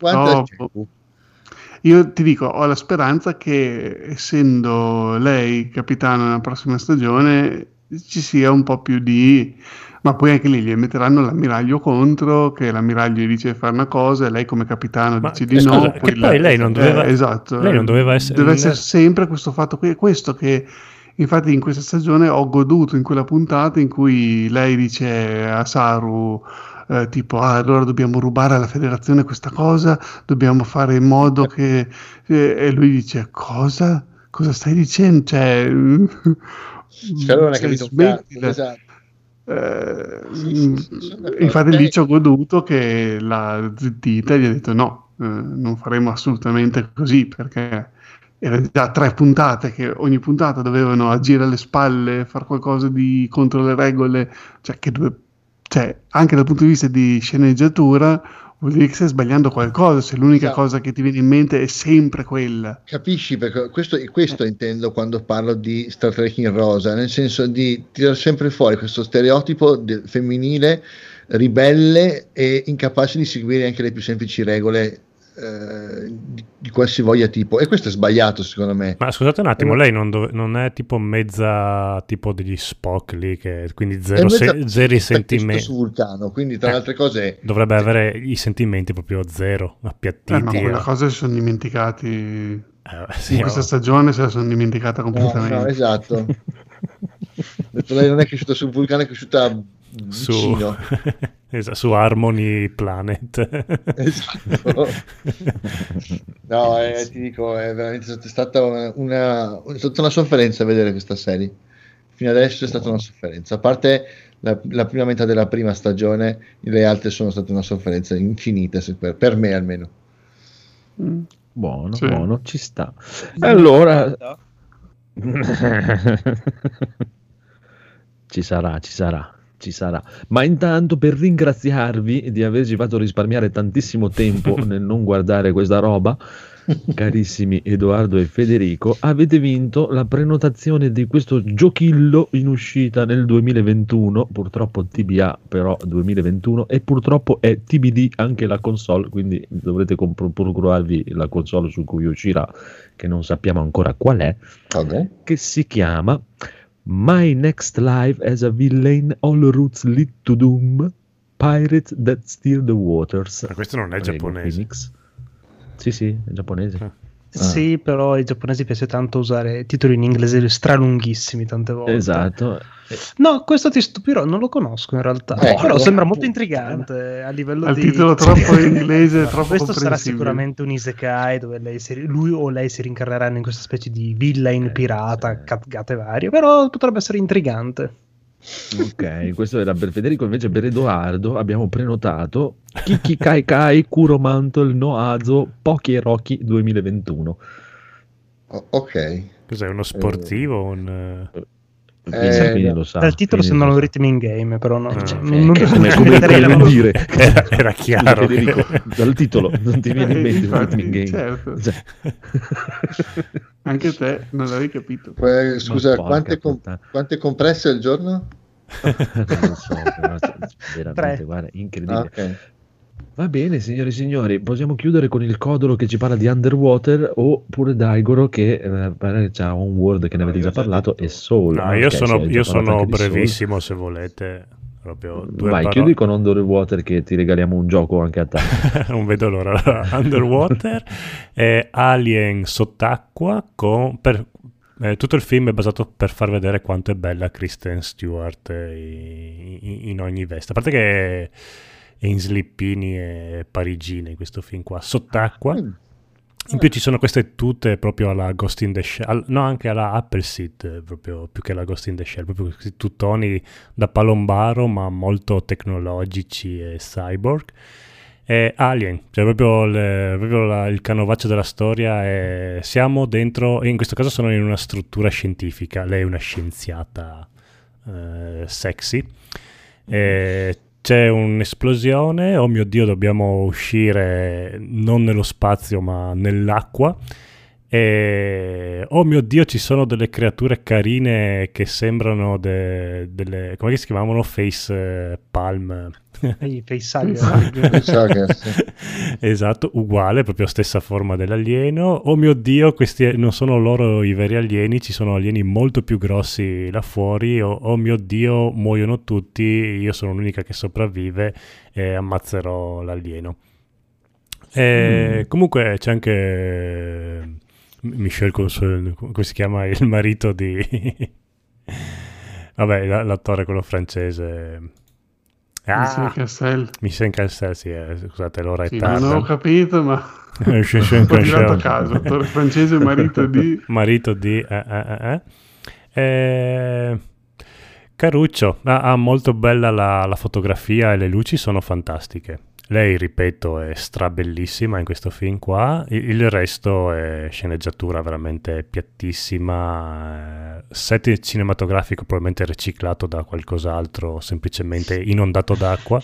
Io ti dico, ho la speranza che, essendo lei capitano nella prossima stagione, ci sia un po' più di... Ma poi anche lì gli metteranno l'ammiraglio contro, che l'ammiraglio gli dice di fare una cosa e lei come capitano dice di no. Poi lei non doveva... esatto. Lei non doveva essere... Deve essere sempre questo fatto qui, questo che... Infatti in questa stagione ho goduto in quella puntata in cui lei dice a Saru... tipo, allora dobbiamo rubare alla federazione questa cosa, dobbiamo fare in modo che... e lui dice, cosa? Cosa stai dicendo? Cioè, non hai capito smettila. Esatto. Infatti lì ci ho goduto che la zittita gli ha detto no, non faremo assolutamente così, perché era già 3 puntate che ogni puntata dovevano agire alle spalle, fare qualcosa di contro le regole, cioè anche dal punto di vista di sceneggiatura vuol dire che stai sbagliando qualcosa se l'unica cosa che ti viene in mente è sempre quella. Capisci? Perché questo intendo quando parlo di Star Trek in rosa, nel senso di tirare sempre fuori questo stereotipo femminile, ribelle e incapace di seguire anche le più semplici regole di qualsivoglia tipo, e questo è sbagliato secondo me. Ma scusate un attimo, lei non è tipo mezza tipo degli Spock lì, che quindi zero sentimenti su Vulcano, quindi tra le altre cose dovrebbe avere i sentimenti proprio zero, appiattiti. Ma quella cosa si sono dimenticati sì, in questa stagione, se la sono dimenticata completamente. No, esatto. Lei non è cresciuta su Vulcano, è cresciuta vicino. Su Harmony Planet. Esatto. No, ti dico, è veramente stata una sofferenza vedere questa serie. Fino adesso è stata una sofferenza. A parte la prima metà della prima stagione, le altre sono state una sofferenza infinita, per me almeno. Buono, buono, ci sta. Allora... Ci sarà. Ma intanto, per ringraziarvi di averci fatto risparmiare tantissimo tempo nel non guardare questa roba, carissimi Edoardo e Federico, avete vinto la prenotazione di questo giochillo in uscita nel 2021, purtroppo TBA però 2021, e purtroppo è TBD anche la console, quindi dovrete procurarvi la console su cui uscirà, che non sappiamo ancora qual è, che si chiama My Next Life as a Villain, All Routes Lead to Doom, Pirate That Steer the Waters. Ma questo non è giapponese. Phoenix. Sì, è giapponese. Sì, però ai giapponesi piace tanto usare titoli in inglese stralunghissimi tante volte. Esatto. No, questo ti stupirò, non lo conosco in realtà, però sembra molto intrigante a livello di... Il titolo troppo inglese, troppo questo sarà sicuramente un isekai dove lui o lei si rincarneranno in questa specie di villain pirata, catgate varie, però potrebbe essere intrigante. Ok, questo era per Federico. Invece per Edoardo abbiamo prenotato Kiki Kai Kai Kuro Mantle no Azo Poki e Rocky 2021. Ok. Cos'è, uno sportivo? Lo sa, dal titolo sembrano rhythm in game, però no, come dire era chiaro Federico, dal titolo non ti viene in mente rhythm in game, certo. Anche te non l'avevi capito. Scusa, quante compresse al giorno? Non so, però veramente, guarda, incredibile. Okay. Va bene, signori e signori, possiamo chiudere con il Codolo che ci parla di Underwater, oppure Daigoro che pare che c'ha un World che ne avete già parlato, e Soul. No, io sono brevissimo, se volete. Proprio vai, chiudi con Underwater che ti regaliamo un gioco anche a te. Non vedo l'ora. Underwater è Alien sott'acqua tutto il film è basato per far vedere quanto è bella Kristen Stewart in ogni veste, a parte che è in slippini e parigine in questo film qua, sott'acqua. In più ci sono queste tute proprio alla Ghost in the Shell, no, anche alla Appleseed, proprio più che alla Ghost in the Shell, proprio questi tutoni da palombaro ma molto tecnologici e cyborg. Alien, cioè proprio il canovaccio della storia. Siamo dentro, in questo caso sono in una struttura scientifica, lei è una scienziata sexy, c'è un'esplosione, oh mio Dio, dobbiamo uscire non nello spazio ma nell'acqua. Oh mio Dio, ci sono delle creature carine che sembrano delle, come si chiamavano? Face palm. Esatto, uguale, proprio stessa forma dell'alieno. Oh mio Dio, questi non sono loro i veri alieni, ci sono alieni molto più grossi là fuori. Oh mio Dio, muoiono tutti, io sono l'unica che sopravvive e ammazzerò l'alieno. Comunque c'è anche Michel, come si chiama il marito di vabbè, l'attore quello francese, Michel Cassel, sì, scusate, l'ora è tarda. Non ho capito, ma ho tirato a caso. Attore francese, marito di Caruccio. Molto bella la fotografia e le luci sono fantastiche. Lei, ripeto, è strabellissima in questo film qua. Il resto è sceneggiatura veramente piattissima. Set cinematografico probabilmente riciclato da qualcos'altro, semplicemente inondato d'acqua.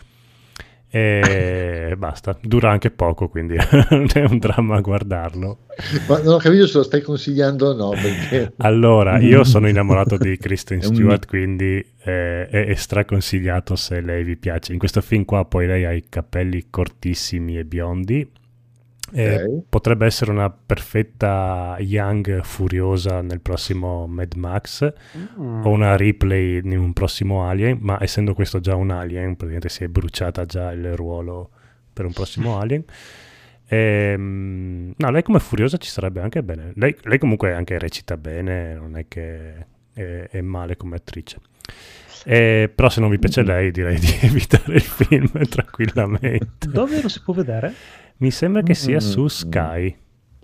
E basta. Dura anche poco, quindi non è un dramma a guardarlo. Ma non ho capito se lo stai consigliando o no. Perché... Allora, io sono innamorato di Kristen Stewart, quindi è straconsigliato se lei vi piace. In questo film qua poi lei ha i capelli cortissimi e biondi. Potrebbe essere una perfetta Young furiosa nel prossimo Mad Max o una Ripley in un prossimo Alien, ma essendo questo già un Alien praticamente si è bruciata già il ruolo per un prossimo Alien. No, lei come furiosa ci sarebbe anche bene. Lei comunque anche recita bene, non è che è male come attrice. Però se non vi piace lei direi di evitare il film tranquillamente. Dove lo si può vedere? Mi sembra che sia su Sky.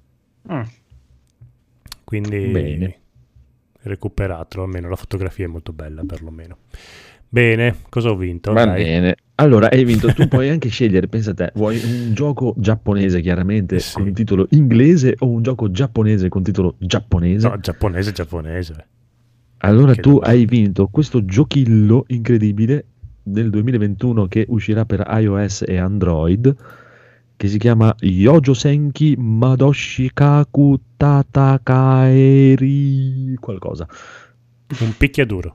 Quindi bene, recuperatelo, almeno la fotografia è molto bella perlomeno. Bene, cosa ho vinto? Va bene. Allora, hai vinto, tu puoi anche scegliere, pensa a te, vuoi un gioco giapponese chiaramente con titolo inglese o un gioco giapponese con titolo giapponese? No, giapponese. Allora tu hai vinto questo giochillo incredibile del 2021 che uscirà per iOS e Android, che si chiama Yojo Senki Madoshi Kaku Tatakaeri qualcosa. Un picchiaduro.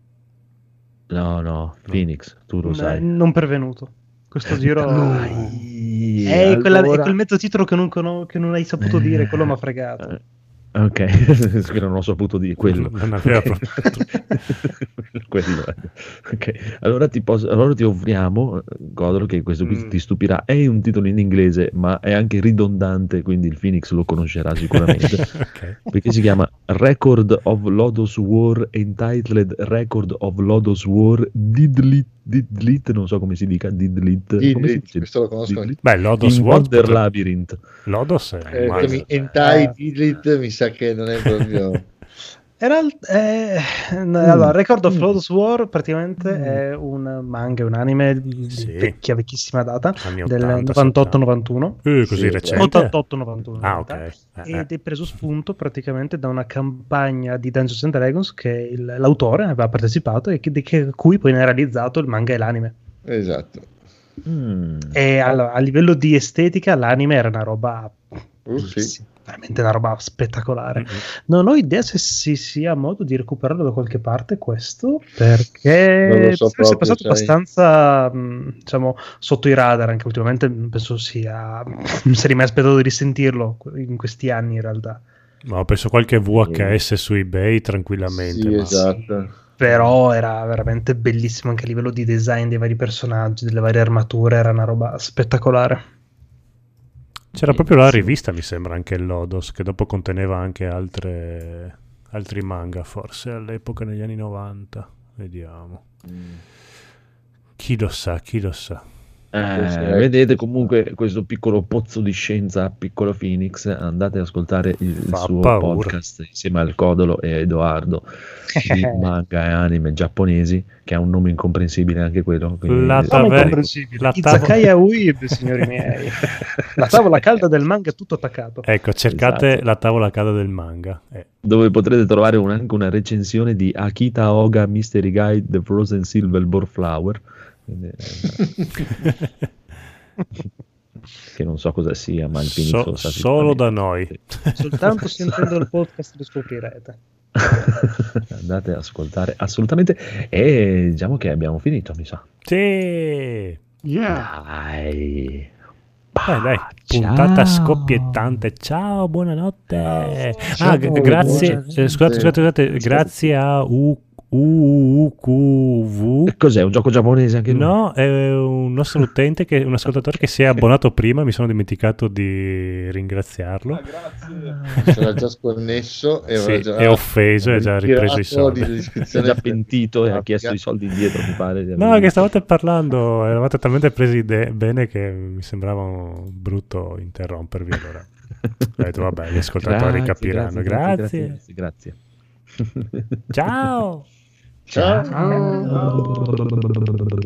No, Phoenix, tu lo sai. Non pervenuto. Questo giro è quel mezzo titolo che non hai saputo dire, quello mi ha fregato. Ok, che non ho saputo dire quello. Non aveva proprio. Quello. Ok, allora ti offriamo, Godolo, che questo qui ti stupirà. È un titolo in inglese, ma è anche ridondante, quindi il Phoenix lo conoscerà sicuramente. Okay. Perché si chiama Record of Lodoss War, entitled Record of Lodoss War Didlit, non so come si dica, Didlit. Come si dice? Questo lo conosco. Beh, Lodoss in War Wonder Labyrinth. Lodoss è Didlit mi sa che non è proprio... Allora, Record of Lodoss War praticamente è un manga, un anime di vecchissima data, del 98-91. Così recente? 88-91. Ah, ok. Ed è preso spunto praticamente da una campagna di Dungeons and Dragons che l'autore aveva partecipato e a cui poi ne ha realizzato il manga e l'anime. Esatto. E allora, a livello di estetica l'anime era una roba veramente una roba spettacolare. Non ho idea se si ha modo di recuperarlo da qualche parte questo, perché è passato abbastanza diciamo sotto i radar, anche ultimamente penso si è mai aspettato di risentirlo in questi anni in realtà. No, penso qualche VHS su eBay tranquillamente. Esatto. Però era veramente bellissimo anche a livello di design dei vari personaggi, delle varie armature, era una roba spettacolare. C'era proprio la rivista, mi sembra, anche il Lodoss, che dopo conteneva anche altri manga, forse all'epoca negli anni 90. Vediamo. Chi lo sa. Vedete comunque questo piccolo pozzo di scienza, Piccolo Phoenix, andate ad ascoltare il suo podcast insieme al Codolo e a Edoardo di manga e anime giapponesi, che ha un nome incomprensibile anche quello. Izakaya Uib, signori miei. La tavola calda del manga è tutto attaccato. Ecco, cercate la tavola calda del manga. Dove potrete trovare anche una recensione di Akita Oga Mystery Guide The Frozen Silver Flower. Che non so cosa sia, ma il Phoenix lo sa solo da noi. Soltanto sentendo il podcast lo scoprirete. Andate ad ascoltare assolutamente. E diciamo che abbiamo finito, mi sa. Sì. Dai. Dai, puntata scoppiettante. Ciao, buonanotte. Grazie. Scusate, grazie a UQV. Cos'è, un gioco giapponese anche lui? No, è un nostro utente, un ascoltatore che si è abbonato prima, mi sono dimenticato di ringraziarlo. Grazie. C'era già sconnesso e è offeso, è già ripreso i soldi. È già pentito e ha chiesto i soldi indietro, mi pare. No, che stavate parlando, eravate talmente presi bene che mi sembrava brutto interrompervi. Allora ho detto, vabbè, gli ascoltatori capiranno. Grazie. Ciao. Ciao.